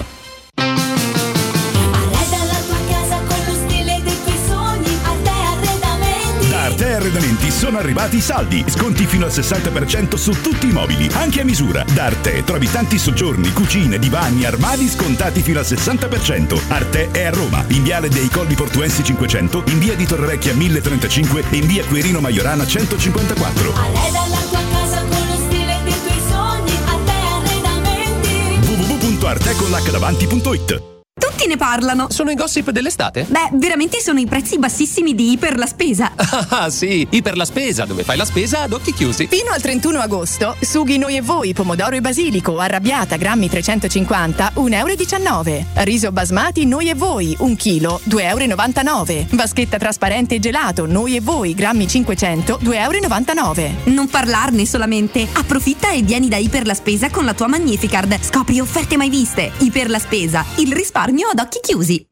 Arte Arredamenti sono arrivati i saldi, sconti fino al 60% su tutti i mobili, anche a misura. Da Arte trovi tanti soggiorni, cucine, divani, armadi scontati fino al 60%. Arte è a Roma, in viale dei Colli Portuensi 500, in via di Torrevecchia 1035 e in via Quirino Maiorana 154. Arreda la tua casa con lo stile dei tuoi sogni, Arte Arredamenti. www.arteconlacdavanti.it. Tutti ne parlano. Sono i gossip dell'estate? Beh, veramente sono i prezzi bassissimi di Iper la Spesa. Ah sì, Iper la Spesa, dove fai la spesa ad occhi chiusi. Fino al 31 agosto, sughi Noi e Voi, pomodoro e basilico, arrabbiata, grammi 350, 1,19 €. Riso basmati Noi e Voi, 1 chilo, 2,99 €. Vaschetta trasparente e gelato Noi e Voi, grammi 500, 2,99 €. Non parlarne solamente. Approfitta e vieni da Iper la Spesa con la tua Magnificard. Scopri offerte mai viste. Iper la Spesa, il risparmio ad occhi chiusi.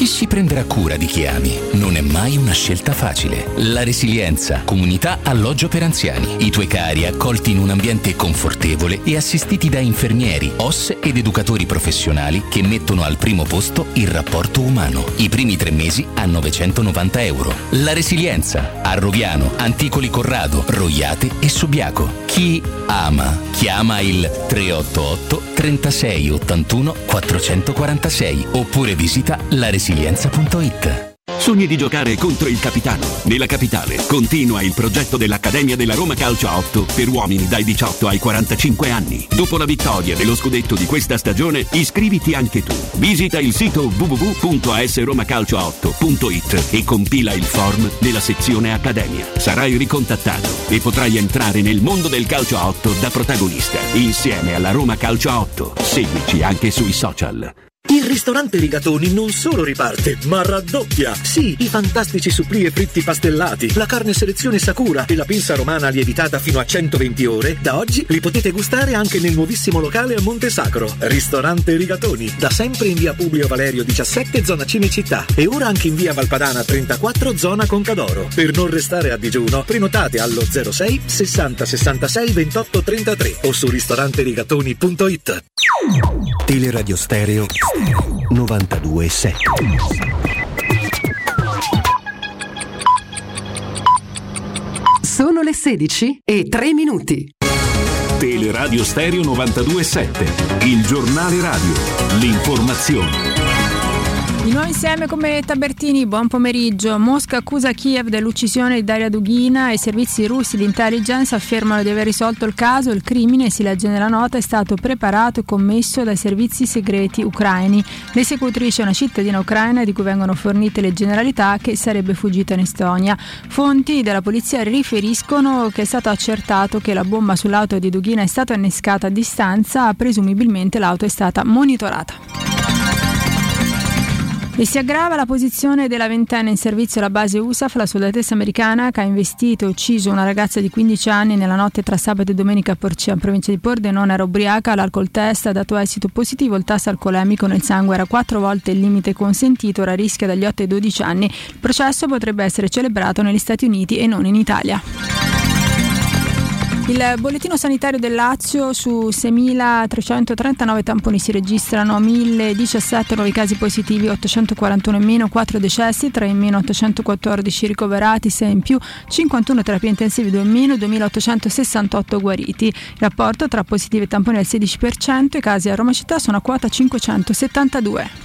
Chi si prenderà cura di chi ami? Non è mai una scelta facile. La Resilienza, comunità alloggio per anziani. I tuoi cari accolti in un ambiente confortevole e assistiti da infermieri, OS ed educatori professionali che mettono al primo posto il rapporto umano. I primi 3 mesi a €990. La Resilienza, a Roviano, Anticoli Corrado, Roiate e Subiaco. Chi ama, chiama il 388 36 81 446 oppure visita laresilienza.it. Sogni di giocare contro il capitano? Nella capitale continua il progetto dell'Accademia della Roma Calcio a 8 per uomini dai 18 ai 45 anni. Dopo la vittoria dello scudetto di questa stagione, iscriviti anche tu. Visita il sito www.asromacalcio8.it e compila il form nella sezione Accademia. Sarai ricontattato e potrai entrare nel mondo del calcio a 8 da protagonista, insieme alla Roma Calcio a 8. Seguici anche sui social. Il ristorante Rigatoni non solo riparte, ma raddoppia! Sì, i fantastici supplì e fritti pastellati, la carne selezione Sakura e la pinza romana lievitata fino a 120 ore, da oggi li potete gustare anche nel nuovissimo locale a Monte Sacro. Ristorante Rigatoni, da sempre in via Publio Valerio 17, zona Cinecittà, e ora anche in via Valpadana 34, zona Concadoro. Per non restare a digiuno, prenotate allo 06 60 66 28 33 o su ristoranterigatoni.it. Teleradio Stereo 92.7. Sono le 16:03. Teleradio Stereo 92.7, il giornale radio, l'informazione. Di nuovo insieme con Benedetta Bertini, buon pomeriggio. Mosca accusa Kiev dell'uccisione di Daria Dugina e i servizi russi di intelligence affermano di aver risolto il caso. Il crimine, si legge nella nota, è stato preparato e commesso dai servizi segreti ucraini. L'esecutrice è una cittadina ucraina di cui vengono fornite le generalità, che sarebbe fuggita in Estonia. Fonti della polizia riferiscono che è stato accertato che la bomba sull'auto di Dugina è stata innescata a distanza, presumibilmente l'auto è stata monitorata. E si aggrava la posizione della ventenne in servizio alla base USAF, la soldatessa americana che ha investito e ucciso una ragazza di 15 anni nella notte tra sabato e domenica a Porcia, in provincia di Pordenone. Era ubriaca, l'alcol test ha dato esito positivo, il tasso alcolemico nel sangue era 4 volte il limite consentito, ora rischia dagli 8 ai 12 anni. Il processo potrebbe essere celebrato negli Stati Uniti e non in Italia. Il bollettino sanitario del Lazio: su 6.339 tamponi si registrano 1.017 nuovi casi positivi, 841 in meno, 4 decessi, 3 in meno, 814 ricoverati, 6 in più, 51 terapie intensive, 2 in meno, 2.868 guariti. Il rapporto tra positivi e tamponi è al 16%, i casi a Roma città sono a quota 572.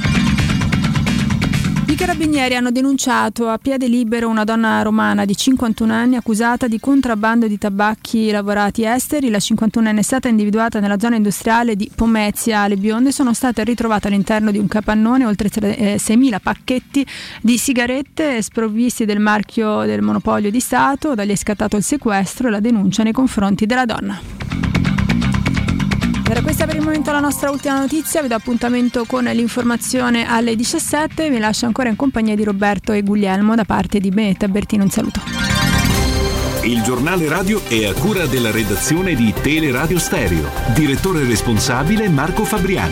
I carabinieri hanno denunciato a piede libero una donna romana di 51 anni accusata di contrabbando di tabacchi lavorati esteri. La 51enne è stata individuata nella zona industriale di Pomezia. Le bionde sono state ritrovate all'interno di un capannone oltre 6.000 pacchetti di sigarette sprovvisti del marchio del monopolio di Stato. Da lì è scattato il sequestro e la denuncia nei confronti della donna. Era questa per il momento la nostra ultima notizia, vi do appuntamento con l'informazione alle 17, vi lascio ancora in compagnia di Roberto e Guglielmo. Da parte di Benedetta Bertino un saluto. Il giornale radio è a cura della redazione di Teleradio Stereo, direttore responsabile Marco Fabriani.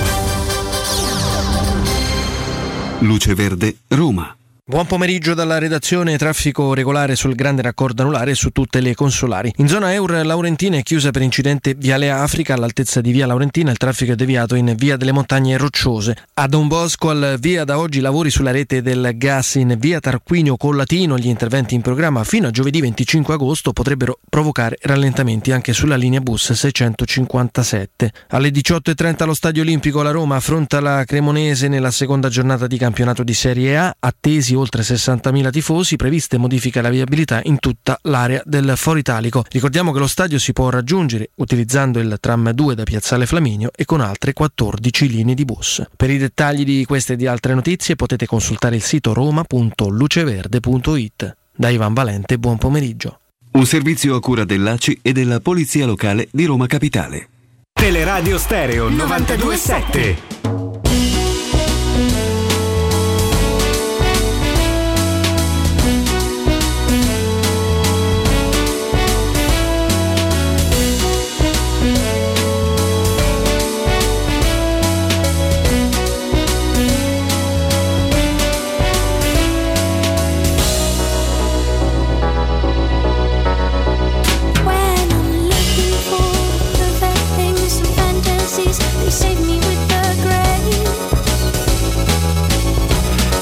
Luce Verde, Roma. Buon pomeriggio dalla redazione. Traffico regolare sul grande raccordo anulare e su tutte le consolari. In zona Eur Laurentina è chiusa per incidente Viale Africa all'altezza di via Laurentina, il traffico è deviato in via delle Montagne Rocciose. A Don Bosco al via da oggi lavori sulla rete del gas in via Tarquinio Collatino. Gli interventi in programma fino a giovedì 25 agosto potrebbero provocare rallentamenti anche sulla linea bus 657. Alle 18.30 allo Stadio Olimpico la Roma affronta la Cremonese nella seconda giornata di campionato di Serie A. Attesi oltre 60.000 tifosi, previste modifiche alla viabilità in tutta l'area del Foro Italico. Ricordiamo che lo stadio si può raggiungere utilizzando il tram 2 da Piazzale Flaminio e con altre 14 linee di bus. Per i dettagli di queste e di altre notizie potete consultare il sito roma.luceverde.it. Da Ivan Valente, buon pomeriggio. Un servizio a cura dell'ACI e della Polizia Locale di Roma Capitale. Teleradio Stereo 92.7.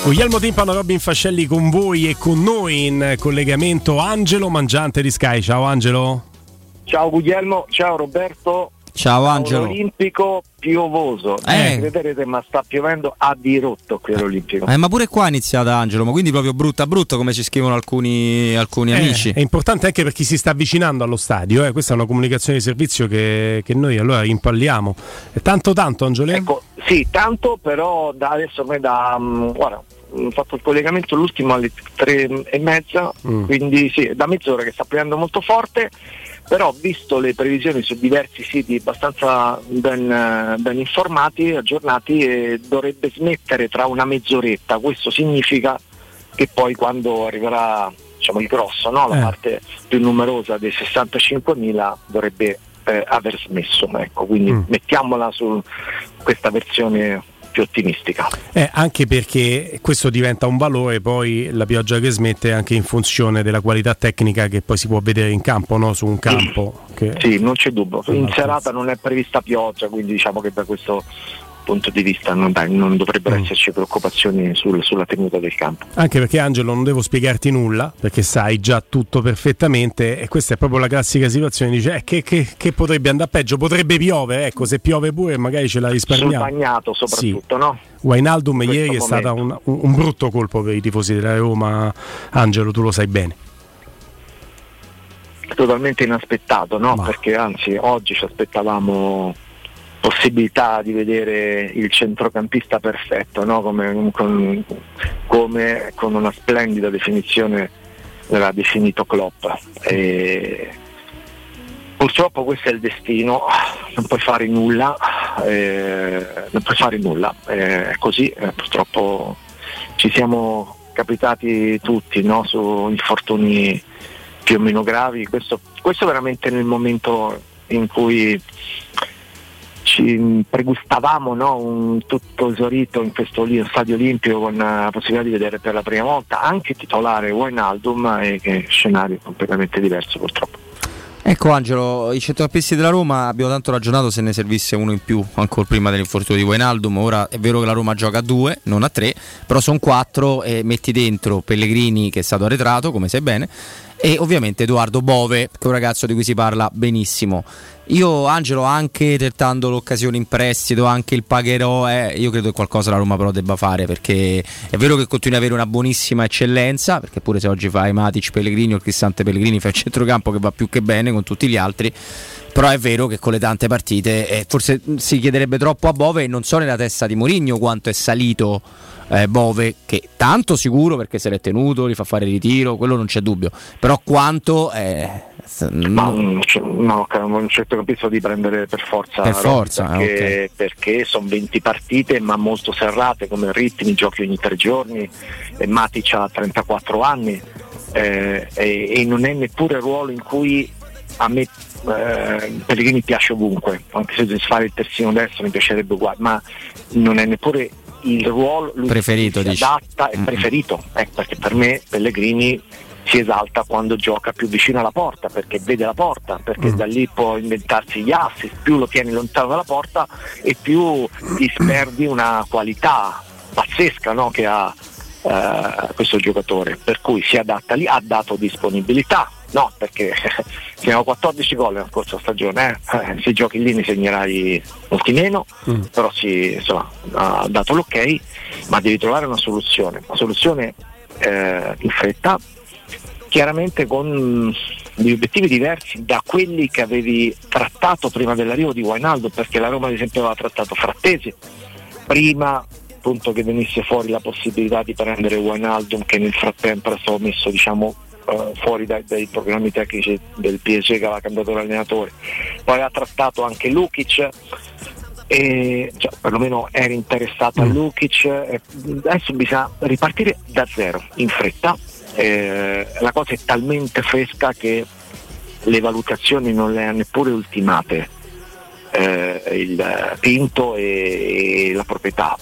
Guglielmo Timpano, Robin Fascelli con voi e con noi in collegamento Angelo Mangiante di Sky. Ciao Angelo. Ciao Guglielmo, ciao Roberto. Ciao Angelo. Olimpico piovoso, crederete, ma sta piovendo a dirotto qui all'Olimpico. Ma pure qua è iniziata, Angelo, ma quindi proprio brutta come ci scrivono alcuni amici. È importante anche per chi si sta avvicinando allo stadio, questa è una comunicazione di servizio che noi allora impalliamo. È tanto Angelo? Ecco, sì, tanto, però da adesso guarda, ho fatto il collegamento l'ultimo alle 3:30, quindi sì, da mezz'ora che sta piovendo molto forte. Però ho visto le previsioni su diversi siti abbastanza ben informati, aggiornati, e dovrebbe smettere tra una mezz'oretta. Questo significa che poi quando arriverà, diciamo, il grosso, no? La parte più numerosa dei 65.000 dovrebbe aver smesso, ecco, quindi mettiamola su questa versione più ottimistica. Anche perché questo diventa un valore, poi la pioggia che smette, anche in funzione della qualità tecnica che poi si può vedere in campo, no? Su un campo. Sì, non c'è dubbio. In serata non è prevista pioggia, quindi diciamo che da questo punto di vista non dovrebbero esserci preoccupazioni sulla tenuta del campo. Anche perché, Angelo, non devo spiegarti nulla, perché sai già tutto perfettamente, e questa è proprio la classica situazione, dice che potrebbe andare peggio, potrebbe piovere, ecco, se piove pure magari ce la risparmiamo. Sul bagnato soprattutto, sì. No? Wijnaldum ieri è stato un brutto colpo per i tifosi della Roma, Angelo, tu lo sai bene. Totalmente inaspettato, no? Perché anzi oggi ci aspettavamo possibilità di vedere il centrocampista perfetto, no? come con una splendida definizione l'ha definito Klopp, e purtroppo questo è il destino, non puoi fare nulla, è così, purtroppo ci siamo capitati tutti, no? Su infortuni più o meno gravi, questo veramente nel momento in cui ci pregustavamo, no? Un tutto esaurito in questo stadio olimpico, con la possibilità di vedere per la prima volta anche titolare Wijnaldum, e che scenario completamente diverso purtroppo. Ecco Angelo, i centrocampisti della Roma abbiamo tanto ragionato se ne servisse uno in più ancora prima dell'infortunio di Wijnaldum. Ora è vero che la Roma gioca a 2, non a 3, però sono 4 e metti dentro Pellegrini, che è stato arretrato, come sai bene, e ovviamente Edoardo Bove, che è un ragazzo di cui si parla benissimo. Io, Angelo, anche tentando l'occasione in prestito, anche il pagherò, io credo che qualcosa la Roma però debba fare, perché è vero che continua ad avere una buonissima eccellenza, perché pure se oggi fai Matic, Pellegrini o il Cristante Pellegrini, fa il centrocampo che va più che bene con tutti gli altri, però è vero che con le tante partite forse si chiederebbe troppo a Bove, e non so nella testa di Mourinho quanto è salito Bove, che tanto sicuro perché se l'è tenuto, gli fa fare il ritiro, quello non c'è dubbio, però quanto un centrocampista di prendere per forza, perché sono 20 partite ma molto serrate come ritmi, giochi ogni 3 giorni, e Matic ha 34 anni, e non è neppure il ruolo in cui a me Pellegrini piace ovunque, anche se devi fare il terzino destro mi piacerebbe uguale, ma non è neppure il ruolo preferito, si adatta, è preferito, perché per me Pellegrini si esalta quando gioca più vicino alla porta, perché vede la porta, perché da lì può inventarsi gli assist, più lo tieni lontano dalla porta e più disperdi una qualità pazzesca, no? Che ha questo giocatore, per cui si adatta lì, ha dato disponibilità, no? Perché siamo 14 gol nella scorsa stagione, se giochi lì ne segnerai molti meno, però ha dato l'ok, ma devi trovare una soluzione in fretta, chiaramente con degli obiettivi diversi da quelli che avevi trattato prima dell'arrivo di Wijnaldum, perché la Roma ad esempio aveva trattato Frattesi prima appunto che venisse fuori la possibilità di prendere Wijnaldum, che nel frattempo era stato messo fuori dai programmi tecnici del PSG, che aveva cambiato l'allenatore. Poi ha trattato anche Lukic, e perlomeno era interessato a Lukic, adesso bisogna ripartire da zero in fretta. La cosa è talmente fresca che le valutazioni non le ha neppure ultimate il Pinto e la proprietà,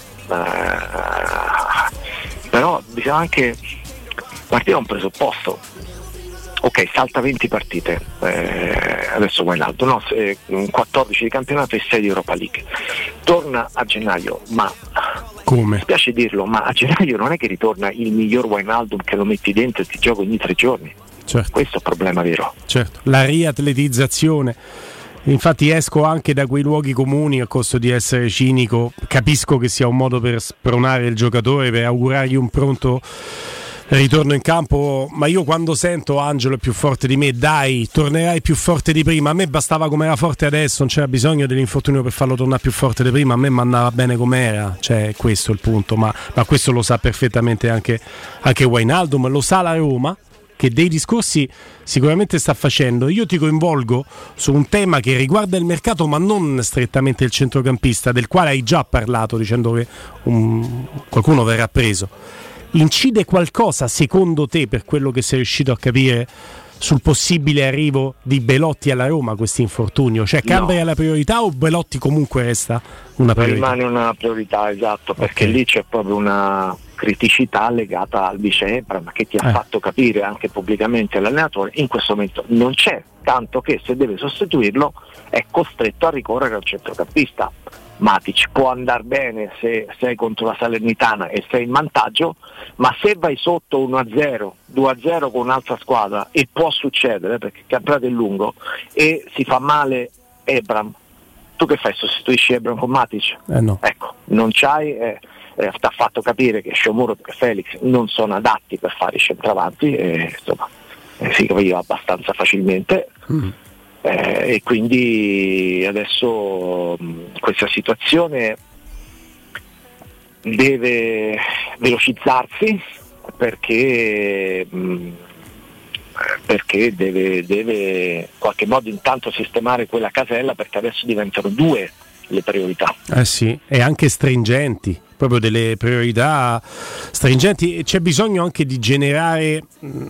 però bisogna anche partire da un presupposto. Ok, salta 20 partite, adesso Wijnaldum, 14 di campionato e 6 di Europa League, torna a gennaio, ma Come? Mi spiace dirlo, ma a gennaio non è che ritorna il miglior Wijnaldum che lo metti dentro e ti gioca ogni 3 giorni. Certo. Questo è il problema vero. Certo, la riatletizzazione. Infatti esco anche da quei luoghi comuni, a costo di essere cinico. Capisco che sia un modo per spronare il giocatore, per augurargli un pronto ritorno in campo, ma io quando sento Angelo è più forte di me, dai, tornerai più forte di prima. A me bastava come era forte adesso, non c'era bisogno dell'infortunio per farlo tornare più forte di prima. A me andava bene com'era, cioè questo è il punto. Ma questo lo sa perfettamente anche Wijnaldum, lo sa la Roma, che dei discorsi sicuramente sta facendo. Io ti coinvolgo su un tema che riguarda il mercato, ma non strettamente il centrocampista, del quale hai già parlato dicendo che qualcuno verrà preso. Incide qualcosa secondo te, per quello che sei riuscito a capire, sul possibile arrivo di Belotti alla Roma, questo infortunio? Cioè cambia la priorità o Belotti comunque resta una priorità? Rimane una priorità, esatto, perché lì c'è proprio una criticità legata al vice Ebram, che ti ha fatto capire anche pubblicamente l'allenatore, in questo momento non c'è, tanto che se deve sostituirlo è costretto a ricorrere al centrocampista. Matic può andare bene se sei contro la Salernitana e sei in vantaggio, ma se vai sotto 1-0, 2-0 con un'altra squadra, e può succedere perché il campionato è lungo e si fa male Ebram, tu che fai? Sostituisci Ebram con Matic? No. Ecco, non c'hai, ti ha fatto capire che Sciomuro e Felix non sono adatti per fare i centravanti, insomma si capiva abbastanza facilmente. E quindi adesso questa situazione deve velocizzarsi perché deve in qualche modo intanto sistemare quella casella, perché adesso diventano 2 le priorità. Sì, e anche stringenti, proprio delle priorità stringenti. C'è bisogno anche di generare,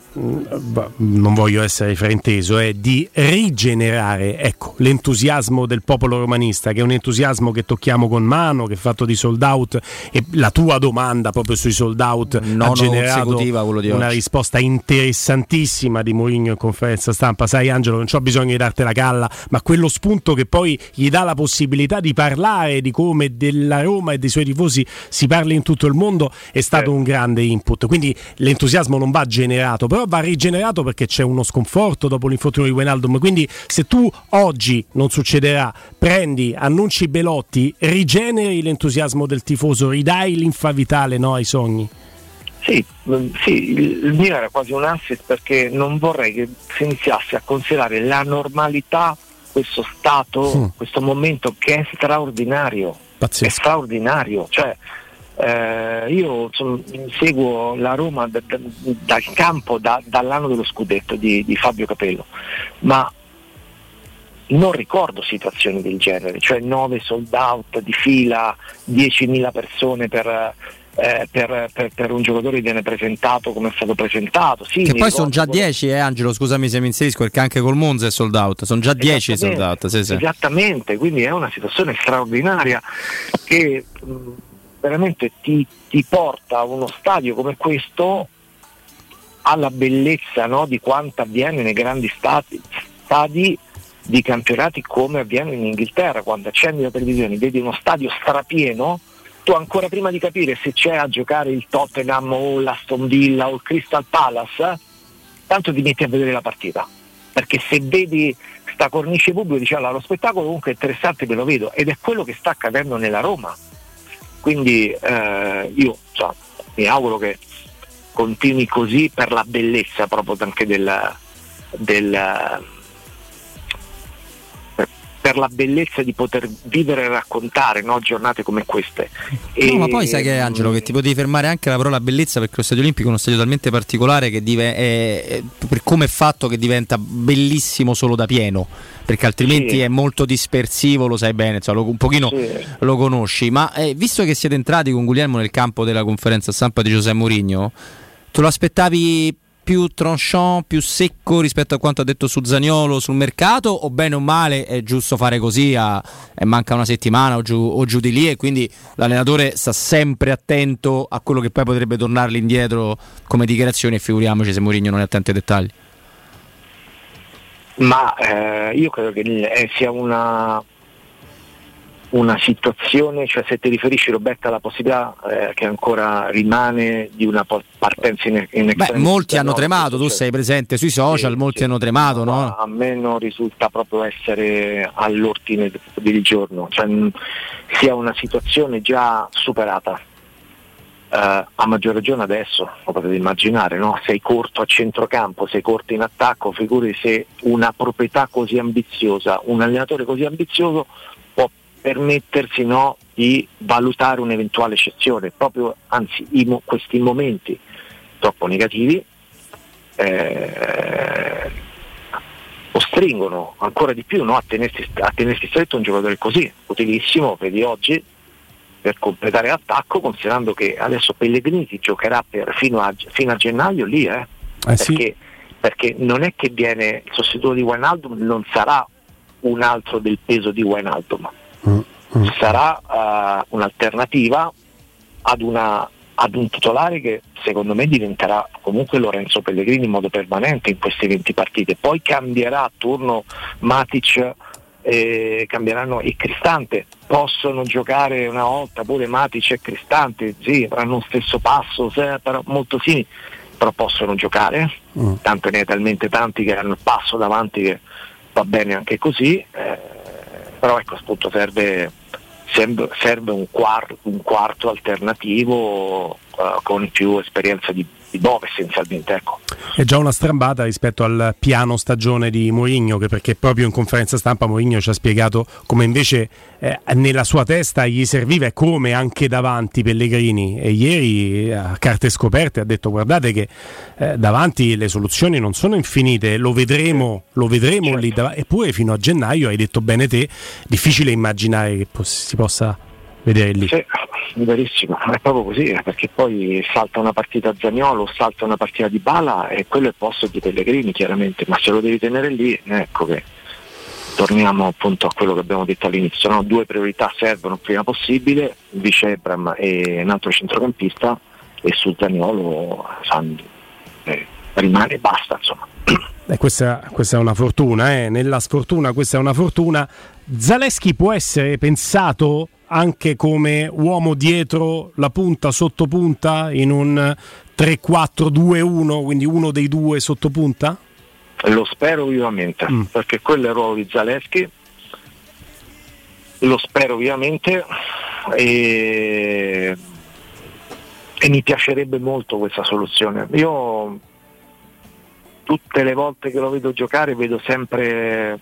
non voglio essere frainteso, di rigenerare, ecco, l'entusiasmo del popolo romanista, che è un entusiasmo che tocchiamo con mano, che è fatto di sold out, e la tua domanda proprio sui sold out ha generato una risposta interessantissima di Mourinho in conferenza stampa. Sai Angelo, non c'ho bisogno di darti la galla, ma quello spunto che poi gli dà la possibilità di parlare di come della Roma e dei suoi tifosi si parli in tutto il mondo è stato un grande input. Quindi l'entusiasmo non va generato, però va rigenerato, perché c'è uno sconforto dopo l'infortunio di Wijnaldum. Quindi se tu oggi, non succederà, prendi, annunci Belotti, rigeneri l'entusiasmo del tifoso, ridai linfa vitale, no, ai sogni. Sì, il mio era quasi un asset, perché non vorrei che si iniziasse a considerare la normalità questo stato, questo momento che è straordinario. Pazzesco. È straordinario, cioè io seguo la Roma dal campo dall'anno dello scudetto di Fabio Capello, ma non ricordo situazioni del genere, cioè 9 sold out di fila, 10.000 persone per un giocatore che viene presentato come è stato presentato. Sì, che poi sono già 10, Angelo, scusami se mi inserisco, perché anche col Monza è sold out, sono già 10 sold out. Sì. Esattamente, quindi è una situazione straordinaria che veramente ti porta a uno stadio come questo, alla bellezza, no, di quanto avviene nei grandi stadi di campionati, come avviene in Inghilterra, quando accendi la televisione, vedi uno stadio strapieno. Tu ancora prima di capire se c'è a giocare il Tottenham o l'Aston Villa o il Crystal Palace, tanto ti metti a vedere la partita, perché se vedi sta cornice pubblica dici allora lo spettacolo comunque è interessante, me lo vedo, ed è quello che sta accadendo nella Roma. Quindi io mi auguro che continui così, per la bellezza proprio anche per la bellezza di poter vivere e raccontare, no, giornate come queste. No, ma poi sai che Angelo, che ti potevi fermare anche alla parola bellezza, perché lo Stadio Olimpico è uno stadio talmente particolare che per come è fatto, che diventa bellissimo solo da pieno, perché altrimenti è molto dispersivo, lo sai bene, un pochino lo conosci. Ma visto che siete entrati con Guglielmo nel campo della conferenza stampa di José Mourinho, te lo aspettavi più tranchant, più secco rispetto a quanto ha detto su Zaniolo sul mercato, o bene o male è giusto fare così, e manca una settimana o giù di lì, e quindi l'allenatore sta sempre attento a quello che poi potrebbe tornarli indietro come dichiarazioni, e figuriamoci se Mourinho non è attento ai dettagli. Ma io credo che sia una situazione, cioè se ti riferisci, Roberta, alla possibilità che ancora rimane di una partenza in extremis. Molti hanno tremato, tu sei presente sui social, molti hanno tremato, no? A me non risulta proprio essere all'ordine del giorno, cioè sia una situazione già superata. A maggior ragione adesso, lo potete immaginare, no? Sei corto a centrocampo, sei corto in attacco, figuri se una proprietà così ambiziosa, un allenatore così ambizioso può permettersi, no, di valutare un'eventuale cessione, proprio anzi questi momenti troppo negativi costringono ancora di più, no, a tenersi stretto un giocatore così utilissimo, vedi oggi, per completare l'attacco, considerando che adesso Pellegrini ti giocherà fino a gennaio lì, perché non è che viene il sostituto di Wijnaldum, non sarà un altro del peso di Wijnaldum, sarà un'alternativa ad un titolare che secondo me diventerà comunque Lorenzo Pellegrini in modo permanente in queste 20 partite. Poi cambierà a turno Matic, cambieranno e Cristante, possono giocare una volta pure Matic e Cristante, sì, avranno lo stesso passo, però molto simili, però possono giocare, tanto ne è talmente tanti che hanno il passo davanti che va bene anche così, però ecco, appunto serve un quarto alternativo con più esperienza di Bove, essenzialmente, ecco. È già una strambata rispetto al piano stagione di Mourinho, perché proprio in conferenza stampa Mourinho ci ha spiegato come invece nella sua testa gli serviva e come anche davanti Pellegrini, e ieri a carte scoperte ha detto guardate che davanti le soluzioni non sono infinite, lo vedremo certo. Lì eppure fino a gennaio, hai detto bene te, difficile immaginare che si possa vedere lì. Sì, verissimo, è proprio così, perché poi salta una partita Zaniolo, salta una partita di Bala e quello è il posto di Pellegrini chiaramente, ma se lo devi tenere lì, ecco che torniamo appunto a quello che abbiamo detto all'inizio, no? 2 priorità servono il prima possibile, Vice Ebram e un altro centrocampista, e su Zaniolo rimane e basta, insomma. Questa è una fortuna, nella sfortuna questa è una fortuna. Zalewski può essere pensato anche come uomo dietro la punta, sottopunta, in un 3-4-2-1, quindi uno dei due sottopunta? Lo spero vivamente, perché quello è il ruolo di Zalewski, lo spero vivamente e mi piacerebbe molto questa soluzione. Io tutte le volte che lo vedo giocare vedo sempre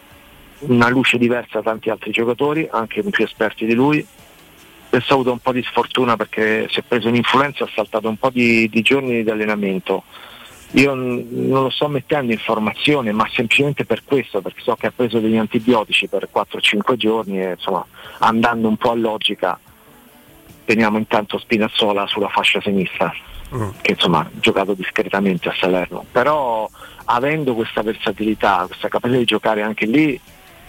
una luce diversa da tanti altri giocatori, anche più esperti di lui. Adesso ha avuto un po' di sfortuna perché si è preso un'influenza, ha saltato un po' di giorni di allenamento. Io non lo sto mettendo in formazione, ma semplicemente per questo, perché so che ha preso degli antibiotici per 4-5 giorni e insomma, andando un po' a logica, teniamo intanto Spinazzola sulla fascia sinistra, che insomma ha giocato discretamente a Salerno, però avendo questa versatilità, questa capacità di giocare anche lì,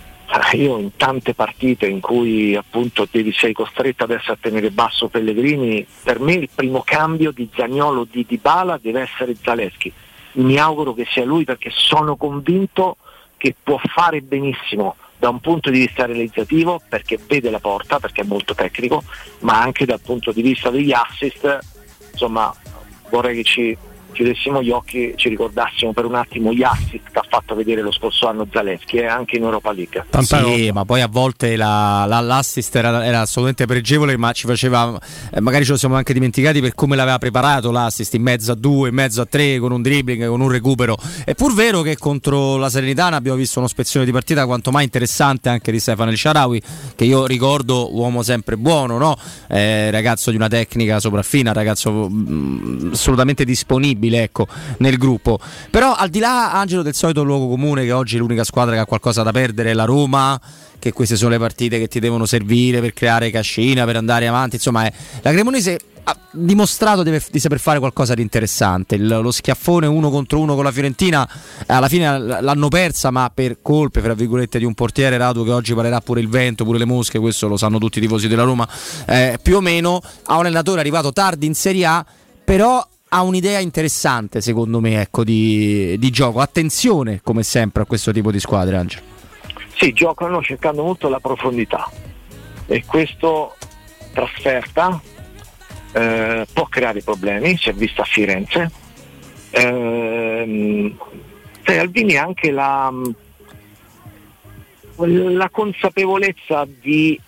io in tante partite in cui appunto sei costretto adesso a tenere basso Pellegrini, per me il primo cambio di Zaniolo, di Dybala deve essere Zalewski. Mi auguro che sia lui, perché sono convinto che può fare benissimo da un punto di vista realizzativo, perché vede la porta, perché è molto tecnico, ma anche dal punto di vista degli assist. Insomma, vorrei che ci chiudessimo gli occhi, ci ricordassimo per un attimo gli assist che ha fatto vedere lo scorso anno Zalewski, anche in Europa League. Sì, ma poi a volte l'assist era assolutamente pregevole, ma ci faceva, magari ce lo siamo anche dimenticati per come l'aveva preparato l'assist, in mezzo a 2, in mezzo a 3, con un dribbling, con un recupero. È pur vero che contro la Salernitana abbiamo visto un'ispezione di partita quanto mai interessante anche di Stefano El Shaarawy, che io ricordo uomo sempre buono, no? Ragazzo di una tecnica sopraffina, ragazzo assolutamente disponibile, ecco, nel gruppo. Però al di là, Angelo, del solito luogo comune che oggi l'unica squadra che ha qualcosa da perdere è la Roma, che queste sono le partite che ti devono servire per creare cascina, per andare avanti, insomma la Cremonese ha dimostrato di saper fare qualcosa di interessante. Lo schiaffone 1 contro 1 con la Fiorentina alla fine l'hanno persa, ma per colpe fra virgolette di un portiere Radu, che oggi parlerà pure il vento, pure le mosche, questo lo sanno tutti i tifosi della Roma, più o meno. Ha un allenatore arrivato tardi in Serie A, però ha un'idea interessante secondo me, ecco, di gioco. Attenzione come sempre a questo tipo di squadre, Angelo. Sì, giocano cercando molto la profondità, e questo trasferta può creare problemi, si è visto a Firenze. Salvini ha anche la consapevolezza di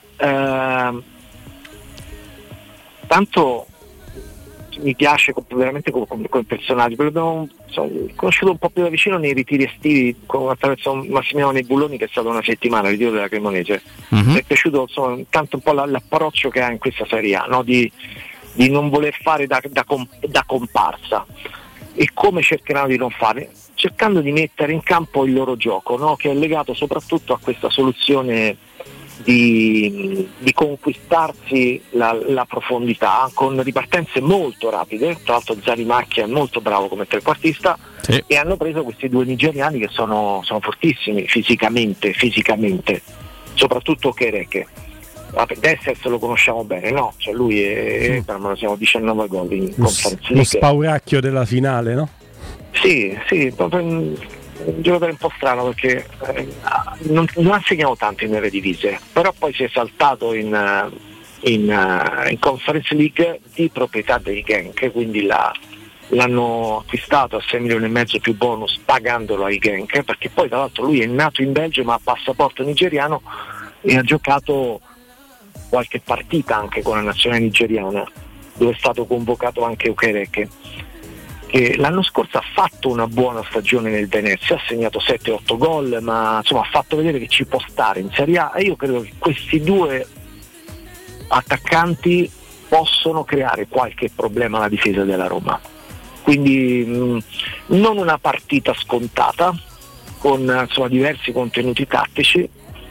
tanto mi piace veramente come personaggio, perché abbiamo conosciuto un po' più da vicino nei ritiri estivi attraverso Massimiliano Nebulloni, che è stato una settimana al ritiro della Cremonese. Mi è piaciuto tanto un po' l'approccio che ha in questa Serie A, no? di non voler fare da comparsa, e come cercheranno di non fare, cercando di mettere in campo il loro gioco, no? Che è legato soprattutto a questa soluzione di conquistarsi la profondità con ripartenze molto rapide. Tra l'altro Zari Macchia è molto bravo come trequartista, sì. E hanno preso questi due nigeriani che sono fortissimi fisicamente, soprattutto Kereke. Dessers lo conosciamo bene, no? Cioè lui siamo 19 gol in Conference League. Lo spauracchio della finale, no? Sì, un giocatore un po' strano, perché non ha segnato tanto in Eredivisie, però poi si è saltato in Conference League di proprietà dei Genk, quindi l'hanno acquistato a 6,5 milioni più bonus, pagandolo ai Genk, perché poi tra l'altro lui è nato in Belgio ma ha passaporto nigeriano e ha giocato qualche partita anche con la nazionale nigeriana, dove è stato convocato anche Ukereke, che l'anno scorso ha fatto una buona stagione nel Venezia, ha segnato 7-8 gol, ma insomma ha fatto vedere che ci può stare in Serie A, e io credo che questi due attaccanti possono creare qualche problema alla difesa della Roma. Quindi non una partita scontata, con diversi contenuti tattici,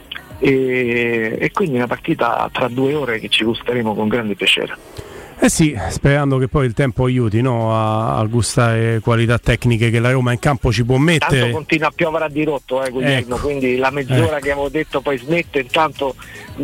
e quindi una partita tra 2 ore che ci gusteremo con grande piacere. Sì, sperando che poi il tempo aiuti, no, a gustare qualità tecniche che la Roma in campo ci può mettere. Tanto continua a piovere a dirotto, Guglielmo, quindi la mezz'ora che avevo detto poi smette, intanto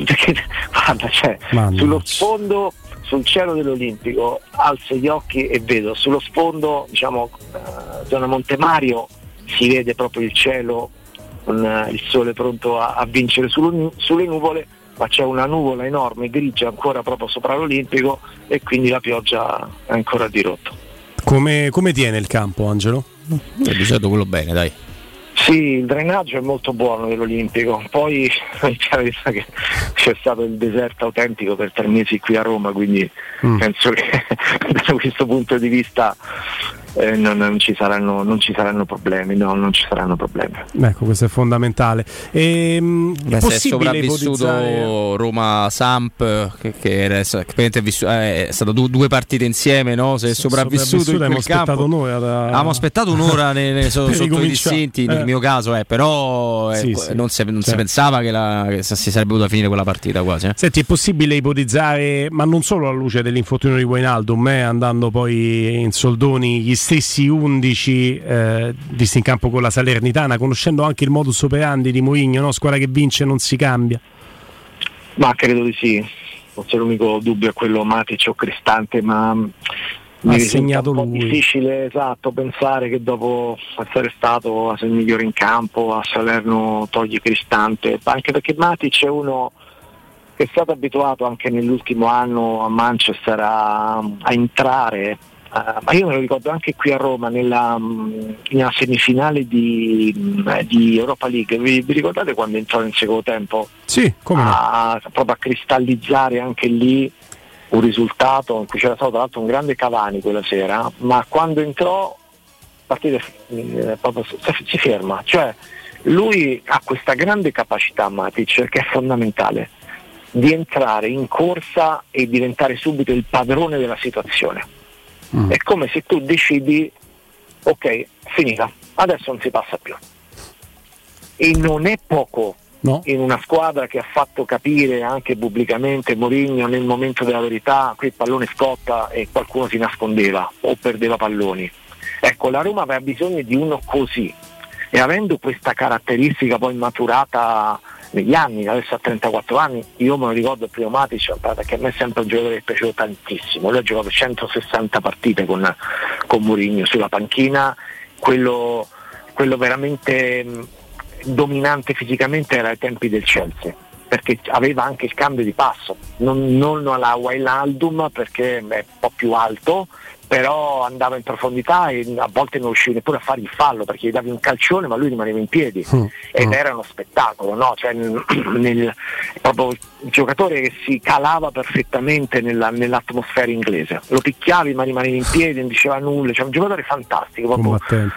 guarda, sullo sfondo, sul cielo dell'Olimpico, alzo gli occhi e vedo sullo sfondo, zona Montemario, si vede proprio il cielo con il sole pronto a vincere sulle nuvole, ma c'è una nuvola enorme grigia ancora proprio sopra l'Olimpico, e quindi la pioggia è ancora a dirotto. Come tiene il campo, Angelo? Di solito quello bene, dai. Sì, il drenaggio è molto buono dell'Olimpico, poi che c'è stato il deserto autentico per 3 mesi qui a Roma, quindi penso che da questo punto di vista non ci saranno problemi, non ci saranno problemi. Ecco, questo è fondamentale. È sopravvissuto Roma-Samp, che è stato 2 partite insieme, no? Se è sopravvissuto in quel campo. Abbiamo aspettato un'ora sotto i distinti, nel mio caso, però non si pensava che si sarebbe potuta finire quella partita quasi. Senti, è possibile ipotizzare, ma non solo alla luce dell'infortunio di Wijnaldum, andando poi in soldoni, gli stessi 11 visti in campo con la Salernitana, conoscendo anche il modus operandi di Mourinho, no? Squadra che vince non si cambia. Ma credo di sì, forse l'unico dubbio è quello Matic o Cristante, ma ha segnato lui. È difficile, pensare che dopo essere stato il migliore in campo a Salerno toglie Cristante, anche perché Matic è uno che è stato abituato anche nell'ultimo anno a Manchester a entrare, ma io me lo ricordo anche qui a Roma nella semifinale di Europa League. Vi ricordate quando entrò nel secondo tempo? Sì, come no? Proprio a cristallizzare anche lì un risultato in cui c'era stato tra l'altro un grande Cavani quella sera, ma quando entrò la partita proprio si ferma. Cioè lui ha questa grande capacità, Matic, che è fondamentale, di entrare in corsa e diventare subito il padrone della situazione. È come se tu decidi, ok, finita, adesso non si passa più, e non è poco, no? In una squadra che ha fatto capire anche pubblicamente Mourinho nel momento della verità, qui il pallone scotta e qualcuno si nascondeva o perdeva palloni. Ecco, la Roma aveva bisogno di uno così, e avendo questa caratteristica poi maturata negli anni, adesso ha 34 anni, io me lo ricordo il primo Matic, perché a me è sempre un giocatore che è piaciuto tantissimo. Lui ha giocato 160 partite con Mourinho sulla panchina, quello veramente dominante fisicamente era ai tempi del Chelsea, perché aveva anche il cambio di passo, non alla Wijnaldum perché è un po' più alto, però andava in profondità e a volte non riusciva neppure a fare il fallo perché gli davi un calcione ma lui rimaneva in piedi ed era uno spettacolo, no? Cioè, proprio il giocatore che si calava perfettamente nell'atmosfera inglese, lo picchiavi ma rimaneva in piedi, non diceva nulla, cioè un giocatore fantastico proprio.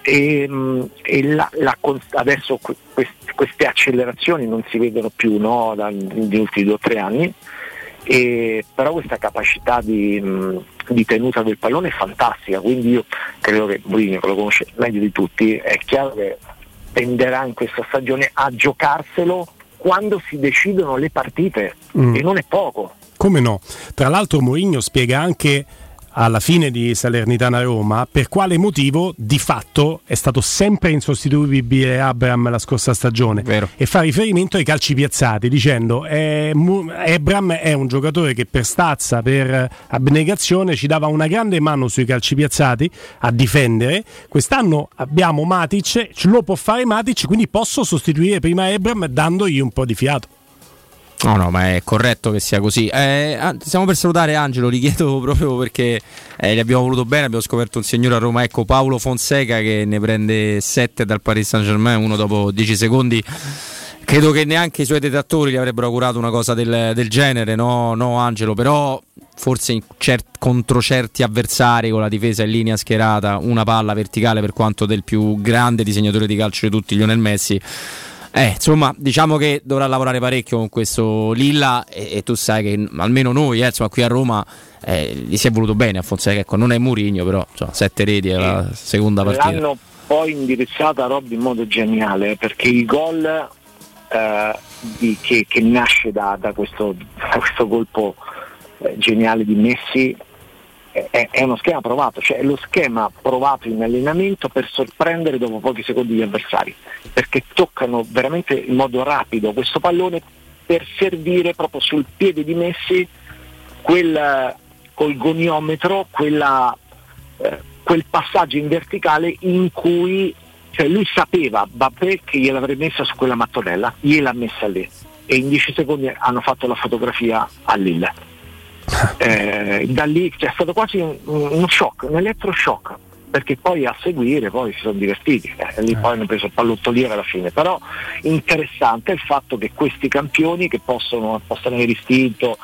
Adesso queste accelerazioni non si vedono più, no? Negli ultimi 2 o 3 anni. Però questa capacità di tenuta del pallone è fantastica, quindi io credo che Mourinho, che lo conosce meglio di tutti, è chiaro che tenderà in questa stagione a giocarselo quando si decidono le partite e non è poco. Come no? Tra l'altro Mourinho spiega anche alla fine di Salernitana-Roma per quale motivo di fatto è stato sempre insostituibile Abraham la scorsa stagione. Vero. E fa riferimento ai calci piazzati dicendo Abraham è un giocatore che per stazza, per abnegazione ci dava una grande mano sui calci piazzati a difendere. Quest'anno abbiamo Matic, ce lo può fare Matic, quindi posso sostituire prima Abraham dandogli un po' di fiato. No, ma è corretto che sia così. Stiamo per salutare Angelo, li chiedo proprio perché gli abbiamo voluto bene, abbiamo scoperto un signore a Roma, ecco Paolo Fonseca che ne prende 7 dal Paris Saint-Germain, uno dopo 10 secondi. Credo che neanche i suoi detrattori gli avrebbero augurato una cosa del genere, no Angelo, però forse contro certi avversari con la difesa in linea schierata, una palla verticale per quanto del più grande disegnatore di calcio di tutti, Lionel Messi. Insomma, diciamo che dovrà lavorare parecchio con questo Lilla e tu sai che almeno noi, insomma, qui a Roma gli si è voluto bene a Fonseca, ecco, non è Mourinho, però 7 reti è la seconda partita. L'hanno poi indirizzata Robby in modo geniale perché il gol che nasce da questo colpo geniale di Messi è uno schema provato, cioè è lo schema provato in allenamento per sorprendere dopo pochi secondi gli avversari, perché toccano veramente in modo rapido questo pallone per servire proprio sul piede di Messi col goniometro, quel passaggio in verticale in cui, cioè lui sapeva Mbappé che gliel'avrebbe messa su quella mattonella, gliel'ha messa lì e in 10 secondi hanno fatto la fotografia a Lille. Da lì c'è stato quasi uno shock, un elettroshock, perché poi a seguire poi si sono divertiti, lì poi hanno preso il pallottoliere alla fine, però interessante il fatto che questi campioni che possono avere istinto,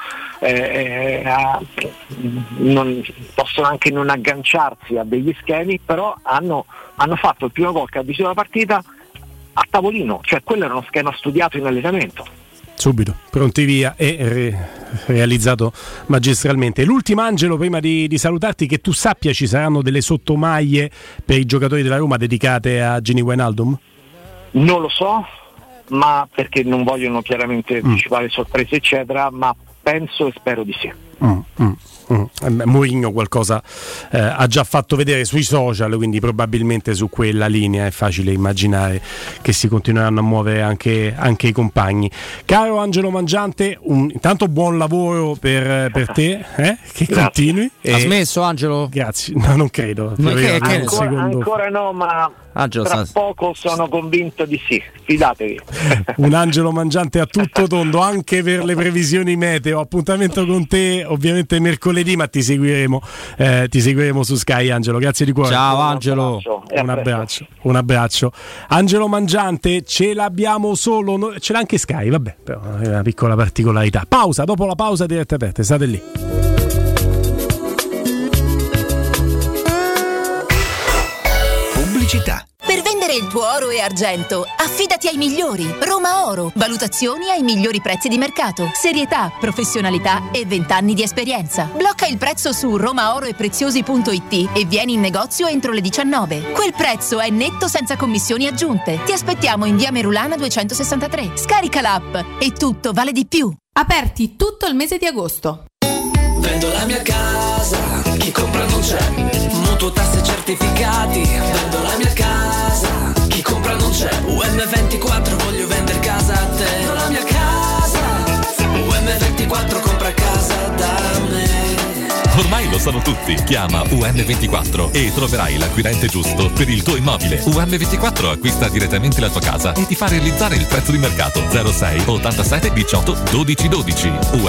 possono anche non agganciarsi a degli schemi, però hanno fatto il primo gol che ha deciso la partita a tavolino, cioè quello era uno schema studiato in allenamento. Subito, pronti via e realizzato magistralmente. L'ultima, Angelo, prima di salutarti, che tu sappia ci saranno delle sottomaglie per i giocatori della Roma dedicate a Gini Wijnaldum? Non lo so, ma perché non vogliono chiaramente anticipare sorprese eccetera, ma penso e spero di sì. Mourinho qualcosa ha già fatto vedere sui social, quindi probabilmente su quella linea è facile immaginare che si continueranno a muovere anche i compagni. Caro Angelo Mangiante, intanto buon lavoro per te, che grazie. Continui. Ha smesso Angelo? Grazie, no, non credo. Ancora no, ma Angelo, tra poco sono convinto di sì, fidatevi. Un Angelo Mangiante a tutto tondo anche per le previsioni meteo. Appuntamento con te ovviamente mercoledì, ma ti seguiremo su Sky. Angelo, grazie di cuore. Ciao Angelo, un abbraccio. Angelo Mangiante ce l'abbiamo solo, ce l'ha anche Sky, vabbè, però è una piccola particolarità. Pausa, dopo la pausa dirette aperte, state lì. Pubblicità. Per vendere il tuo oro e argento, affidati ai migliori. Roma Oro. Valutazioni ai migliori prezzi di mercato. Serietà, professionalità e 20 anni di esperienza. Blocca il prezzo su romaoroepreziosi.it e vieni in negozio entro le 19. Quel prezzo è netto senza commissioni aggiunte. Ti aspettiamo in via Merulana 263. Scarica l'app e tutto vale di più. Aperti tutto il mese di agosto. Vendo la mia casa, chi compra non c'è. Mutuo, tasse, certificati. Vendo la mia casa, chi compra non c'è. UM24 voglio vendere casa a te. Vendo la mia casa, UM24 compra casa da me. Ormai lo sanno tutti. Chiama UM24 e troverai l'acquirente giusto per il tuo immobile. UM24 acquista direttamente la tua casa e ti fa realizzare il prezzo di mercato. 06 87 18 12 12.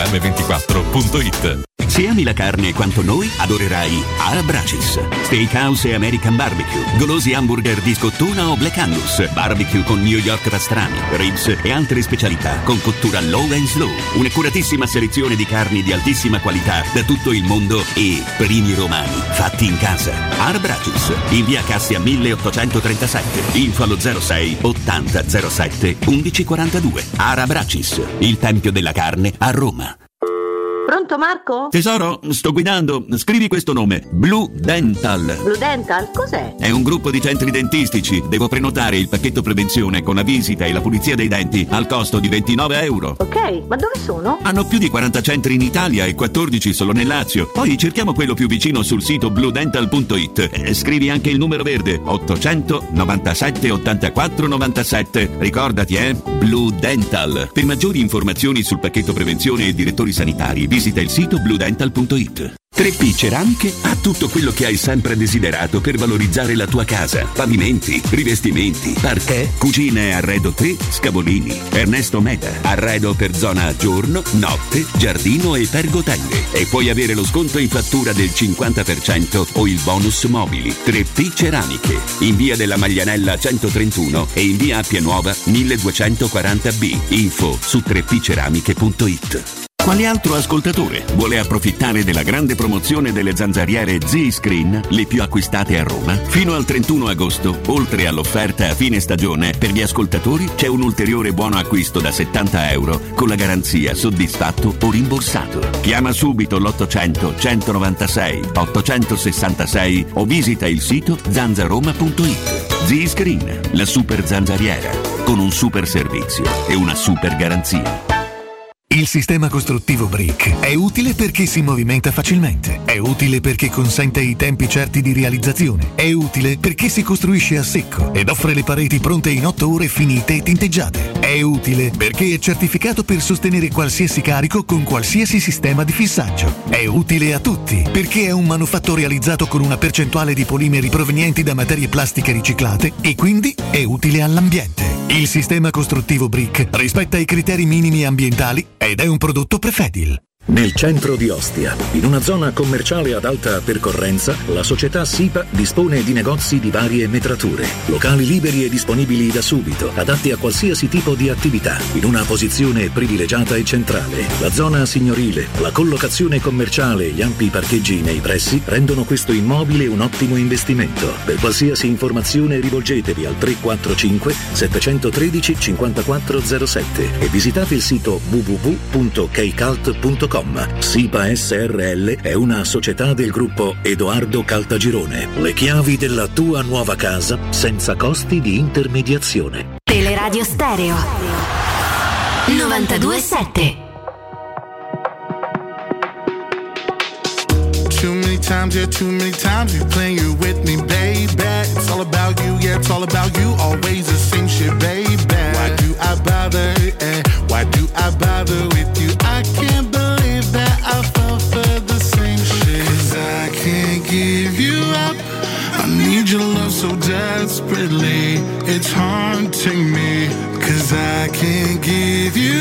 UM24.it. Se ami la carne quanto noi, adorerai Arabracis. Steakhouse e American Barbecue, golosi hamburger di scottuna o Black Angus, barbecue con New York pastrami, ribs e altre specialità con cottura low and slow. Un'accuratissima selezione di carni di altissima qualità da tutto il mondo e primi romani fatti in casa. Arabracis, in via Cassia 1837, info allo 06 80 07 1142. Arabracis, il tempio della carne a Roma. Pronto Marco? Tesoro, sto guidando. Scrivi questo nome: Blue Dental. Blue Dental? Cos'è? È un gruppo di centri dentistici. Devo prenotare il pacchetto prevenzione con la visita e la pulizia dei denti al costo di €29. Ok, ma dove sono? Hanno più di 40 centri in Italia e 14 solo nel Lazio. Poi cerchiamo quello più vicino sul sito bluedental.it. Scrivi anche il numero verde: 800 97 84 97. Ricordati, Blue Dental. Per maggiori informazioni sul pacchetto prevenzione e direttori sanitari, visita il sito bluedental.it. 3P Ceramiche ha tutto quello che hai sempre desiderato per valorizzare la tua casa: pavimenti, rivestimenti, parquet, cucine e arredo 3, Scavolini, Ernesto Meda, arredo per zona giorno, notte, giardino e pergotelle. E puoi avere lo sconto in fattura del 50% o il bonus mobili. 3P Ceramiche, in via della Maglianella 131 e in via Appia Nuova 1240B. Info su 3pceramiche.it. Quale altro ascoltatore vuole approfittare della grande promozione delle zanzariere Z-Screen, le più acquistate a Roma? Fino al 31 agosto, oltre all'offerta a fine stagione, per gli ascoltatori c'è un ulteriore buono acquisto da €70 con la garanzia soddisfatto o rimborsato. Chiama subito l'800 196 866 o visita il sito zanzaroma.it. Z-Screen, la super zanzariera, con un super servizio e una super garanzia. Il sistema costruttivo Brick è utile perché si movimenta facilmente, è utile perché consente i tempi certi di realizzazione, è utile perché si costruisce a secco ed offre le pareti pronte in 8 ore finite e tinteggiate, è utile perché è certificato per sostenere qualsiasi carico con qualsiasi sistema di fissaggio, è utile a tutti perché è un manufatto realizzato con una percentuale di polimeri provenienti da materie plastiche riciclate e quindi è utile all'ambiente. Il sistema costruttivo Brick rispetta i criteri minimi ambientali ed è un prodotto Prefedil. Nel centro di Ostia, in una zona commerciale ad alta percorrenza, la società SIPA dispone di negozi di varie metrature, locali liberi e disponibili da subito, adatti a qualsiasi tipo di attività, in una posizione privilegiata e centrale. La zona signorile, la collocazione commerciale e gli ampi parcheggi nei pressi rendono questo immobile un ottimo investimento. Per qualsiasi informazione rivolgetevi al 345 713 5407 e visitate il sito www.kcalt.com. SIPA SRL è una società del gruppo Edoardo Caltagirone. Le chiavi della tua nuova casa senza costi di intermediazione. Teleradio Stereo 92.7. Too many times, yeah, too many times you playing you with me, baby. It's all about you, yeah, it's all about you. Always the same shit, baby. Why do I bother? Why do I bother with you? I can't believe that I fell for the same shit. 'Cause I can't give you up. I need your love so desperately. It's haunting me. 'Cause I can't give you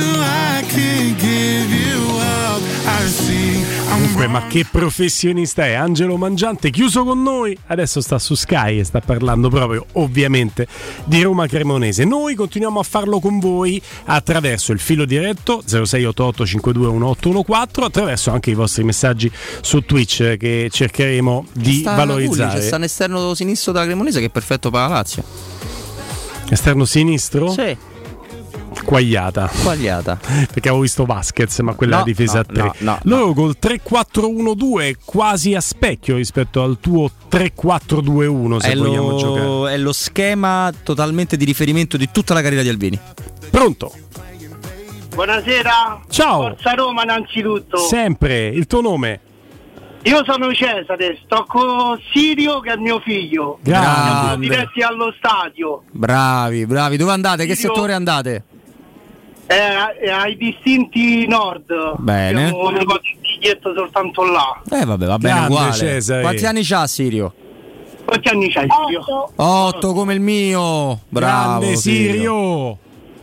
up. I see. Comunque, ma che professionista è Angelo Mangiante, chiuso con noi, adesso sta su Sky e sta parlando proprio ovviamente di Roma Cremonese. Noi continuiamo a farlo con voi attraverso il filo diretto 0688 521814, attraverso anche i vostri messaggi su Twitch che cercheremo di valorizzare. C'è sta un esterno sinistro della Cremonese che è perfetto per la Lazio. Esterno sinistro? Sì. Quagliata perché avevo visto Vasquez, ma quella è la difesa a 3. Loro col 3-4-1-2 quasi a specchio rispetto al tuo 3-4-2-1, se vogliamo giocare. È lo schema totalmente di riferimento di tutta la carriera di Albini. Pronto? Buonasera. Ciao. Forza Roma innanzitutto. Sempre. Il tuo nome? Io sono Cesare, sto con Sirio che è mio figlio. Siamo diretti allo stadio. Bravi. Dove andate? Che settore andate? Ai distinti nord. Bene. biglietto soltanto là. Vabbè, va bene Grande uguale. Cesare. Quanti anni c'ha Sirio? Quanti anni c'hai, Sirio? 8 come il mio. Bravo Grande Sirio.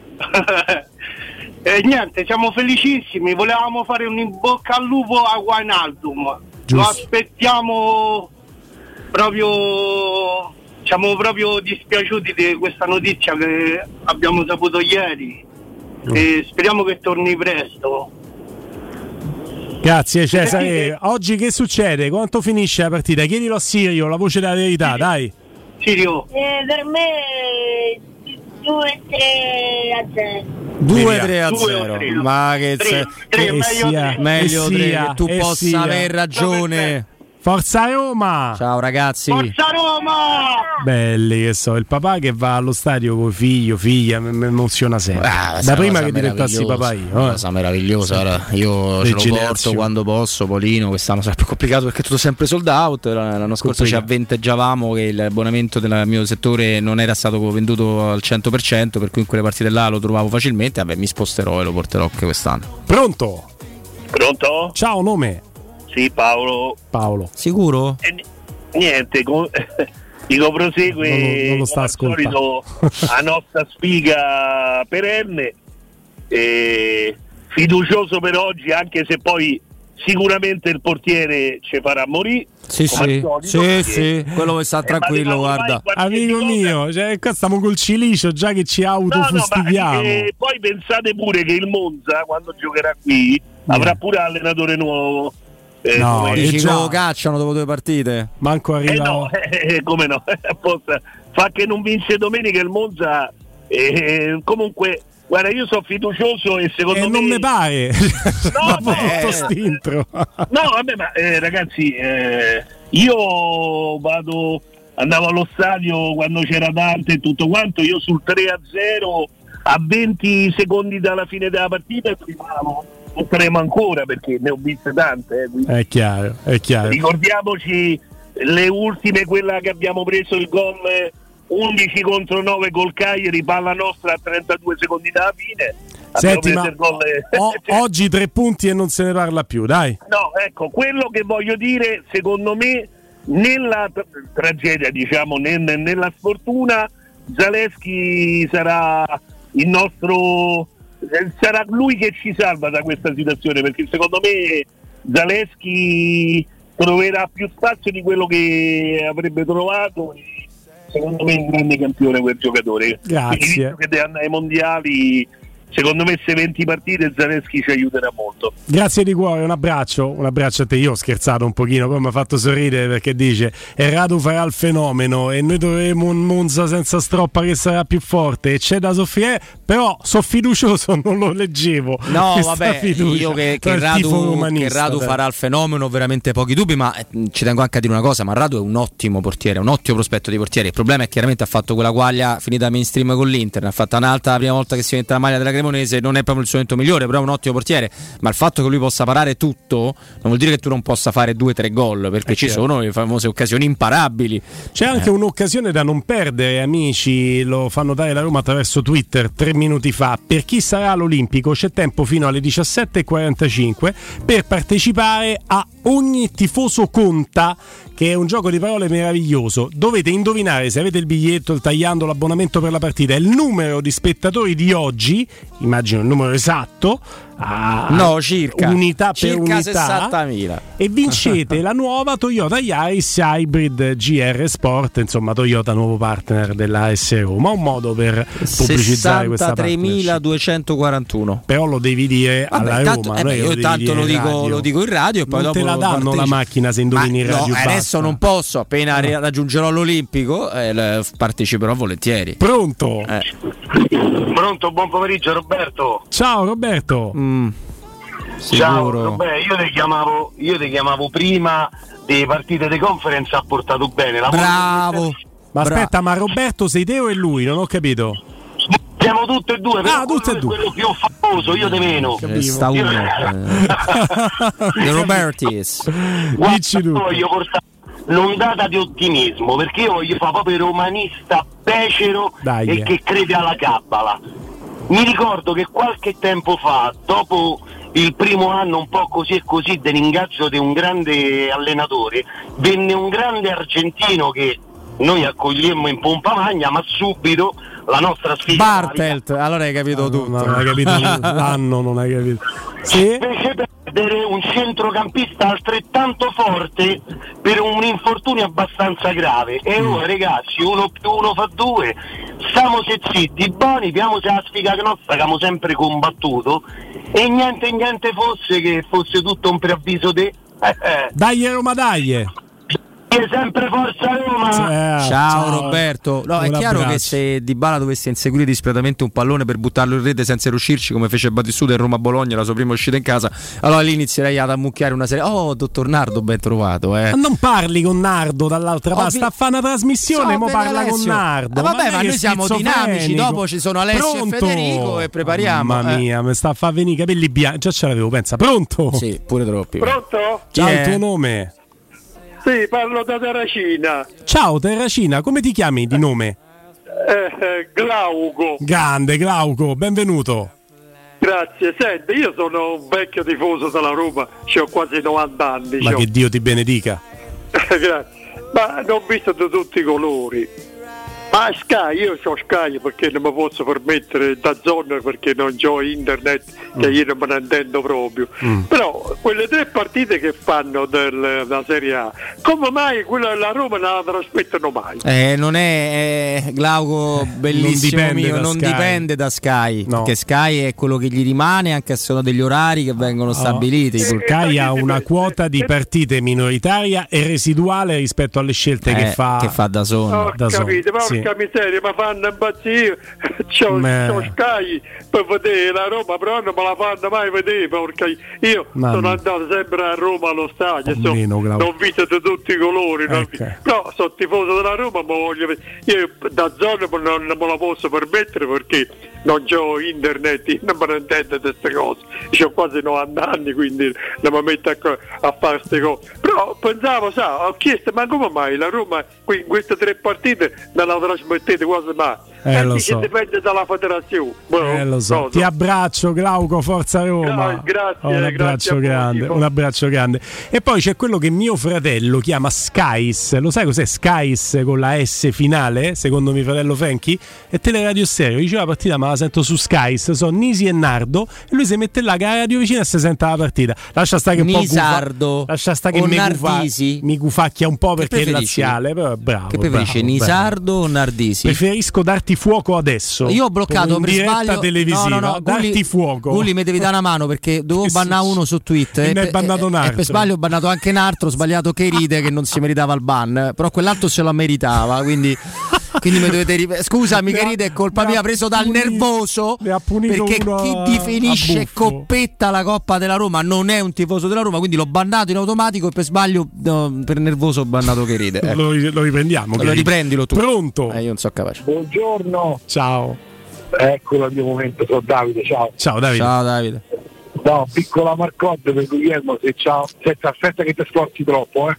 Niente, siamo felicissimi, volevamo fare un in bocca al lupo a Wijnaldum. Lo aspettiamo proprio, siamo proprio dispiaciuti di questa notizia che abbiamo saputo ieri e speriamo che torni presto. Grazie Cesare. Oggi che succede? Quanto finisce la partita? Chiedilo a Sirio, la voce della verità, dai. Sirio. Per me 2-3-0. 2-3-0. Ma che meglio 3, tu possa aver ragione. Forza Roma! Ciao ragazzi. Forza Roma! Belli che so, il papà che va allo stadio con figlia, mi emoziona sempre. Da prima che diventassi papà io. Una cosa meravigliosa. Ora, io ce lo porto quando posso, Polino, quest'anno sarà più complicato perché è tutto sempre sold out. L'anno scorso ci avventeggiavamo che l'abbonamento del mio settore non era stato venduto al 100%, per cui in quelle partite là lo trovavo facilmente. Vabbè, mi sposterò e lo porterò anche quest'anno. Pronto? Pronto? Ciao, nome? Sì, Paolo. Sicuro? Niente, dico prosegue non lo sta ascoltando. A nostra sfiga perenne, fiducioso per oggi, anche se poi sicuramente il portiere ci farà morire. Sì, quello che sta tranquillo, guarda. Amico mio, cioè, qua stiamo col cilicio già che ci autofustichiamo. Poi pensate pure che il Monza, quando giocherà qui, avrà pure allenatore nuovo. Dici lo cacciano dopo 2 partite? Manco arriva. No, come no? Fa che non vince domenica il Monza. Comunque, guarda, io sono fiducioso e secondo me non mi pare. No, vabbè, ma ragazzi, io andavo allo stadio quando c'era Dante e tutto quanto. Io sul 3-0 a 20 secondi dalla fine della partita faremo ancora, perché ne ho viste tante. È chiaro. Ricordiamoci le ultime, quella che abbiamo preso il gol 11 contro 9 col Cagliari, palla nostra a 32 secondi dalla fine. Senti, ma oggi 3 punti e non se ne parla più, dai. No, ecco, quello che voglio dire, secondo me nella tragedia, diciamo, nella sfortuna, Zalewski sarà il nostro, sarà lui che ci salva da questa situazione, perché secondo me Zalewski troverà più spazio di quello che avrebbe trovato. Secondo me è un grande campione quel giocatore. Grazie. Che deve andare ai mondiali, secondo me se 20 partite Zalewski ci aiuterà molto. Grazie di cuore, un abbraccio a te. Io ho scherzato un pochino, poi mi ha fatto sorridere perché dice Radu farà il fenomeno e noi troveremo un Monza senza Stroppa che sarà più forte e c'è da soffrire, però sono fiducioso, non lo leggevo. No, vabbè, io che Radu farà il fenomeno, veramente pochi dubbi, ma ci tengo anche a dire una cosa, ma Radu è un ottimo portiere, un ottimo prospetto di portiere. Il problema è che chiaramente ha fatto quella quaglia finita mainstream con l'Inter, ha fatta un'altra la prima volta che si mette la maglia della Cremonese, non è proprio il suo momento migliore, però è un ottimo portiere, ma il fatto che lui possa parare tutto non vuol dire che tu non possa fare 2-3 gol, perché ci sono le famose occasioni imparabili. C'è anche un'occasione da non perdere, amici, lo fa notare la Roma attraverso Twitter 3 minuti fa. Per chi sarà all'Olimpico c'è tempo fino alle 17:45 per partecipare a Ogni tifoso conta, che è un gioco di parole meraviglioso. Dovete indovinare, se avete il biglietto, il tagliando, l'abbonamento per la partita, il numero di spettatori di oggi, immagino il numero esatto, circa unità per unità, 60.000, e vincete la nuova Toyota Yaris Hybrid GR Sport, insomma Toyota nuovo partner della AS Roma, un modo per pubblicizzare questa partnership. 63.241, però lo devi dire alla Roma. Io tanto lo dico in radio e poi non dopo te la danno la macchina se indovini in radio. Adesso non posso, appena raggiungerò l'Olimpico parteciperò volentieri. Pronto? Pronto, buon pomeriggio Roberto. Ciao Roberto. Ciao Roberto, io ti chiamavo prima delle partite di conference, ha portato bene. Bravo. Ma aspetta, ma Roberto sei te o è lui? Non ho capito. Siamo tutte e due, però tutte e due. Quello più famoso, io di meno. Sta uno. De Robertis. Voglio portare l'ondata di ottimismo, perché io voglio fare proprio il romanista becero e che crede alla cabala. Mi ricordo che qualche tempo fa, dopo il primo anno un po' così e così dell'ingaggio di un grande allenatore, venne un grande argentino che noi accogliemmo in pompa magna, ma subito la nostra sfida Bartelt, allora hai capito tutto. Non hai capito l'anno, non hai capito. Sì? Fece perdere un centrocampista altrettanto forte per un infortunio abbastanza grave. E ora ragazzi, 1+1 fa 2, stiamo zitti, buoni, piamo la sfiga nostra che abbiamo sempre combattuto, e niente fosse che fosse tutto un preavviso di Dai Roma, dai! Sempre forza Roma! Ciao Roberto. No, è Un chiaro abbraccio. che se Dybala dovesse inseguire disperatamente un pallone per buttarlo in rete senza riuscirci, come fece Batistuta in Roma-Bologna, la sua prima uscita in casa, allora lì inizierei ad ammucchiare una serie. Oh, dottor Nardo, ben trovato. Ma non parli con Nardo dall'altra parte, sta a fare una trasmissione, mo parla con Nardo. Vabbè, ma noi siamo dinamici, dopo ci sono Alessio e Federico e prepariamo. Mamma mia, mi sta a far venire i capelli bianchi. Già ce l'avevo, pensa. Pronto? Sì, pure troppi. Pronto? Ciao, il tuo nome? Sì, parlo da Terracina. Ciao Terracina, come ti chiami di nome? Glauco. Grande Glauco, benvenuto. Grazie, senti, io sono un vecchio tifoso della Roma, ho quasi 90 anni. Ma che Dio ti benedica. Grazie. Ma non ho visto di tutti i colori. Ma Sky, io ho Sky perché non mi posso permettere da zona perché non ho internet, che io non me ne intendo proprio. Però quelle 3 partite che fanno della Serie A, come mai quella della Roma non la trasmettono mai? Non è Glauco, bellissimo non dipende da Sky, perché Sky è quello che gli rimane anche a seconda degli orari che vengono stabiliti. Sky ha una quota di partite minoritaria e residuale rispetto alle scelte che fa da Zone. Ho capito, ma porca miseria, ma fanno impazzire. C'ho Sky per vedere la Roma, però non me la fanno mai vedere, porca. Io sono andato sempre a Roma allo stadio, non visto di tutti i colori, però sono tifoso della Roma, ma voglio vedere. Io da zona non me la posso permettere perché non c'ho internet, non me ne intendo di queste cose. Io ho quasi 90 anni, quindi non mi metto a fare queste cose. Però pensavo, ho chiesto, ma come mai la Roma in queste 3 partite non la trasmettete quasi mai? Lo so. Che dipende dalla federazione. Lo so. Ti abbraccio Glauco, forza Roma. Grazie, un abbraccio grazie grande, un abbraccio grande. E poi c'è quello che mio fratello chiama Skies. Lo sai cos'è Skies con la S finale? Secondo mio fratello Franchi. E Teleradio Stereo diceva la partita ma la sento su Skies, sono Nisi e Nardo, e lui si mette là che la radio vicina e si sente la partita. Lascia stare che Nisardo, lascia stare che mi gufacchia un po' perché è laziale, però è bravo. Che preferisci, Nisardo o Nardisi? Preferisco darti fuoco adesso. Io ho bloccato per sbaglio televisiva, no, darti fuoco. Gulli mi devi dare una mano perché dovevo bannare uno su Twitter e bannato un altro. E per sbaglio ho bannato anche un altro, ho sbagliato che ride che non si meritava il ban, però quell'altro se lo meritava, quindi mi dovete scusami che ride, è colpa mia, preso dal nervoso, perché chi definisce coppetta la Coppa della Roma non è un tifoso della Roma, quindi l'ho bannato in automatico e per sbaglio per nervoso ho bannato che ride. Lo riprendiamo. Lo riprendilo tu. Pronto? Io non so capace. Buongiorno. Ciao. Eccolo il mio momento, sono Davide, ciao. Ciao Davide. Ciao Davide. No, piccola marcotte per Guglielmo, se aspetta che ti sforzi troppo,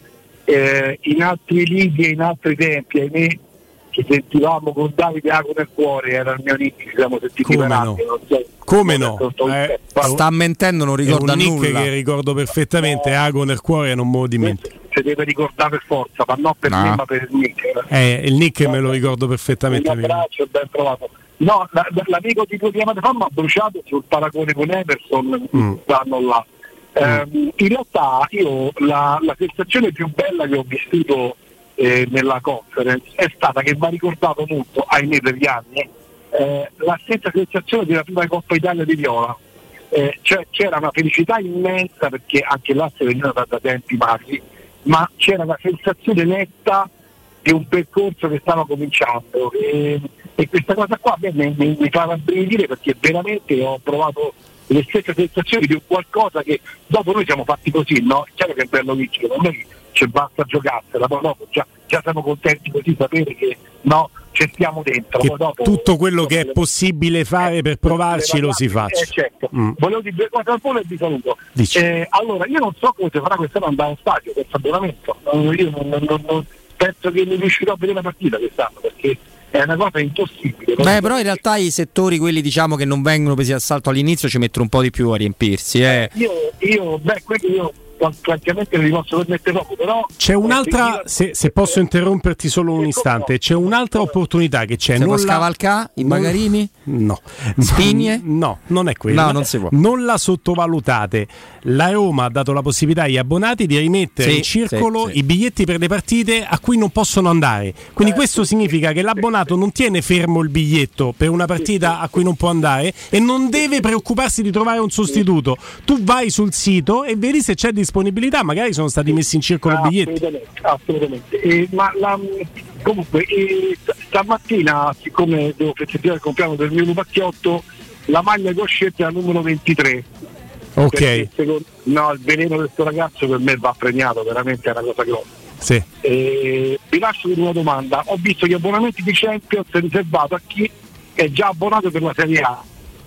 in altri lidi e in altri tempi, ahimè, ci sentivamo con Davide Ago nel cuore, era il mio nick, ci siamo sentiti per anni, come no? Sta mentendo, non ricorda nulla. È un nick che ricordo perfettamente, Ago nel cuore, non me lo dimentico. Si deve ricordare per forza, ma non per me, ma per il nick. Il nick me lo ricordo perfettamente. Un abbraccio, ben trovato. No, l'amico di 2 chiamate fa mi ha bruciato sul paragone con Emerson, stanno là. In realtà io la sensazione più bella che ho vissuto nella conference è stata, che mi ha ricordato molto, ahimè per gli anni, la stessa sensazione della prima Coppa Italia di Viola. Cioè, c'era una felicità immensa perché anche là si veniva da tempi magri, ma c'era una sensazione netta di un percorso che stava cominciando e questa cosa qua mi fa rabbrividire perché veramente ho provato le stesse sensazioni di un qualcosa che dopo noi siamo fatti così, no? È chiaro che è bello vincere, non è che ci basta giocarsela, ma dopo già siamo contenti così, sapere che no, ci stiamo dentro. Che poi dopo, tutto quello che è possibile fare per provarci lo si faccia. Certo. Volevo dire 2 cose al volo e vi saluto. Allora, io non so come si farà quest'anno andare allo stadio per abbonamento, io non penso che non riuscirò a vedere la partita quest'anno perché è una cosa impossibile. Però in realtà i settori, quelli diciamo che non vengono presi d'assalto all'inizio, ci mettono un po' di più a riempirsi. Quelli io francamente li posso permettere poco, però c'è un'altra, se posso interromperti solo un istante, c'è un'altra opportunità che c'è. Si può scavalcare i Magarini? No. Spigne? No, non è quello. No, non si può. Non la sottovalutate. La Roma ha dato la possibilità agli abbonati di rimettere in circolo i biglietti per le partite a cui non possono andare. Quindi questo significa che l'abbonato non tiene fermo il biglietto per una partita a cui non può andare e non deve preoccuparsi di trovare un sostituto. Tu vai sul sito e vedi se c'è disponibilità, magari sono stati messi in circolo biglietti. Assolutamente. Comunque stamattina, siccome devo festeggiare il compleanno del mio lupacchiotto, la maglia che ho scelta è la numero 23. Ok. Il veleno del suo ragazzo per me va premiato, veramente è una cosa grossa. Sì. Vi lascio con una domanda. Ho visto gli abbonamenti di Champions riservato a chi è già abbonato per la Serie A.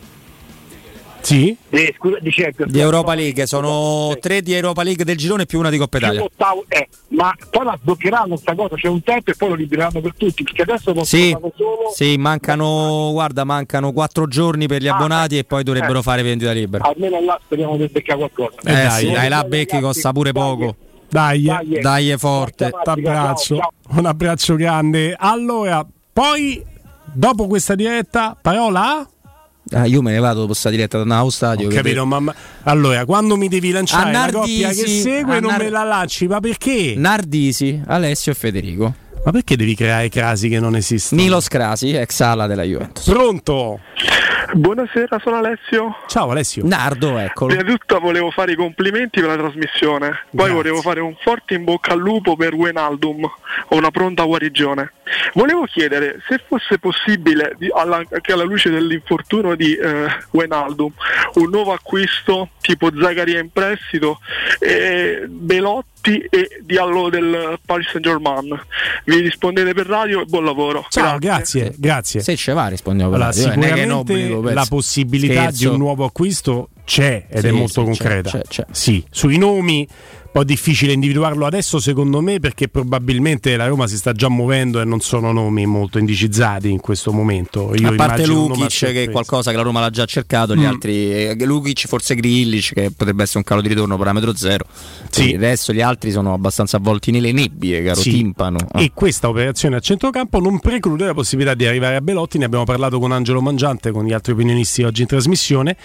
Sì. Di Europa League, sono 3 di Europa League del girone più una di Coppa Italia. Ma poi la sbloccheranno sta cosa, c'è un tempo e poi lo libereranno per tutti, perché adesso solo... Sì, mancano 4 giorni per gli abbonati e poi dovrebbero fare vendita libera. Almeno là speriamo di beccare qualcosa. Dai, la becchi costa pure poco. Dai forte. Un abbraccio grande. Allora, poi dopo questa diretta, parola? Io me ne vado dopo sta diretta da Now Stadio. Capito, mamma. Allora, quando mi devi lanciare la coppia che segue, non me la lanci, ma perché? Nardisi, Alessio e Federico. Ma perché devi creare crasi che non esistono? Milos Crasi, ex ala della Juventus. Pronto? Buonasera, sono Alessio. Ciao Alessio. Nardo, eccolo. Prima di tutto volevo fare i complimenti per la trasmissione. Poi volevo fare un forte in bocca al lupo per Wijnaldum, ho una pronta guarigione. Volevo chiedere se fosse possibile, anche alla luce dell'infortunio di Wijnaldum, un nuovo acquisto tipo Zagaria in prestito, Belotti e Diallo del Paris Saint-Germain. Vi rispondete per radio e buon lavoro. Ciao, grazie. Se ce va rispondiamo per radio. Sicuramente la possibilità di un nuovo acquisto c'è ed è molto concreta. C'è. Sì, sui nomi un po' difficile individuarlo adesso secondo me, perché probabilmente la Roma si sta già muovendo e non sono nomi molto indicizzati in questo momento. Io a parte Lukic, che è qualcosa che la Roma l'ha già cercato, gli altri Lukic, forse Grillic, che potrebbe essere un calo di ritorno parametro 0. Sì. Adesso gli altri sono abbastanza avvolti nelle nebbie, caro timpano. E questa operazione a centrocampo non preclude la possibilità di arrivare a Belotti. Ne abbiamo parlato con Angelo Mangiante, con gli altri opinionisti oggi in trasmissione,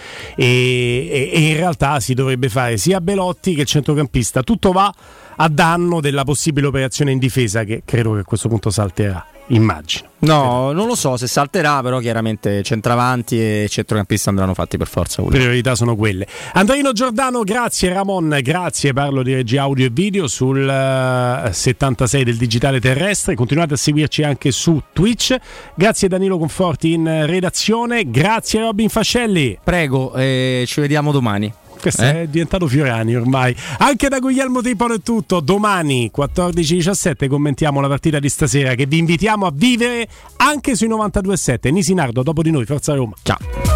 e in realtà si dovrebbe fare sia Belotti che il centrocampista. Tutto va a danno della possibile operazione in difesa, che credo che a questo punto salterà, immagino. No, non lo so se salterà, però chiaramente centravanti e centrocampista andranno fatti per forza. Priorità sono quelle. Andrino Giordano, grazie. Ramon, grazie. Parlo di regia audio e video sul 76 del digitale terrestre. Continuate a seguirci anche su Twitch. Grazie Danilo Conforti in redazione. Grazie Robin Fascelli. Prego, ci vediamo domani. Questo è diventato Fiorani ormai. Anche da Guglielmo Tripolo è tutto. Domani 14:17 commentiamo la partita di stasera, che vi invitiamo a vivere anche sui 92.7. Nisi Nardo dopo di noi, Forza Roma. Ciao.